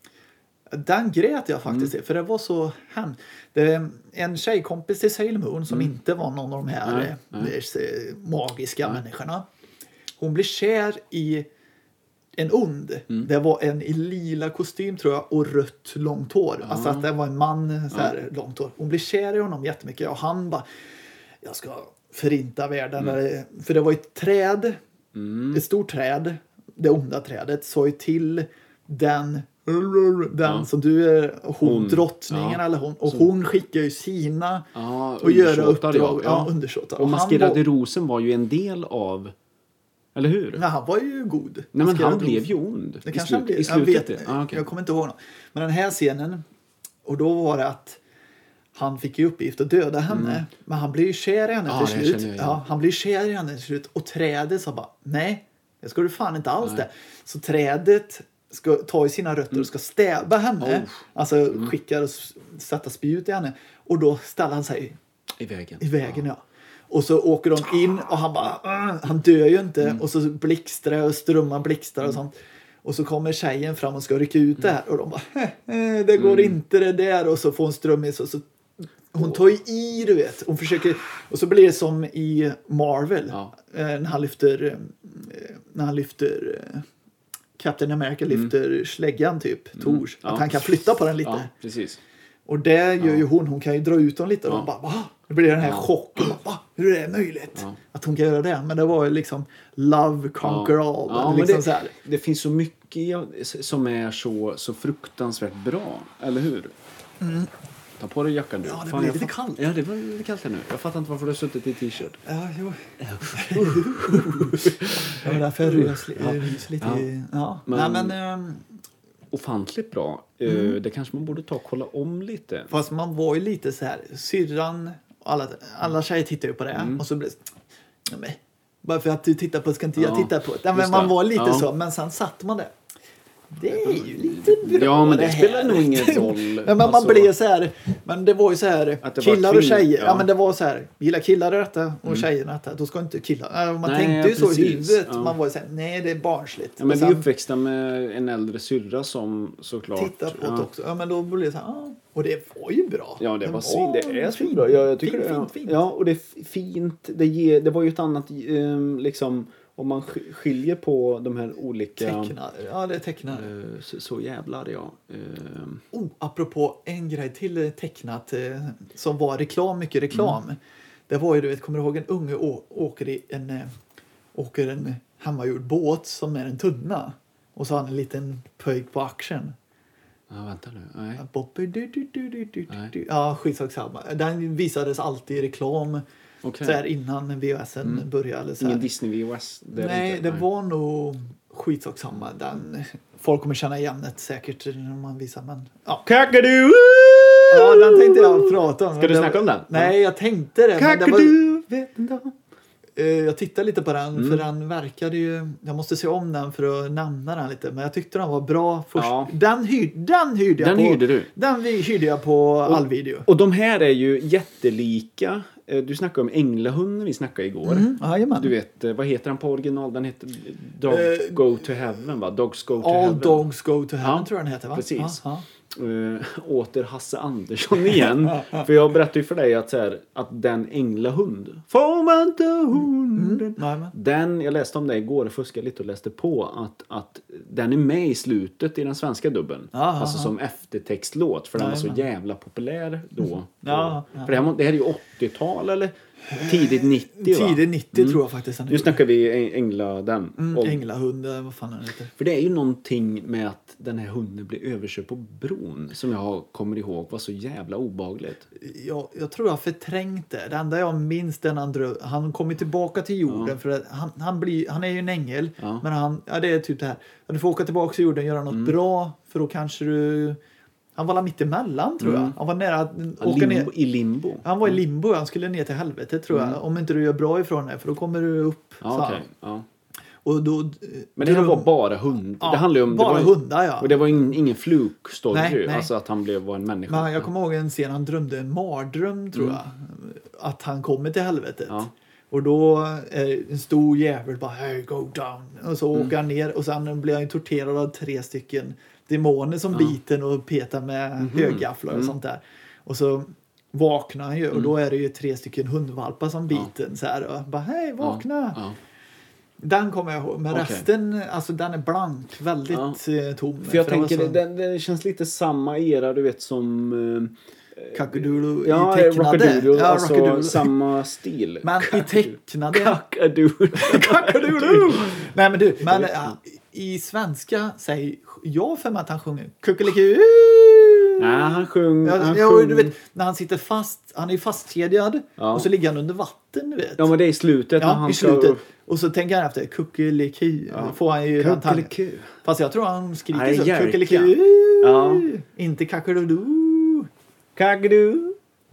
Den grät jag faktiskt mm. för det var så hemskt. Det är en tjejkompis till Sailor Moon som mm. inte var någon av de här nej, nej. magiska nej. människorna. Hon blir kär i en ond. Mm. Det var en i lila kostym tror jag och rött långt hår. Ja. Alltså att det var en man så här ja. långt hår. Hon blir kär i honom jättemycket och han bara jag ska förinta världen. Mm. För det var ett träd, mm. ett stort träd, det onda trädet sa ju till den den ja. som du är hon, hon. drottningen ja. eller hon och så. hon skickar ju sina ja, och göra uppdrag ja, ja undersåtar och Maskerade var... rosen var ju en del av eller hur? Nej, han var ju god. Nej, men han blev ju ond. Det i kanske slut, han blev. I slutet. Jag vet ah, okay. Jag kommer inte ihåg något. Men den här scenen och då var det att han fick ju uppgift att döda henne. Mm. Men han blir ju kär i henne ja, till slut. Jag, ja. Ja, han blir kär i henne till slut. Och trädet sa bara, nej, det ska du fan inte alls det. Så trädet ska ta i sina rötter mm. och ska stäba henne. Oh. Alltså mm. skickar och sätta spjut i henne. Och då ställer han sig i vägen. I vägen, ja. ja. Och så åker de in och han bara, han dör ju inte. Mm. Och så blixtrar och strömmar blixtrar och sånt. Och så kommer tjejen fram och ska rycka ut det här. Och de bara, det går mm. inte det där. Och så får hon ström i så, så hon tar ju i, du vet. Hon försöker, och så blir det som i Marvel. Ja. När han lyfter, när han lyfter, Captain America lyfter mm. släggan typ, mm. Tors. Ja. Att han kan flytta på den lite. Ja, precis. Och det gör ja. ju hon, hon kan ju dra ut dem lite. Och ja. de bara, va? Det blir den här ja. chocken. Va? Hur är det möjligt? Ja. Att hon kan göra det. Men det var ju liksom love conquer ja. all. Ja, liksom det, så här. Det finns så mycket som är så, så fruktansvärt bra. Eller hur? Mm. Ta på dig jackan nu. Ja, det blir lite fatt... kallt. Ja, det var lite kallt här nu. Jag fattar inte varför du har suttit i t-shirt. Ja, jo. Det var därför jag rös ja. lite. Ja. Ja. Men, Nej, men ähm... ofantligt bra. Mm. Det kanske man borde ta och kolla om lite. Fast man var ju lite så här. Syrran, alla, alla tjejer tittar ju på det. Mm. Och så blev ja, men, bara för att du tittar på, ska inte jag titta på det. Ja, men man var lite ja. så. Men sen satt man det. Det är ju lite bra. Ja, men det, det spelar nog ingen roll. Men man alltså, blev så här, men det var ju så här killar och tjejer. Ja. ja, men det var så här, gillar killar detta och mm. tjejerna detta. Då ska inte killar. Man nej, tänkte ju så i huvudet. Ja. Man var ju så här, nej, det är barnsligt. Ja, men sen, vi är uppväxta med en äldre syrra som såklart tittar på ja. det också. Ja, men då blev det så här, ja. Och det var ju bra. Ja, det var svin, det är svinbra. Ja, jag tycker fint, det. Fint, fint. Ja, och det är fint. Det ger, det var ju ett annat um, liksom. Om man skiljer på de här olika... Tecknar. Ja, det är tecknar. Så, så jävlar, ja. Oh, apropå en grej till tecknat som var reklam, mycket reklam. Mm. Det var ju, du vet, kommer du ihåg en unge å, åker i en, åker en hemmagjord båt som är en tunna. Och så har han en liten pöjk på axeln. Ja, vänta nu. Nej. Bobby, du, du, du, du, du, du. Ja, skitsak samma. Den visades alltid i reklam. Okay. Så här innan V H S mm. började. Så här. Ingen Disney V H S? Det nej, inte, det nej. var nog skitsak samma. Den, folk kommer känna igen det säkert när man visar. Men, ja. Kakadu! Ja, den tänkte jag prata om. Ska du snacka om den? Nej, jag tänkte det. Kakadu! Vet inte. Jag tittade lite på den, mm. för den verkade ju... Jag måste se om den för att nämna den lite. Men jag tyckte den var bra först. Ja. Den, hyr, den hyrde jag den på... Hyrde du. Den hyrde jag på och, Allvideo. Och de här är ju jättelika. Du snackade om Änglahunden vi snackade igår. Mm. Jajamän. Du vet, vad heter den på original? Den heter Dog uh, Go to Heaven, va? Dogs Go to All Heaven. All Dogs Go to Heaven, ja. tror jag den heter, va? Precis. Ja, Uh, åter Hasse Andersson igen. För jag berättade ju för dig att, så här, att den Änglahund får man inte hunden. Mm. Den, jag läste om det igår och fuskade lite och läste på att, att den är med i slutet i den svenska dubben. Aha, alltså aha. som eftertextlåt. För den var så jävla populär då. Mm. Ja, ja. För det här, det här är ju åttiotal eller tidigt nittio, va? Tidigt nittio mm. tror jag faktiskt. Nu snackar vi Ängla den. Mm, Änglahund, vad fan är det heter. För det är ju någonting med att den här hunden blir överkörd på bron som jag kommer ihåg var så jävla obehagligt. Jag, jag tror jag har förträngt det. Det enda jag minns den andra, han kommer tillbaka till jorden ja. för att han, han, blir, han är ju en ängel. Ja. Men han, ja, det är typ det här. Du får åka tillbaka till jorden och göra något mm. bra för då kanske du... Han var mitt emellan tror jag. Mm. Han var nära att åka limbo, ner. I limbo. Han var i limbo. Han skulle ner till helvete tror mm. jag. Om inte du gör bra ifrån det. För då kommer du upp. Ja, okay. ja. Och då, men det här var bara hund. Ja, det handlade om bara det var, hundar, ja. Och det var ingen, ingen flukstory. Nej, nej. Alltså att han blev var en människa. Men jag kommer ihåg en scen. Han drömde en mardröm tror mm. jag. Att han kommer till helvetet. Ja. Och då är en stor jävel bara hey, go down. Och så mm. åker han ner. Och sen blir han torterad av tre stycken demoner som ja. biter och petar med mm-hmm. högafflar och mm. sånt där. Och så vaknar han ju. Mm. Och då är det ju tre stycken hundvalpar som biter. Ja. Så här, och bara hej, vakna. Ja. Ja. Den kommer jag ihåg. Men okay. resten, alltså den är blank. Väldigt ja. tom. För jag för tänker, så... det, det känns lite samma era, du vet, som... Eh, Kakadoodle ja, i tecknade. Rockadoodle, ja, alltså Rockadoodle. Samma stil. Men i tecknade... Kakadoodle. Kakadoodle. Nej men du, men ja, i svenska säger jag för mig att han sjunger kuckeliku. Nej, han sjöng... Ja, han ja, sjung... du vet, när han sitter fast, han är fastkedjad ja. och så ligger han under vatten, du vet. Ja, men det är i slutet. Ja, när han i slutet. Ska... Och så tänker han efter, kuckeliku. Ja. Får han ju den tanken. Fast jag tror han skriker Nej, så, Jerka. kuckeliku. Ja. Inte kakadoodle. Kakadoodle.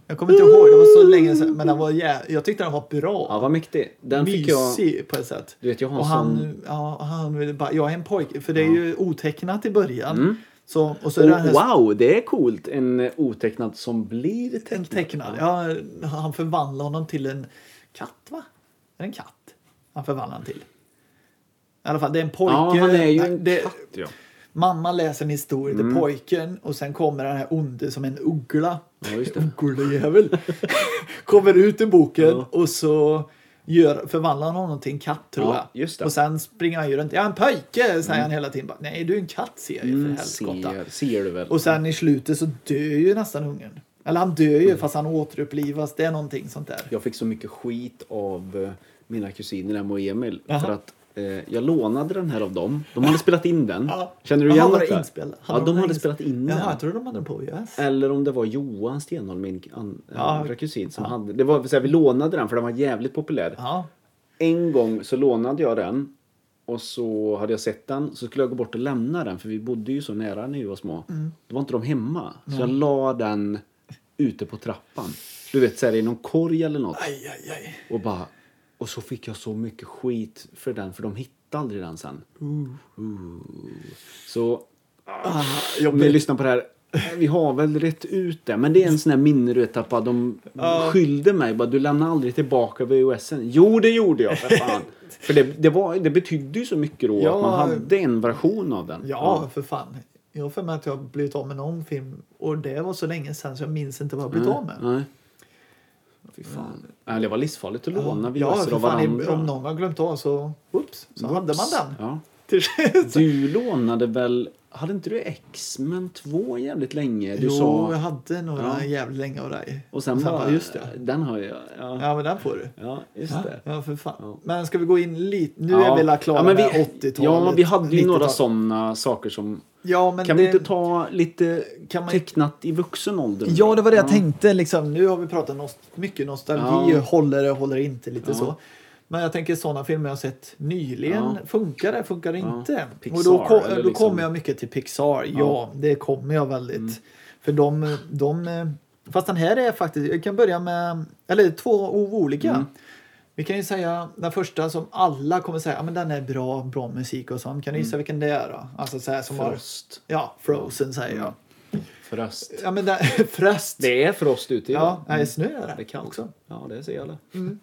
Jag kommer inte ihåg, det var så länge sedan. Men den var jä... jag tyckte den var bra. Ja, vad mäktig. Den Mysig fick jag... på ett sätt. Du vet, jag har och han, sån... ja, han ville bara, jag är en pojke. För det är ja. ju otecknat i början. Mm. Så, och så är oh, det här... Wow, det är coolt. En otecknad som blir tecknad. En tecknad, ja. Han förvandlar honom till en katt, va? Är det en katt? Han förvandlar honom till. I alla fall, det är en pojke. Ja, han är ju en det, katt, ja. Mamma läser en historia till mm. pojken och sen kommer den här onde som en uggla. Ja, just det. Ugglejävel. kommer ut i boken ja. och så gör, förvandlar han honom till en katt, tror ja, jag. Just det. Och sen springer han ju runt. Ja, en pojke, säger mm. han hela tiden. Bara, nej, du är en katt, ser jag ju för helskotta. Ser, ser du väl. Och sen i slutet så dör ju nästan ungen. Eller han dör ju mm. fast han återupplivas. Det är någonting sånt där. Jag fick så mycket skit av mina kusiner Emma och Emil. Aha. För att eh, jag lånade den här av dem. De hade spelat in den. Ja. Känner du igen Aha, var det? det inspel? Ja, de hade spelat in den. Jaha, jag tror de hade den på yes. Eller om det var Johan Stenholm, min an, ja. andra kusin, som ja. hade. Det var så här, vi lånade den för den var jävligt populär. Ja. En gång så lånade jag den. Och så hade jag sett den. Så skulle jag gå bort och lämna den. För vi bodde ju så nära när vi var små. Mm. Då var inte de hemma. Så mm. jag la den ute på trappan. Du vet, så här, i någon korg eller något. Aj, aj, aj. Och bara... Och så fick jag så mycket skit för den. För de hittade aldrig den sen. Uh. Uh. Så... Ah, om ni lyssnar på det här. Vi har väl rätt ut det. Men det är en sån här minne du vet. Att de uh. skyllde mig. Bara, du lämnar aldrig tillbaka V H S:en. Jo, det gjorde jag. För fan. För det, det, var, det betydde ju så mycket då. Ja, att man hade en version av den. Ja, ja. för fan. Jag har för mig att jag har blivit av med någon film. Och det var så länge sedan så jag minns inte vad jag blivit av med. Nej. Fy fan. Mm. Det var livsfarligt att låna V H S ja, av varandra. Om någon har glömt av så, ups, så Oops. hade man den. Ja. Du lånade väl, hade inte du X-Men två jävligt länge? Du jo, sa, jag hade några ja. jävligt länge av dig. Och sen, och sen bara, just det. Den har jag. Ja. ja, men den får du. Ja, just ja. det. Ja, för fan. Ja. Men ska vi gå in lite, nu ja. är vi la klara ja, men vi, med åttiotalet. Ja, vi hade ju några sådana saker som... Ja, men kan det, vi inte ta lite kan man, tecknat i vuxen ålder? Ja, det var det jag ja. tänkte. Liksom, nu har vi pratat nost- mycket nostalgi. Ja. Håller det, håller inte, lite ja. så. Men jag tänker sådana filmer jag har sett nyligen. Ja. Funkar det, funkar det ja. inte? Pixar, och då, kom, då liksom... kommer jag mycket till Pixar. Ja, ja det kommer jag väldigt. Mm. För de, de... Fast den här är faktiskt... Jag kan börja med... Eller två olika. Mm. Vi kan ju säga den första som alla kommer säga, ja men den är bra, bra musik och sånt. Kan du gissa mm. vilken det är då? Alltså så här som Frost. Har, ja, Frozen säger jag. Frost. Ja men det, frost. Det är frost ute idag. Ja, nej, snö är det. Det är kallt också. Ja, det ser alla. Mm.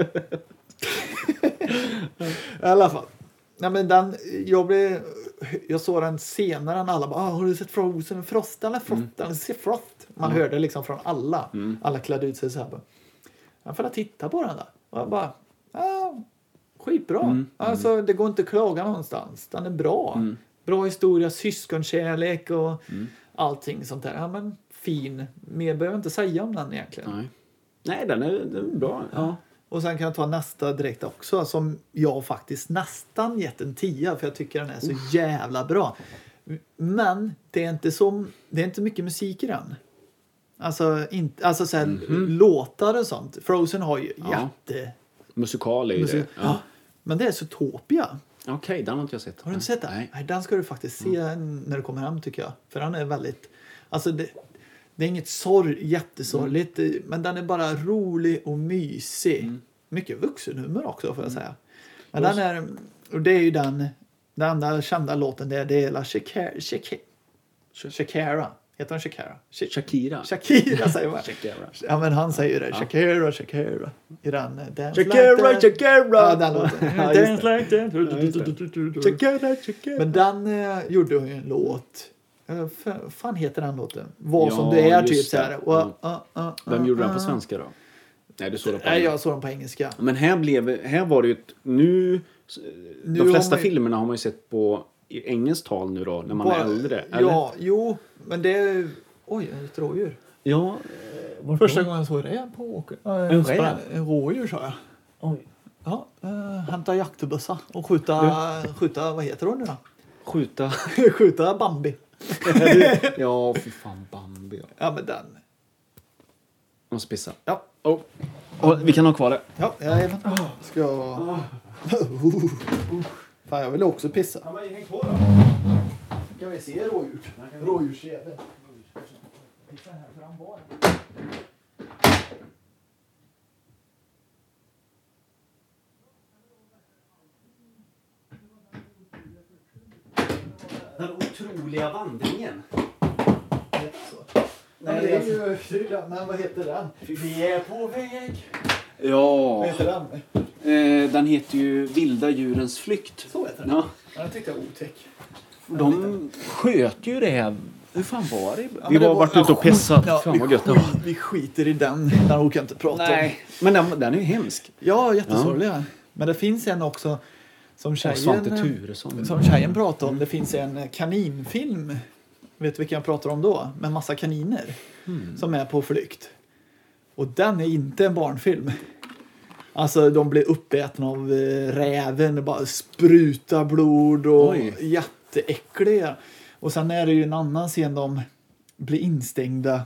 I alla fall. Nej men den, jag blev, jag såg den senare än alla. Bara, ah, har du sett Frozen? Frost eller Frost? Mm. Eller se Frost. Man mm. hörde liksom från alla. Mm. Alla klädde ut sig så här. Jag får titta på den där. Och jag bara, ah, skitbra. Mm. Alltså det går inte att klaga någonstans. Den är bra. Mm. Bra historia, syskonkärlek och mm. allting sånt där. Ja men fin. Mer behöver jag inte säga om den egentligen. Nej, Nej den, är, den är bra. Ja. Och sen kan jag ta nästa direkt också. Som jag faktiskt nästan gett en tia. För jag tycker den är så Uff. jävla bra. Men det är inte som, det är inte mycket musik i den. Alltså, inte, alltså så här, mm-hmm. låtar och sånt. Frozen har ju ja. jätte... Musikal är Musik... det. Ja. Ja. Men det är Zootopia. Okej, okay, den har inte jag sett. Har du inte sett den? Nej. Nej, den ska du faktiskt se mm. när du kommer hem tycker jag. För den är väldigt... Alltså det, det är inget sorg, jättesorgligt. Mm. Men den är bara rolig och mysig. Mm. Mycket vuxenhumor också får jag säga. Men mm. den är... Och det är ju den... Den enda kända låten det är, det är La Shakira. Shakira. Shakira. Heter hon Shakira? Sh- Shakira. Shakira säger man. Shakira. Ja men han säger det. Ja. Shakira, Shakira. I den Dance Shakira, like Shakira. Ja, den låten. Ja, Dance like that. Shakira, Shakira. Men den eh, gjorde hon ju en låt. Uh, f- fan heter den låten? Vad ja, som du är typ så här. Uh, uh, uh, Vem uh, gjorde den uh. på svenska då? Nej, du såg den på Nej, jag såg den på engelska. Men här blev här var det ju ett, nu, nu de flesta man... filmerna har man ju sett på i engelskt tal nu då när man Bara, är äldre. Eller? Ja, jo, men det är oj, ett rådjur. Ja, eh, första gången jag såg det på åker. Äh, en räv. En rådjur sa jag. Oj. Ja, äh, hämta jaktbussar och skjuta du. skjuta vad heter hon nu då? Skjuta skjuta Bambi. Ja, för fan Bambi. Ja, ja men den. Måste pissa. Ja. Oh. Oh, vi kan ha kvar det. Ja, jag är oh. Ska jag oh. Fan, jag vill också pissa. Ja, men häng på då. Kan vi se rådjur? Rådjursjävel. Pissa här fram bara. Den otroliga vandringen. Så. Nej, det är ju... Men vad heter den? Vi är på väg. Ja. Vad heter den? Eh, den heter ju Vilda djurens flykt. Så heter den. Ja. Ja, den tyckte jag var otäck. De sköt ju det här. Hur fan var det? Ja, vi det var var- varit ute och pissat. Ja, fan vi, vad gött det skit, var. vi skiter i den. Den orkar jag inte prata om. Nej, men den, den är ju hemsk. Ja, jättesorglig. Ja. Men det finns en också som Och tjejen, Svante Turesson. som tjejen pratar om. Det finns en kaninfilm. Vet du vilken jag pratar om då? Med massa kaniner. Mm. Som är på flykt. Och den är inte en barnfilm. Alltså de blir uppätna av eh, räven. Det bara sprutar blod och Oj. jätteäckliga. Och sen är det ju en annan scen de blir instängda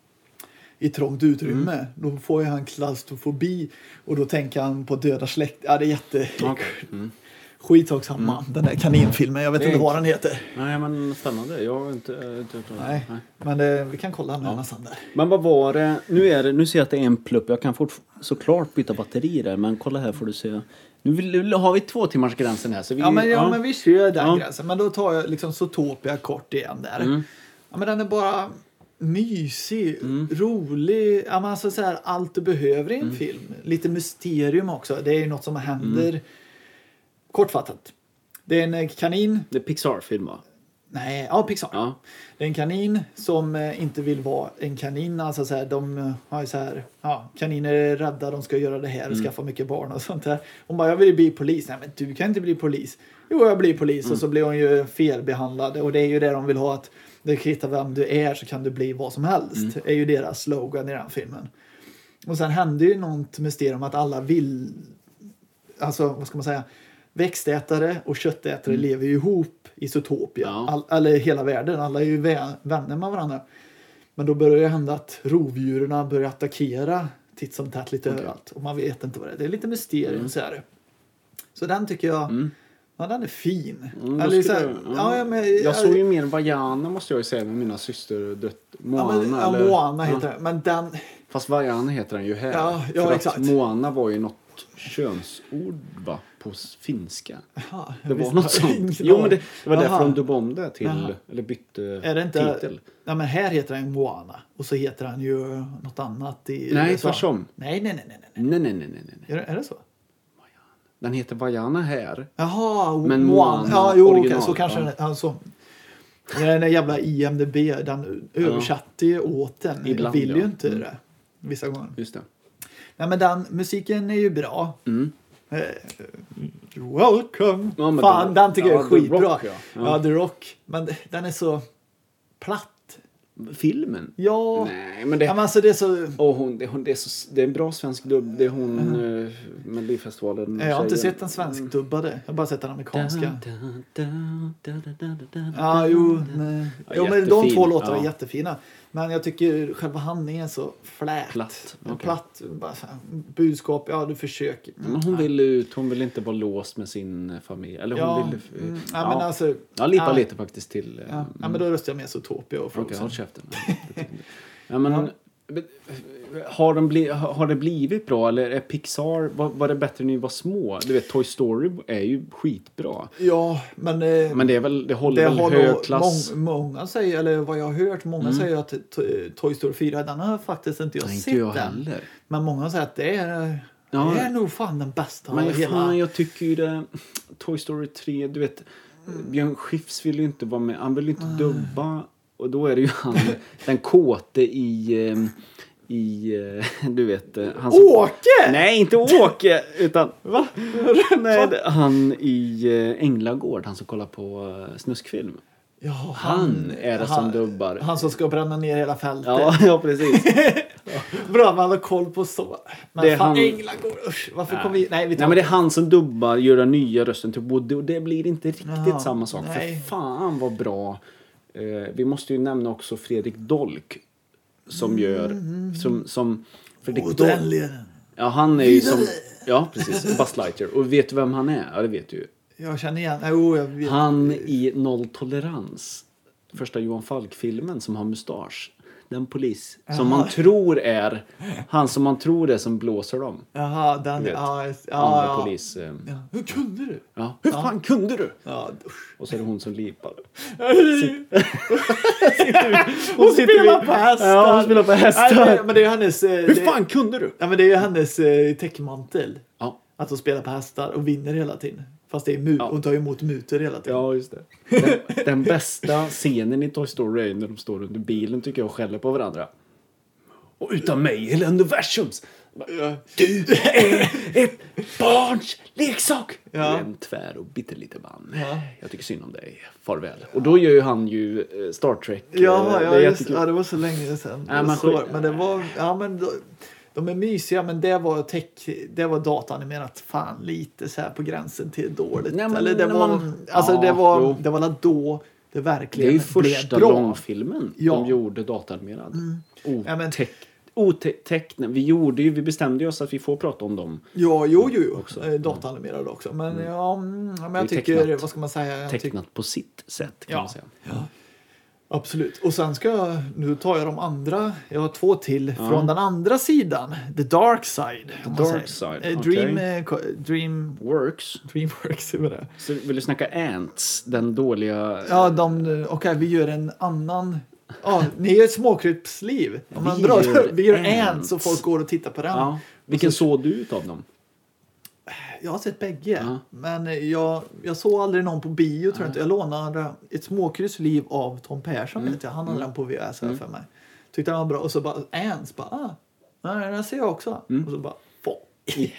i trångt utrymme. Mm. Då får ju han klaustrofobi. Och då tänker han på döda släkt. Ja, det är jätte... Okay. Mm. Skitsamma. Mm. Den där kaninfilmen. Jag vet Det är inte vad den heter. Nej, men spännande. Jag har inte... inte, inte Nej. nej. Men eh, vi kan kolla med Ja. nästan där. Men vad var det? Nu, är det, nu ser jag att det är en plupp. Jag kan fort, såklart byta batteri där. Men kolla här får du se. Nu vill, har vi två timmars gränsen här. Så vi, Ja men, ja, men vi kör den Ja. gränsen. Men då tar jag liksom Zootopia kort igen där. Mm. Ja, men den är bara mysig, Mm. rolig. Ja, men alltså så här, allt du behöver i en Mm. film. Lite mysterium också. Det är ju något som händer. Mm. Kortfattat. Det är en eh, kanin. Det är Pixar-film va? Nej, ja Pixar. Ja. Det är en kanin som eh, inte vill vara en kanin. Alltså så här, de eh, har ju så här, ja, kaniner är rädda, de ska göra det här och Mm. skaffa mycket barn och sånt där. Hon bara, jag vill bli polis. Nej, men du kan inte bli polis. Jo, jag blir polis. Mm. Och så blir hon ju felbehandlad. Och det är ju det de vill ha, att det kvittar vem du är så kan du bli vad som helst. Mm. är ju deras slogan i den filmen. Och sen händer ju något mysterium att alla vill, alltså vad ska man säga, växtätare och köttätare Mm. lever ju ihop i Zootopia. Ja. All, eller hela världen. Alla är ju vä- vänner med varandra. Men då börjar det hända att rovdjuren börjar attackera titt som tätt lite Okej. överallt. Och man vet inte vad det är. Det är lite mysterium Mm. så här. Så den tycker jag, Mm. ja den är fin. Mm, då eller så skulle här, jag- ja, ja, men, Jag såg ju mer Vajana måste jag ju säga med mina syster dött. Moana ja, men, ja, eller? Moana Ja. heter den. Men den, Fast Vajana heter den ju här. Ja, ja, För exakt. att Moana var ju något könsord va? På finska. aha, Det var visst, något jag har ingen sånt. Jo men det, det var Jaha. därför de dubbade om det till, Jaha. eller bytte Är det inte, titel. ja, men här heter den Moana. Och så heter han ju något annat i Nej, U S A. tvärtom. Nej, nej, nej, nej, nej. Nej, nej, nej, nej, nej. Är det, är det så? Den heter Vajana här. Jaha, Men Moana. Moana Ja, jo, okej, original, så kanske ja. den, alltså. Den där jävla I M D B, den översatte ju åt den. Ibland, vill ju ja. inte Mm. det. Vissa gånger. Just det. Nej, men den musiken är ju bra. Mm. Eh, Welcome. Ja, men Fan, den- den tycker jag är ja, The skitbra. Rock, ja. ja. Ja. The Rock. Men den är så platt. Filmen? Ja. Nej, men det... Ja, men alltså det är så... Och hon, det, hon, det, är så, det är en bra svensk dubb. Det är hon mm. uh, Melodifestivalen. Jag har inte tjejen. sett den svenskdubbade. Jag har bara sett den amerikanska. Da, da, da, da, da, da, da, Ja, jo. Nej. Ja, Jo, men de jättefin. två låtarna Ja. är jättefina. Men jag tycker själva handlingen är så flät. Platt, okej. Platt. Bara så här, budskap. Ja, du försöker. Men hon vill ut, hon vill inte vara låst med sin familj. Eller hon Ja, vill... mm, ja, men alltså... Jag lippar ja, lite faktiskt till... Ja, ja, men då röstar jag med Zootopia och Okej, Frozen. håll käften. Ja, men... Har, de bli, har det blivit bra eller är Pixar, var, var det bättre när ni var små? Du vet, Toy Story är ju skitbra. Ja, men... Eh, Men det är väl, det håller det väl har hög nog klass? Mång, många säger, eller vad jag har hört, många Mm. säger att to- Toy Story fyra, den har faktiskt inte jag Nej, sett inte jag än. heller. Men många säger att det är, Ja. det är nog fan den bästa Men av hela... fan, jag tycker ju det... Toy Story tre, du vet... Björn Skifs vill ju inte vara med. Han vill ju inte dubba. Och då är det ju han, den kåte i... eh, I, eh, du vet... eh, Han som, Åke! Nej, inte Åke, utan... Va? Nej, det- han i eh, Änglagård, han som kollar på eh, snuskfilm. Ja, Han är det som dubbar. Han som ska bränna ner hela fältet. Ja, ja, precis. Bra, man har koll på så. Men Det är fan, han- Änglagård, usch. Varför Nej. kom vi... Nej, vi tar Nej, men det är han som dubbar, gör den nya rösten till Woody. Och det blir inte riktigt Jaha, samma sak. nej. För fan vad bra. Eh, vi måste ju nämna också Fredrik Dolk. Som gör... Som, som Fredrik Och Dolk. den leden. Ja, han är ju som... Ja, precis. Buzz Lightyear. Och vet du vem han är? Ja, det vet du ju. Jag känner igen... Jo, jag vet. Han i Noll tolerans. Första Johan Falk-filmen som har mustasch. Den polis Jaha. som man tror är han som man tror är som blåser dem. Jaha, den... Vet, Ja, ja, andra ja. polis. Eh, Ja. Hur kunde du? ja. Hur fan kunde du? Ja, usch. Och så är det hon som lipar. Hon spelar på hästar. Ja, hon spelar på hästar. Nej, men, men det är ju hennes... eh, Hur det- fan kunde du? Ja, men det är ju hennes eh, täckmantel. Ja. Att hon spelar på hästar och vinner hela tiden. Fast det är mu- Ja. hon tar ju emot mutor hela tiden. Ja, just det. Den, den bästa scenen i Toy Story är när de står under bilen tycker jag och skäller på varandra. Och utan mig hela universums. Du är ett barns leksak. Ja. Du är en tvär och bitterliten man. Ja. Jag tycker synd om dig. Farväl. Och då gör ju han ju eh, Star Trek. eh, Ja, det ja, är just, jättekul. ja, det var så länge sedan. Ja, Det var men så, skit- men det var... Ja, men de, de är mysiga, men det var tech, det var datanimerat fan lite så här på gränsen till dåligt. Nej, men Eller det när var... man- Alltså Ja, det var... jo. Det var väl då det Det är verkligen ju första blev bra. långfilmen Ja. de gjorde datanimerad. Mm. Ja, men- Otäck. Otecknat. Vi gjorde ju, vi bestämde ju oss att vi får prata om dem. Ja, jo, jo, jo. Också. Eh, Datanimerad också. Men ja, mm, ja, men jag Det är tycker... tecknat. Vad ska man säga? Jag tycker, Tecknat på sitt sätt kan Ja. man säga. ja, absolut. Och sen ska jag... Nu tar jag de andra. Jag har två till Ja. från den andra sidan. The Dark Side. om man dark säger. side, Eh, okej. Dream... eh, ko- Dream... Works. Dreamworks är det. Så vill du snacka Ants? Den dåliga... Ja, de... Okej, vi gör en annan... Ja, ni gör ett småkrypsliv. Ja, men Vi bra. gör Vi gör Ants. Ants så folk går och tittar på den. Ja. Vilken såg du ut av dem? Jag har sett bägge. Ja. Men jag, jag såg aldrig någon på bio tror jag inte. Jag lånade Ett småkryssliv av Tom Persson. Mm. Vet jag. Han hade den på V H S här för mig. Tyckte den var bra. Och så bara Ants. Bara, ah, nej, den ser jag också. Mm. Och så bara, få. I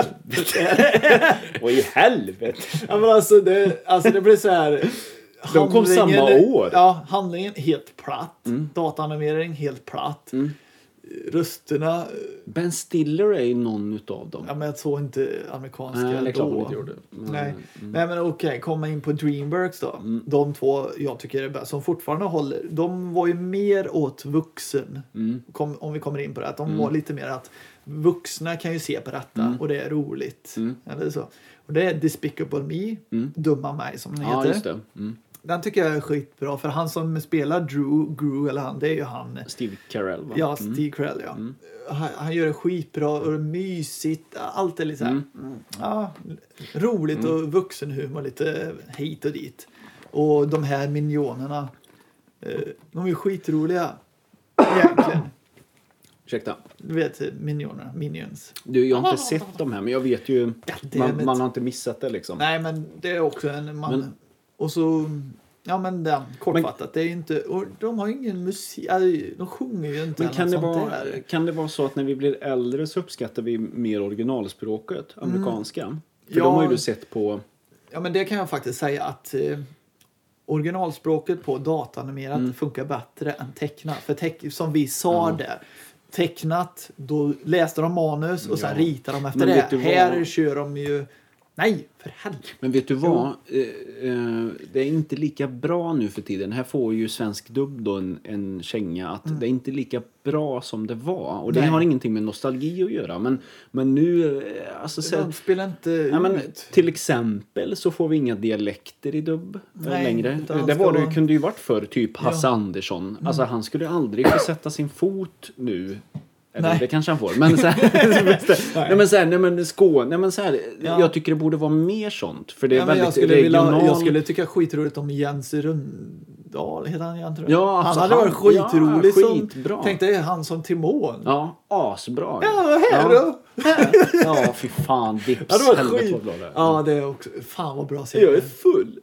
helvete. Och i helvete. Ja, men alltså det, alltså det blir så här... De kom samma år. Ja, handlingen helt platt. Mm. Dataanimering helt platt. Mm. Rösterna... Ben Stiller är ju någon utav dem. Ja, men jag såg inte amerikanska Nej, det är klart då. de inte gjorde. Men, Nej, mm. Nej men okej, komma in på Dreamworks då. De två jag tycker är bäst, som fortfarande håller. De var ju mer åt vuxen. Mm. Kom, om vi kommer in på det. Att de var lite mer att vuxna kan ju se på detta Mm. och det är roligt. Mm. Eller så. Och det är Despicable Me, Mm. Dumma mig som den Ja, heter. just det. Mm. Den tycker jag är skitbra för han som spelar Drew, Gru eller han, det är ju han. Steve Carell, va? Ja, Mm. Steve Carell, ja. Han, han gör det skitbra och mysigt. Allt är lite så här, mm. Ja, roligt Mm. och vuxenhumor lite hit och dit. Och de här minionerna, eh, de är ju skitroliga. Egentligen. Ursäkta. Du vet minionerna, minions. Du, jag har inte sett de här, men jag vet ju... Goddammit. Man, man har inte missat det liksom. Nej, men det är också en man. Men- Och så, ja men den, kortfattat. det är ju inte, och de har ju ingen musik, alltså, de sjunger ju inte Men kan eller det, något sånt vara, där. kan det vara så att när vi blir äldre så uppskattar vi mer originalspråket, amerikanska? För Mm. Ja. de har ju du sett på... Ja, men det kan jag faktiskt säga att eh, originalspråket på datanimerat Mm. funkar bättre än tecknat. För teck, som vi sa Ja. där, tecknat, då läste de manus och sen Ja. ritade de efter Men det. vet du vad- Här kör de ju... Nej, för helvete. Men vet du vad? Eh, eh, det är inte lika bra nu för tiden. Här får ju svensk dubb då en, en känga att det är inte lika bra som det var. Och det Nej. har ingenting med nostalgi att göra. Men, men nu... eh, Alltså, så, De spelar inte ja, men, ut. till exempel så får vi inga dialekter i dubb eh, Nej, längre. utan Det ska var det, vara- kunde ju varit för typ Hasse Ja. Andersson. Alltså han skulle aldrig få sätta sin fot nu. Eller, Nej. det kanske han får. Men så här, nej men så här, nej men Skåne, nej men så här, Ja. jag tycker det borde vara mer sånt. För det är Ja, men väldigt jag, skulle regional. vilja, jag skulle tycka skitroligt om Jens Rundahl, heter han Jens Rundahl? Ja, han alltså, hade varit han- skitrolig ja, som, skitbra. tänkte han som Timon. Ja, Ja, asbra. här ja. då. Ja, fy fan, dips. Ja, det var Helvete skit. vad bra det är. Ja, det är också, fan vad bra Jag serie. är full.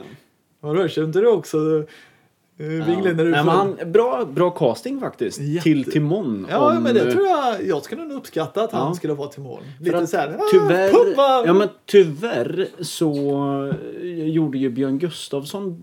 Vadå, kände du också uh, Vinglin när du Nej, får- men han, bra, bra casting faktiskt. Jätte- Till Timon. Ja, om, men det eh, tror jag, jag skulle nog uppskatta att han Ja. skulle vara Timon. för Lite att så här, tyvärr, ah, pumpa! ja, men tyvärr så eh, gjorde ju Björn Gustafsson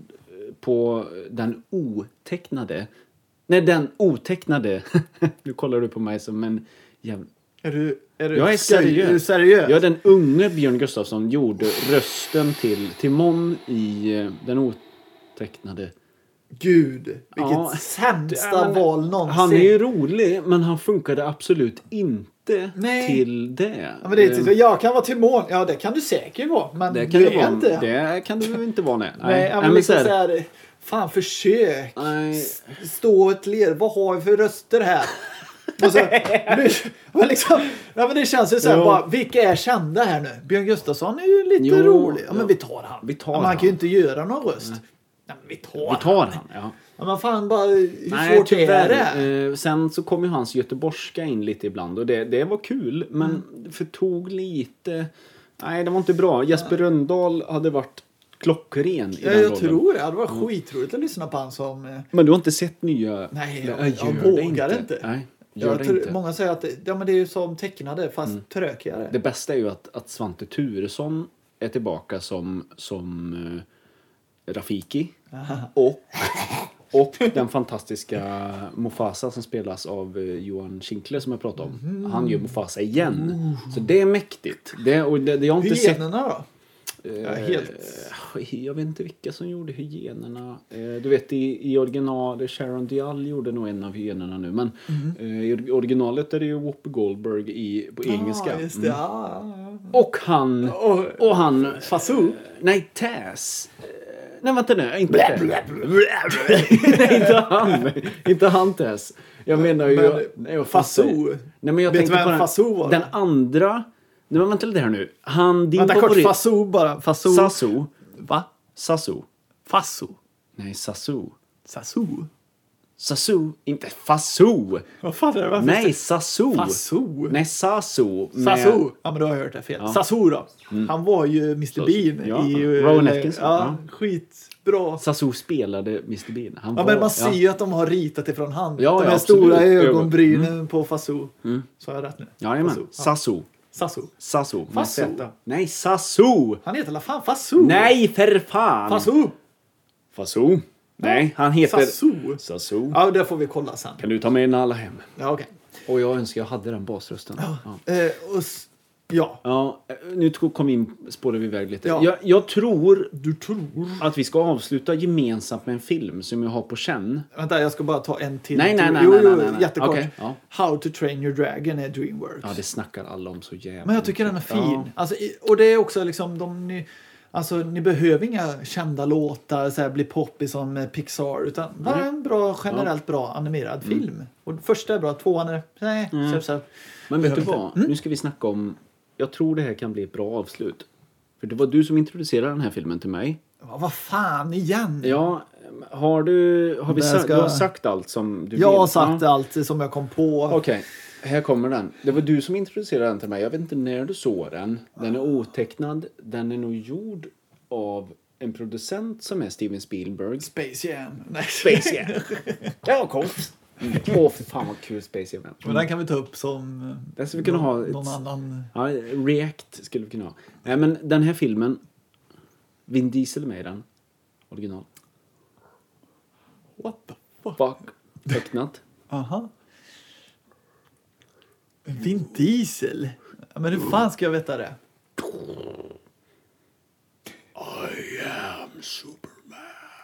på den otecknade. Nej, den otecknade. Nu kollar du på mig som en jävla... Är du, är du, Jag är skoj- seriös. Är du seriös? Ja, den unge Björn Gustafsson gjorde rösten till Timon i eh, den otecknade. Gud, vilket Ja, sämsta Ja, men val någonsin. Han är ju rolig, men han funkade absolut inte inte Nej. till det. Ja, men det är inte, jag kan vara till mål. Ja, det kan du säkert vara. Men det kan du det är vara. inte. Det kan du inte vara, nej. Nej, nej, men liksom så här, fan, försök. Nej. Stå ett ler. Vad har vi för röster här? Och så, men liksom, ja, men det känns ju så här, bara, vilka är kända här nu? Björn Gustafsson är ju lite Jo, rolig. Ja, men ja. vi tar han. Vi tar ja, man han. kan ju inte göra någon röst. Nej. Ja, men vi tar, Vi tar han. han, ja. Ja, men fan, bara, hur Nej, svårt tyvärr. är det? Eh, sen så kom ju hans göteborgska in lite ibland och det, det var kul, men mm. förtog lite... Nej, det var inte bra. Jesper Rönndahl hade varit klockren i ja, den jag rollen. tror det. Det var mm. skitroligt att lyssna på han som... Eh... Men du har inte sett nya... Nej, jag, jag, jag jag vågar inte. inte. Nej, gör jag det tror, inte. många säger att ja, men det är ju som tecknade, fast mm. trökigare. Det bästa är ju att, att Svante Turesson är tillbaka som, som uh, Rafiki. och, och den fantastiska Mufasa som spelas av uh, Johan Schinkler som jag pratade om. Mm. Han gör Mufasa igen. Uh. Så det är mäktigt. Det, och det, det jag har inte Hyenorna sett... då? Ja, helt... Jag vet inte vilka som gjorde hyenorna. Du vet i, i original Sharon Dial gjorde nog en av hyenorna nu. Men mm. i originalet är det ju Whoopi Goldberg i, på engelska. Ah, just det. Mm. Ah. Och han... Och han... Fasu? Nej, Taz. Nej, vänta nu. Inte Taz. Nej, inte han. Inte han Taz. Jag menar ju... Men, nej, Fasu? Nej, men jag vet tänkte du på den, Fasu var? Den andra... Nej, men vänta lite här nu. Han, din vänta favorit... kort, Fasu bara. Fasu. Sasu. Va? Sasu. Fasu. Nej, Sasu. Sasu. Sasu. Inte Fasu. Vad fan är det? Varför Nej, Sasu. Fasu. Nej, Sasu. Med... Sasu. Ja, men då har jag hört det fel. Ja. Sasu då. Mm. Han var ju mister Bean ja. i... Rowan Atkinson. Ja, ja, skitbra. Sasu spelade mister Bean. Han ja, var, men man ser ju ja. att de har ritat ifrån hand. Ja, de ja, här absolut. stora ögonbrynen mm. på Fasu. Mm. Så har jag rätt nu. Ja, men Sasu. Sasu. Sasu. Fasu. Nej, Sasu. Han heter la fan Fasu. Nej, för fan. Fasu. Fasu. Nej, han heter... Sasu. Sasu. Ja, det får vi kolla sen. Kan du ta med en alla hem? Ja, okej. Okay. Och jag önskar jag hade den basrösten. Ja. Ja. Eh, och s- ja. Ja, nu kom in, spårade vi iväg lite. Ja. Jag, jag tror... Du tror... Att vi ska avsluta gemensamt med en film som jag har på känn. Vänta, jag ska bara ta en till. Nej, nej, nej. Jo, nej, jo, nej, nej, nej. jättekort. Okay, ja. How to Train Your Dragon är Dreamworks. Ja, det snackar alla om så jävla. Men jag tycker den är fin. Ja. Alltså, och det är också liksom de... Ni, alltså, ni behöver inga kända låtar, så här, bli poppig som Pixar. Utan bara Mm. en bra, generellt ja. bra animerad mm. film. Och första är bra, tvåan är... Nej, mm. så, så, Men vet du vad? Mm. Nu ska vi snacka om... Jag tror det här kan bli ett bra avslut. För det var du som introducerade den här filmen till mig. Ja, vad fan igen? Ja, har du... Har vi ska... sa- du har sagt allt som du vill? Jag har sagt ja. allt som jag kom på. Okej, okay. Här kommer den. Det var du som introducerade den till mig. Jag vet inte när du såg den. Den är otecknad. Den är nog gjord av en producent som är Steven Spielberg. Space Jam. Nej. Space Jam. Det var coolt. Åh, oh, för fan vad kul Space Jam. Men den kan vi ta upp som den ska vi kunna någon, ha någon annan... Ja, React skulle vi kunna ha. Nej, men den här filmen, Vin Diesel är med i den. Original. What the fuck? Fuck. Tecknat. Aha. Vin Diesel? Men hur fan ska jag veta det? I am Superman.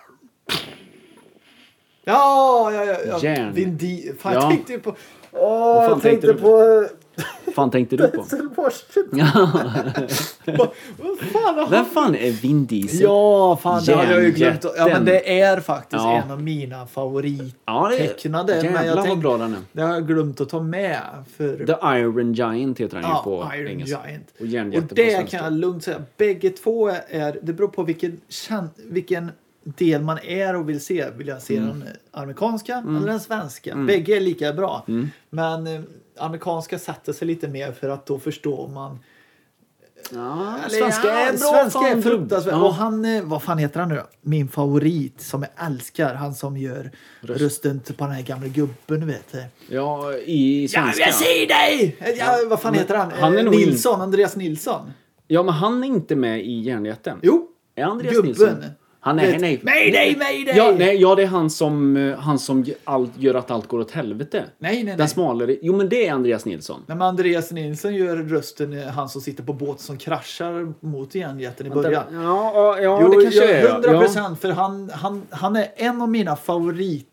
Ja, ja, ja. ja. Järn. Vin Diesel. Fan, Ja. jag tänkte ju på... Åh, fan jag tänkte, tänkte på... fan tänkte du på? Ja. Vad fan har Vem han... fan är Vin Diesel? Ja, fan, det har jag ju glömt. Ja, men det är faktiskt Ja. en av mina favorit. Ja, det är... Tecknade, men Jävlar jag vad tänkte- bra den är. Det har jag glömt att ta med. För... The Iron Giant heter han ju Ja, på Iron engelska. Giant. Och järnjätte Och på det svenska. kan jag lugnt säga. Bägge två är... Det beror på vilken, kän- vilken del man är och vill se. Vill jag se Mm. den amerikanska Mm. eller den svenska? Mm. Bägge är lika bra. Mm. Men eh, amerikanska sätter sig lite mer för att då förstår man... Ja, Eller, svenska ja, är bra. Svenska är fan. fruktansvärt. Ja. Och han, eh, vad fan heter han nu då? Min favorit som jag älskar. Han som gör Röst. rösten på den här gamla gubben, du vet. Ja, i Ja, svenska. jag säger dig! Ja, Ja. vad fan Men heter han? han är Eh, nog Nilsson, Andreas Nilsson. Ja, men han är inte med i Järnjätten. Jo, Är Andreas gubben. Nilsson? Han är, Vet- nej. Nej, nej, nej, nej! Ja, nej, ja, det är han som, eh, han som g- allt, gör att allt går åt helvete. Nej, nej, Den nej. smalare. Jo, men det är Andreas Nilsson. Nej, men Andreas Nilsson gör rösten, eh, han som sitter på båten som kraschar mot järnjätten i Vänta, början. Ja, ja, ja Jo, det kanske jag- är. hundra Ja. procent, för han, han, han är en av mina favorit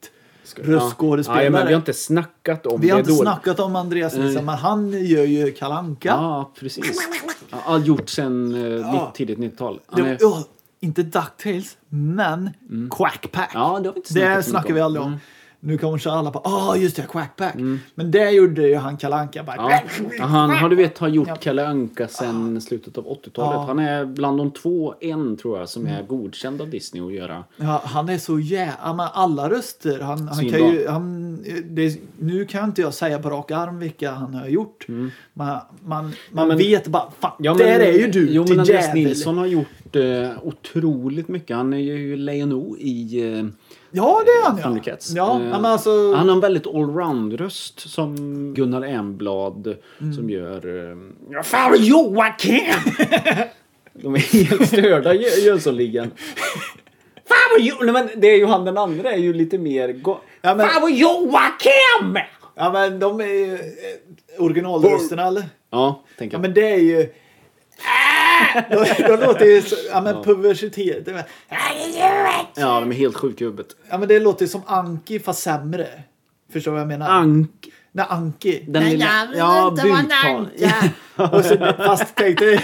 röstskådespelare. Ja, men vi har inte snackat om Vi har det inte dåligt. snackat om Andreas Nilsson, men han gör ju Kalle Anka. Ja, precis. Ja, har gjort sen eh, Ja. mitt, tidigt nittiotal. Han Det, är, ja, inte DuckTales, men Quack Pack. ja, det har vi inte Det snackat så snackar mycket vi om. aldrig om. Mm. Nu kommer alla på, ah just det, Quack Pack. Men det gjorde ju han Kalle Anka. Bara, Ja. Ja, han har du vet har gjort Ja. Kalle Anka sen slutet av åttiotalet. Ja. Han är bland de två, en tror jag, som är godkänd av Disney att göra. Ja, han är så jävla... med alla röster. Han, han kan Svinbra. ju... Han, det, nu kan inte jag säga på rak arm vilka han har gjort. Man, man, man Ja, men- vet bara, fan, Ja, men, där är ju du, Jo, din men Andreas jävel. Nilsson har gjort eh, otroligt mycket. Han är ju Lejon O i eh, Ja, det är han ja. Thundercats. Ja, Eh, men alltså... Han har en väldigt allround-röst som Gunnar Enblad Mm. som gör... Eh, ja, fan Joakim! De är helt störda, Jö- Jönssonligan. Fan vad Jo... Nej, men det är ju han den andra är ju lite mer... Go- Ja, men- Fan vad Joakim! Ja, men de är ju... eh, Originalrösterna, eller? Ja, tänker Ja, jag. men det är ju... de, de låter ju så... Ja, men pubertet. det är- Ja, de är helt sjuka i huvudet. Ja, men det låter som Anki fast sämre. Förstår du vad jag menar? Ank... Nej, Anki. Den Nej, lilla... jag vet Ja, inte vad buktal. Anka. Och så, fast tänkte...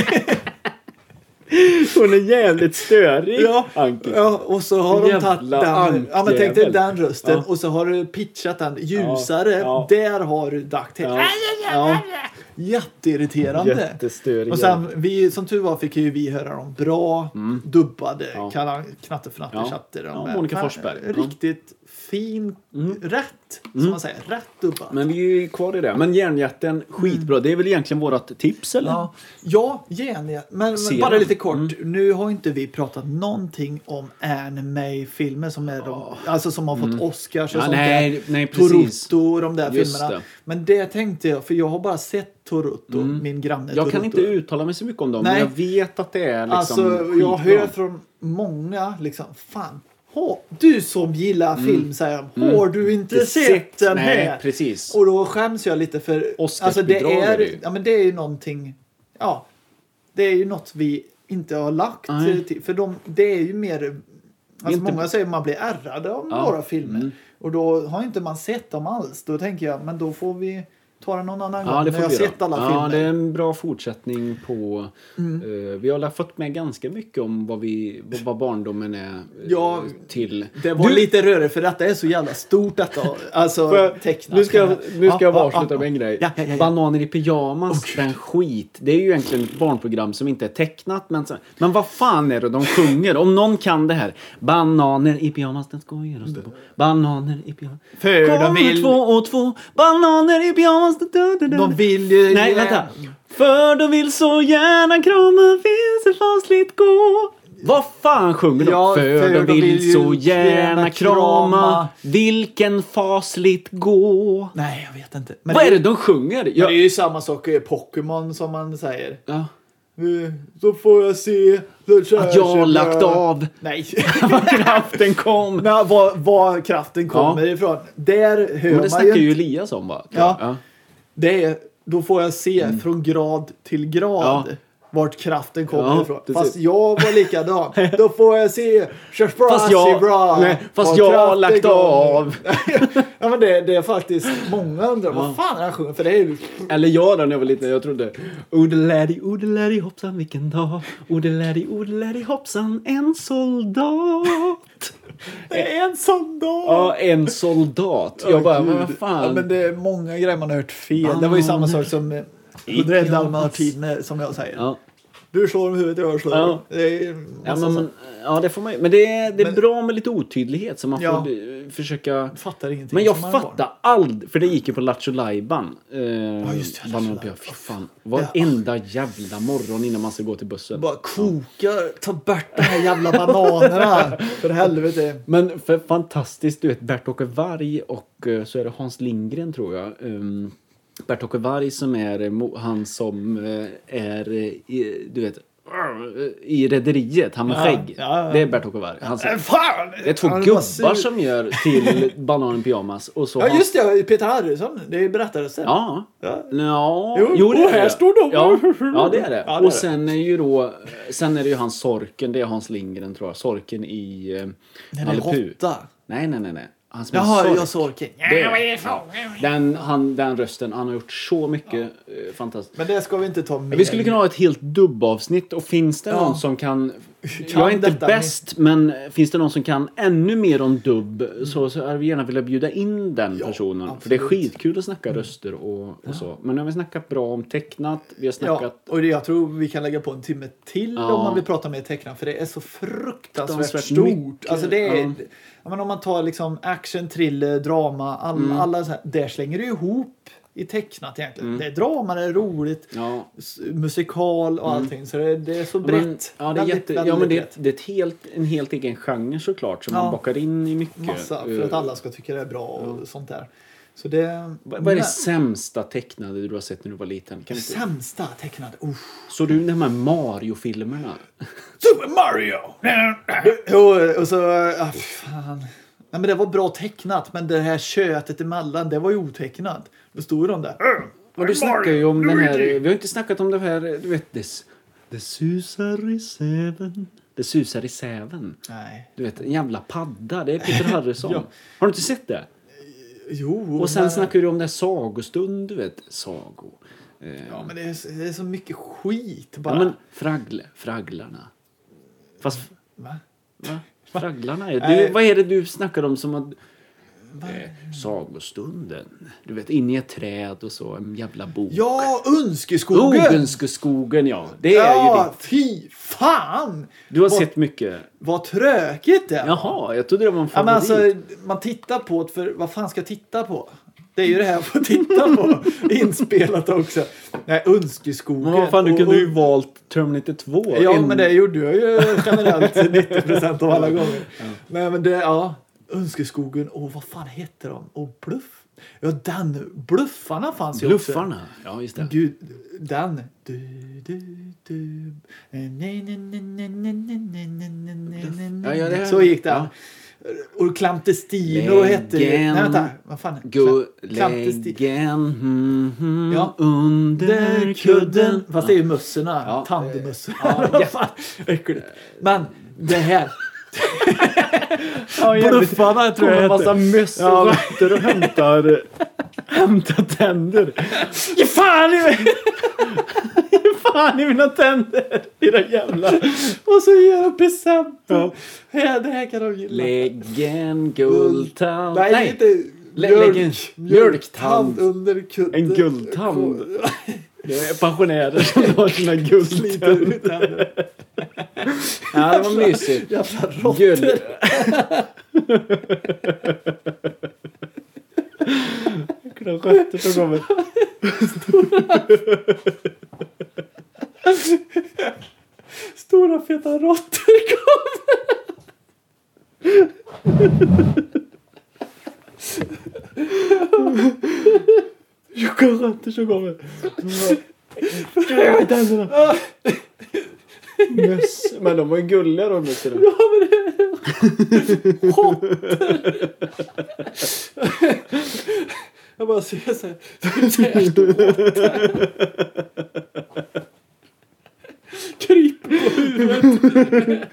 Hon är jävligt störig. Ja, Anki. ja, och så har de tagit Jävla den. Ja, men tänk dig den rösten. Ja. Och så har du pitchat den ljusare. Ja, ja. Där har du DuckTales. Ja. Jätteirriterande. Jättestörig. Och sen, vi, som tur var fick ju vi höra dem bra dubbade Ja. Kalla Knattefnatter Ja. chatter. Ja, Monica Forsberg. Ja. Riktigt fin, rätt, som man säger. Rätt dubbat. Men vi är ju kvar i det. Men Järnjätten, skitbra. Det är väl egentligen vårat tips, eller? Ja, ja gärna. Men, men Serien. bara lite kort. Nu har inte vi pratat någonting om anime-filmer som är de, alltså som har fått Oscars och Ja, sånt nej, där. nej, precis. Toronto och de där Just filmerna. det. Men det tänkte jag, för jag har bara sett Toronto, min granne Jag kan Toronto. inte uttala mig så mycket om dem, Nej. men jag vet att det är liksom Alltså, jag skitbra. hör från många liksom, fan, ha, du som gillar film, säger de, har du inte Inte sett sett, den nej, här? precis. Och då skäms jag lite för, alltså det Oscarsbidrag är är, det ju. ja men det är ju någonting, ja, det är ju något vi inte har lagt Nej. till, för de, det är ju mer, alltså Inte- många säger att man blir ärrad av Ja. några filmer. Och då har inte man sett dem alls. Då tänker jag, men då får vi ta det någon annan gång Ja, det när får jag vi har göra. sett alla Ja, filmer. det är en bra fortsättning på... Mm. eh, vi har lä- fått med ganska mycket om vad, vi, vad- vad barndomen är eh, Ja, till. Det var Du- lite rörigt för detta är så jävla stort detta. Alltså Får jag- tecknat. Nu ska jag, nu ska jag Ja, avsluta ja, med en grej. Ja, ja, ja, ja. Bananer i pyjamas, den skit. Det är ju egentligen ett barnprogram som inte är tecknat. Men, så, men vad fan är det de sjunger? Om någon kan det här. Bananer i pyjamas, den skojar och stå på. Bananer i pyjamas. För de Kommer vill- två och två. Bananer i pyjamas. Da, da, da, da. De vill ju... Nej, vänta. För de vill så gärna krama, finns det fasligt gå. Vad fan sjunger de? Ja, för, de vill, ju så gärna krama, vilken fasligt gå. Nej, jag vet inte. Men Vad det, är det de sjunger? men Jag, det är ju samma sak i Pokémon som man säger. ja. Eh, Så får jag se... så Att jag har lagt av. Nej. Vad kraften kom. Men var, var kraften kommer ifrån. Där hör Men det man snackar ju... ju Elias om, va? Ja. Det är, då får jag se från grad till grad Ja. vart kraften kommer Ja, ifrån. precis. Fast jag var likadan. Då får jag se Fast jag, bra, nej, fast vart jag har kraften lagt kommer. av. Ja, men det, det är faktiskt många undrar vad fan är han sjunger för det är ju... Eller jag då när jag var liten, jag trodde Odelädi, odelädi hoppsan vilken dag. Odelädi, odelädi hoppsan en soldat. Det är en soldat. Ja, en soldat. Jag bara, men vad fan. Ja, men det är många grejer man har hört fel. Det var ju samma sak som eh, hundra och ett dalmatiner som jag säger. Ja. Du slår med huvudet, jag slår. Ja. Det är Ja, massa men, men, ja, det får man ju. Men det är, det är Men- bra med lite otydlighet så man får Ja. eh, försöka... fattar ingenting. Men jag som man har fattar aldrig, för det gick ju på Lattjo Lajban. Eh, ja, just det, Banan Lattjo och Fy fan. Varenda jävla morgon innan man ska gå till bussen. bara kokar, ta bort de här jävla bananerna. För helvete. Men för fantastiskt, du vet, Bert-Åke Varg och eh, så är det Hans Lindgren tror jag. Um, Bert-Åke Varg som är eh, mo- han som eh, är, eh, i, du vet, i rederiet, han med Ja, skägg. ja, ja. Det är Bert-Åke Varg. Han som, Äh, fan! det är två Han var gubbar sur. som gör till Bananen Pyjamas. Och så Ja har- just det, Peter Harrison. Det är berättelsen. Ja. Ja. Ja. Jo, Jo, det och är här det. står de. Ja, ja, det är det. Ja, det är och det. sen är ju då sen är det ju hans Sorken, det är Hans Lindgren tror jag. Sorken i eh, Den Nalle är Puh. hotta. Nej, nej, nej, nej. Han som är Jaha, Sork. jag Sorken. Det, ja, den, han, den rösten, han har gjort så mycket eh, fantastiskt. Men det ska vi inte ta med. Vi skulle kunna ha ett helt dubbavsnitt och finns det Ja. någon som kan, Kan jag är inte detta, bäst men finns det någon som kan ännu mer om dubb så, så är vi gärna vilja bjuda in den Ja, personen. absolut. För det är skitkul att snacka röster och, och så. Men nu har vi snackat bra om tecknat, vi har snackat Ja, och det, jag tror vi kan lägga på en timme till Ja. om man vill prata med tecknat. För det är så fruktansvärt Fruktansvärt stort. mycket, Alltså det är, ja. ja, men om man tar liksom action, thriller, drama. All, Mm. alla så här, där slänger det ihop i tecknat egentligen. Det är drama, det är roligt. ja. s- Musikal och allting. Så det, det är så Ja, brett. men, ja, det är, Väldigt, jätte, väldigt ja, men det, är, brett. det är ett helt, en helt egen genre såklart som Ja. man bakar in i mycket. Massa. För att alla ska tycka det är bra och sånt där. Så det... Vad vad är det sämsta tecknade du har sett när du var liten? Kan du inte... Sämsta tecknade? Uh. Såg du de här Mario-filmerna? Super Mario! Jo, och så... Ah, fan. Nej, men det var bra tecknat, men det här köttet emellan, det var ju otecknat. Då stod de där. Och du snackar ju om den här... Vi har inte snackat om det här... Du vet, det, det susar i säven. Det susar i säven. Nej. Du vet, en jävla padda. Det är Peter Harrison. Ja. Har du inte sett det? Jo. Och sen men... snackar du om det här sagostund, du vet. Sago. Eh, Ja, men det är, det är så mycket skit bara. ja, men fraggle, fragglarna. Fast... Va? Va? Fragglarna är... Nej. Du, vad är det du snackar om som att... Eh, sagostunden. Du vet, in i ett träd och så. En jävla bok. Ja, Önskeskogen! Ogunskogen, ja. Det är Ja, ju ditt. fy fan! Du har vad, sett mycket. Vad tråkigt det var. Jaha, jag trodde det var en Ja, men favorit. alltså, man tittar på det för vad fan ska jag titta på? Det är ju det här jag får titta på. Inspelat också. Nej, Önskeskogen. Men vad fan, du Och- kunde ju och- valt Terminator två. Ja, En- men det gjorde jag ju generellt nittio procent av alla gånger. Nej, men det, ja. Önskeskogen. Och vad fan heter de? Och Bluff. Ja, den. Bluffarna fanns ju också. Bluffarna. Ja, just det. Gud, den. Du, du, du. Nej, nej, nej, nej, nej, nej, nej, nej, nej, nej. Ja, ja, det- Så gick den. ja. Och Clandestino hette ju... Läggen. Nej, vänta. Vad fan? Gå, Clandestino. läggen mm, mm, Ja. under kudden. Fast det är ju mössorna. Ja. Tandemössor. Ja, Vad fan? Äckligt. Men det här. Bluffarna tror jag en heter. massa möss och Ja, men- råttor och hämtar, hämtar tänder. Ge fan i mig! Ge fan i mina tänder! Era jävla... Och så ger de presenter. Ja. Ja, det här kan de gilla. Lägg en guldtand. Nej, inte Lä- mjölk. lägg en mjölktand. under kudden. En guldtand. Det är pensionärer som har sina Sliter ut guldtänder. tänderna. Ja, det var mysigt. Jävla råttor. Guld. Jäkla rötter som kommer. Stora feta råttor kommer. Jäkla rötter som kommer. Gud, tänderna. Möss. Men de var ju gulliga de mössorna. Ja, men det är råttor. Jag bara ser så här. Kryper på huvudet.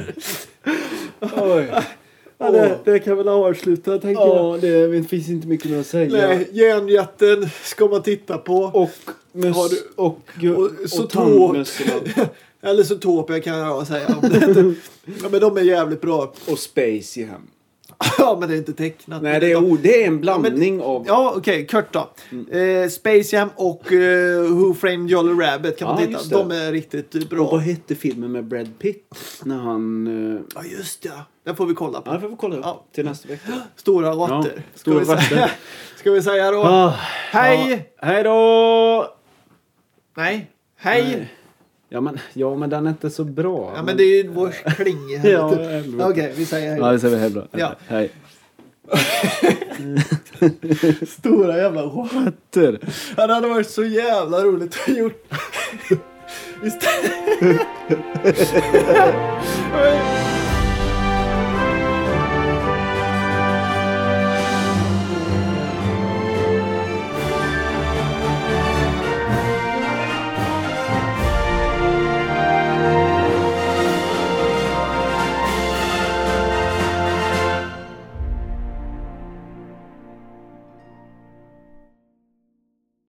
Oj. Ja, det, det kan väl avsluta, tänker jag. Ja, det finns inte mycket mer att säga. Nej, järnjätten ska man titta på. Och möss Har du- och, gu- och och, så tandmössorna. Eller Zootopia kan jag säga. Om det. Ja, men de är jävligt bra. Och Space Jam. Ja, men det är inte tecknat. Nej, det är, o- det är en blandning av... Ja, okej, kort då. Eh, Space Jam och eh, Who Framed Jolly Rabbit kan man Ja, titta. just det. De är riktigt Och vad bra. hette filmen med Brad Pitt? När han... eh, Ja, just det. Det får vi kolla på. Ja, det får vi kolla upp Ja. till nästa vecka. Stora råttor. Ja, Ska stora vi säga- råttor. Ska vi säga då? Ah, Hej! Ja. Hej då! Nej. Hej! Nej. Ja men, ja, men den är inte så bra. Ja, men det är ju vår kling. Ja, Okej, helvete. vi säger hej. Ja, det säger vi hej då. Ja. Hej. Stora jävla råttor. Rötter. Ja, det hade varit så jävla roligt att gjort. Istället.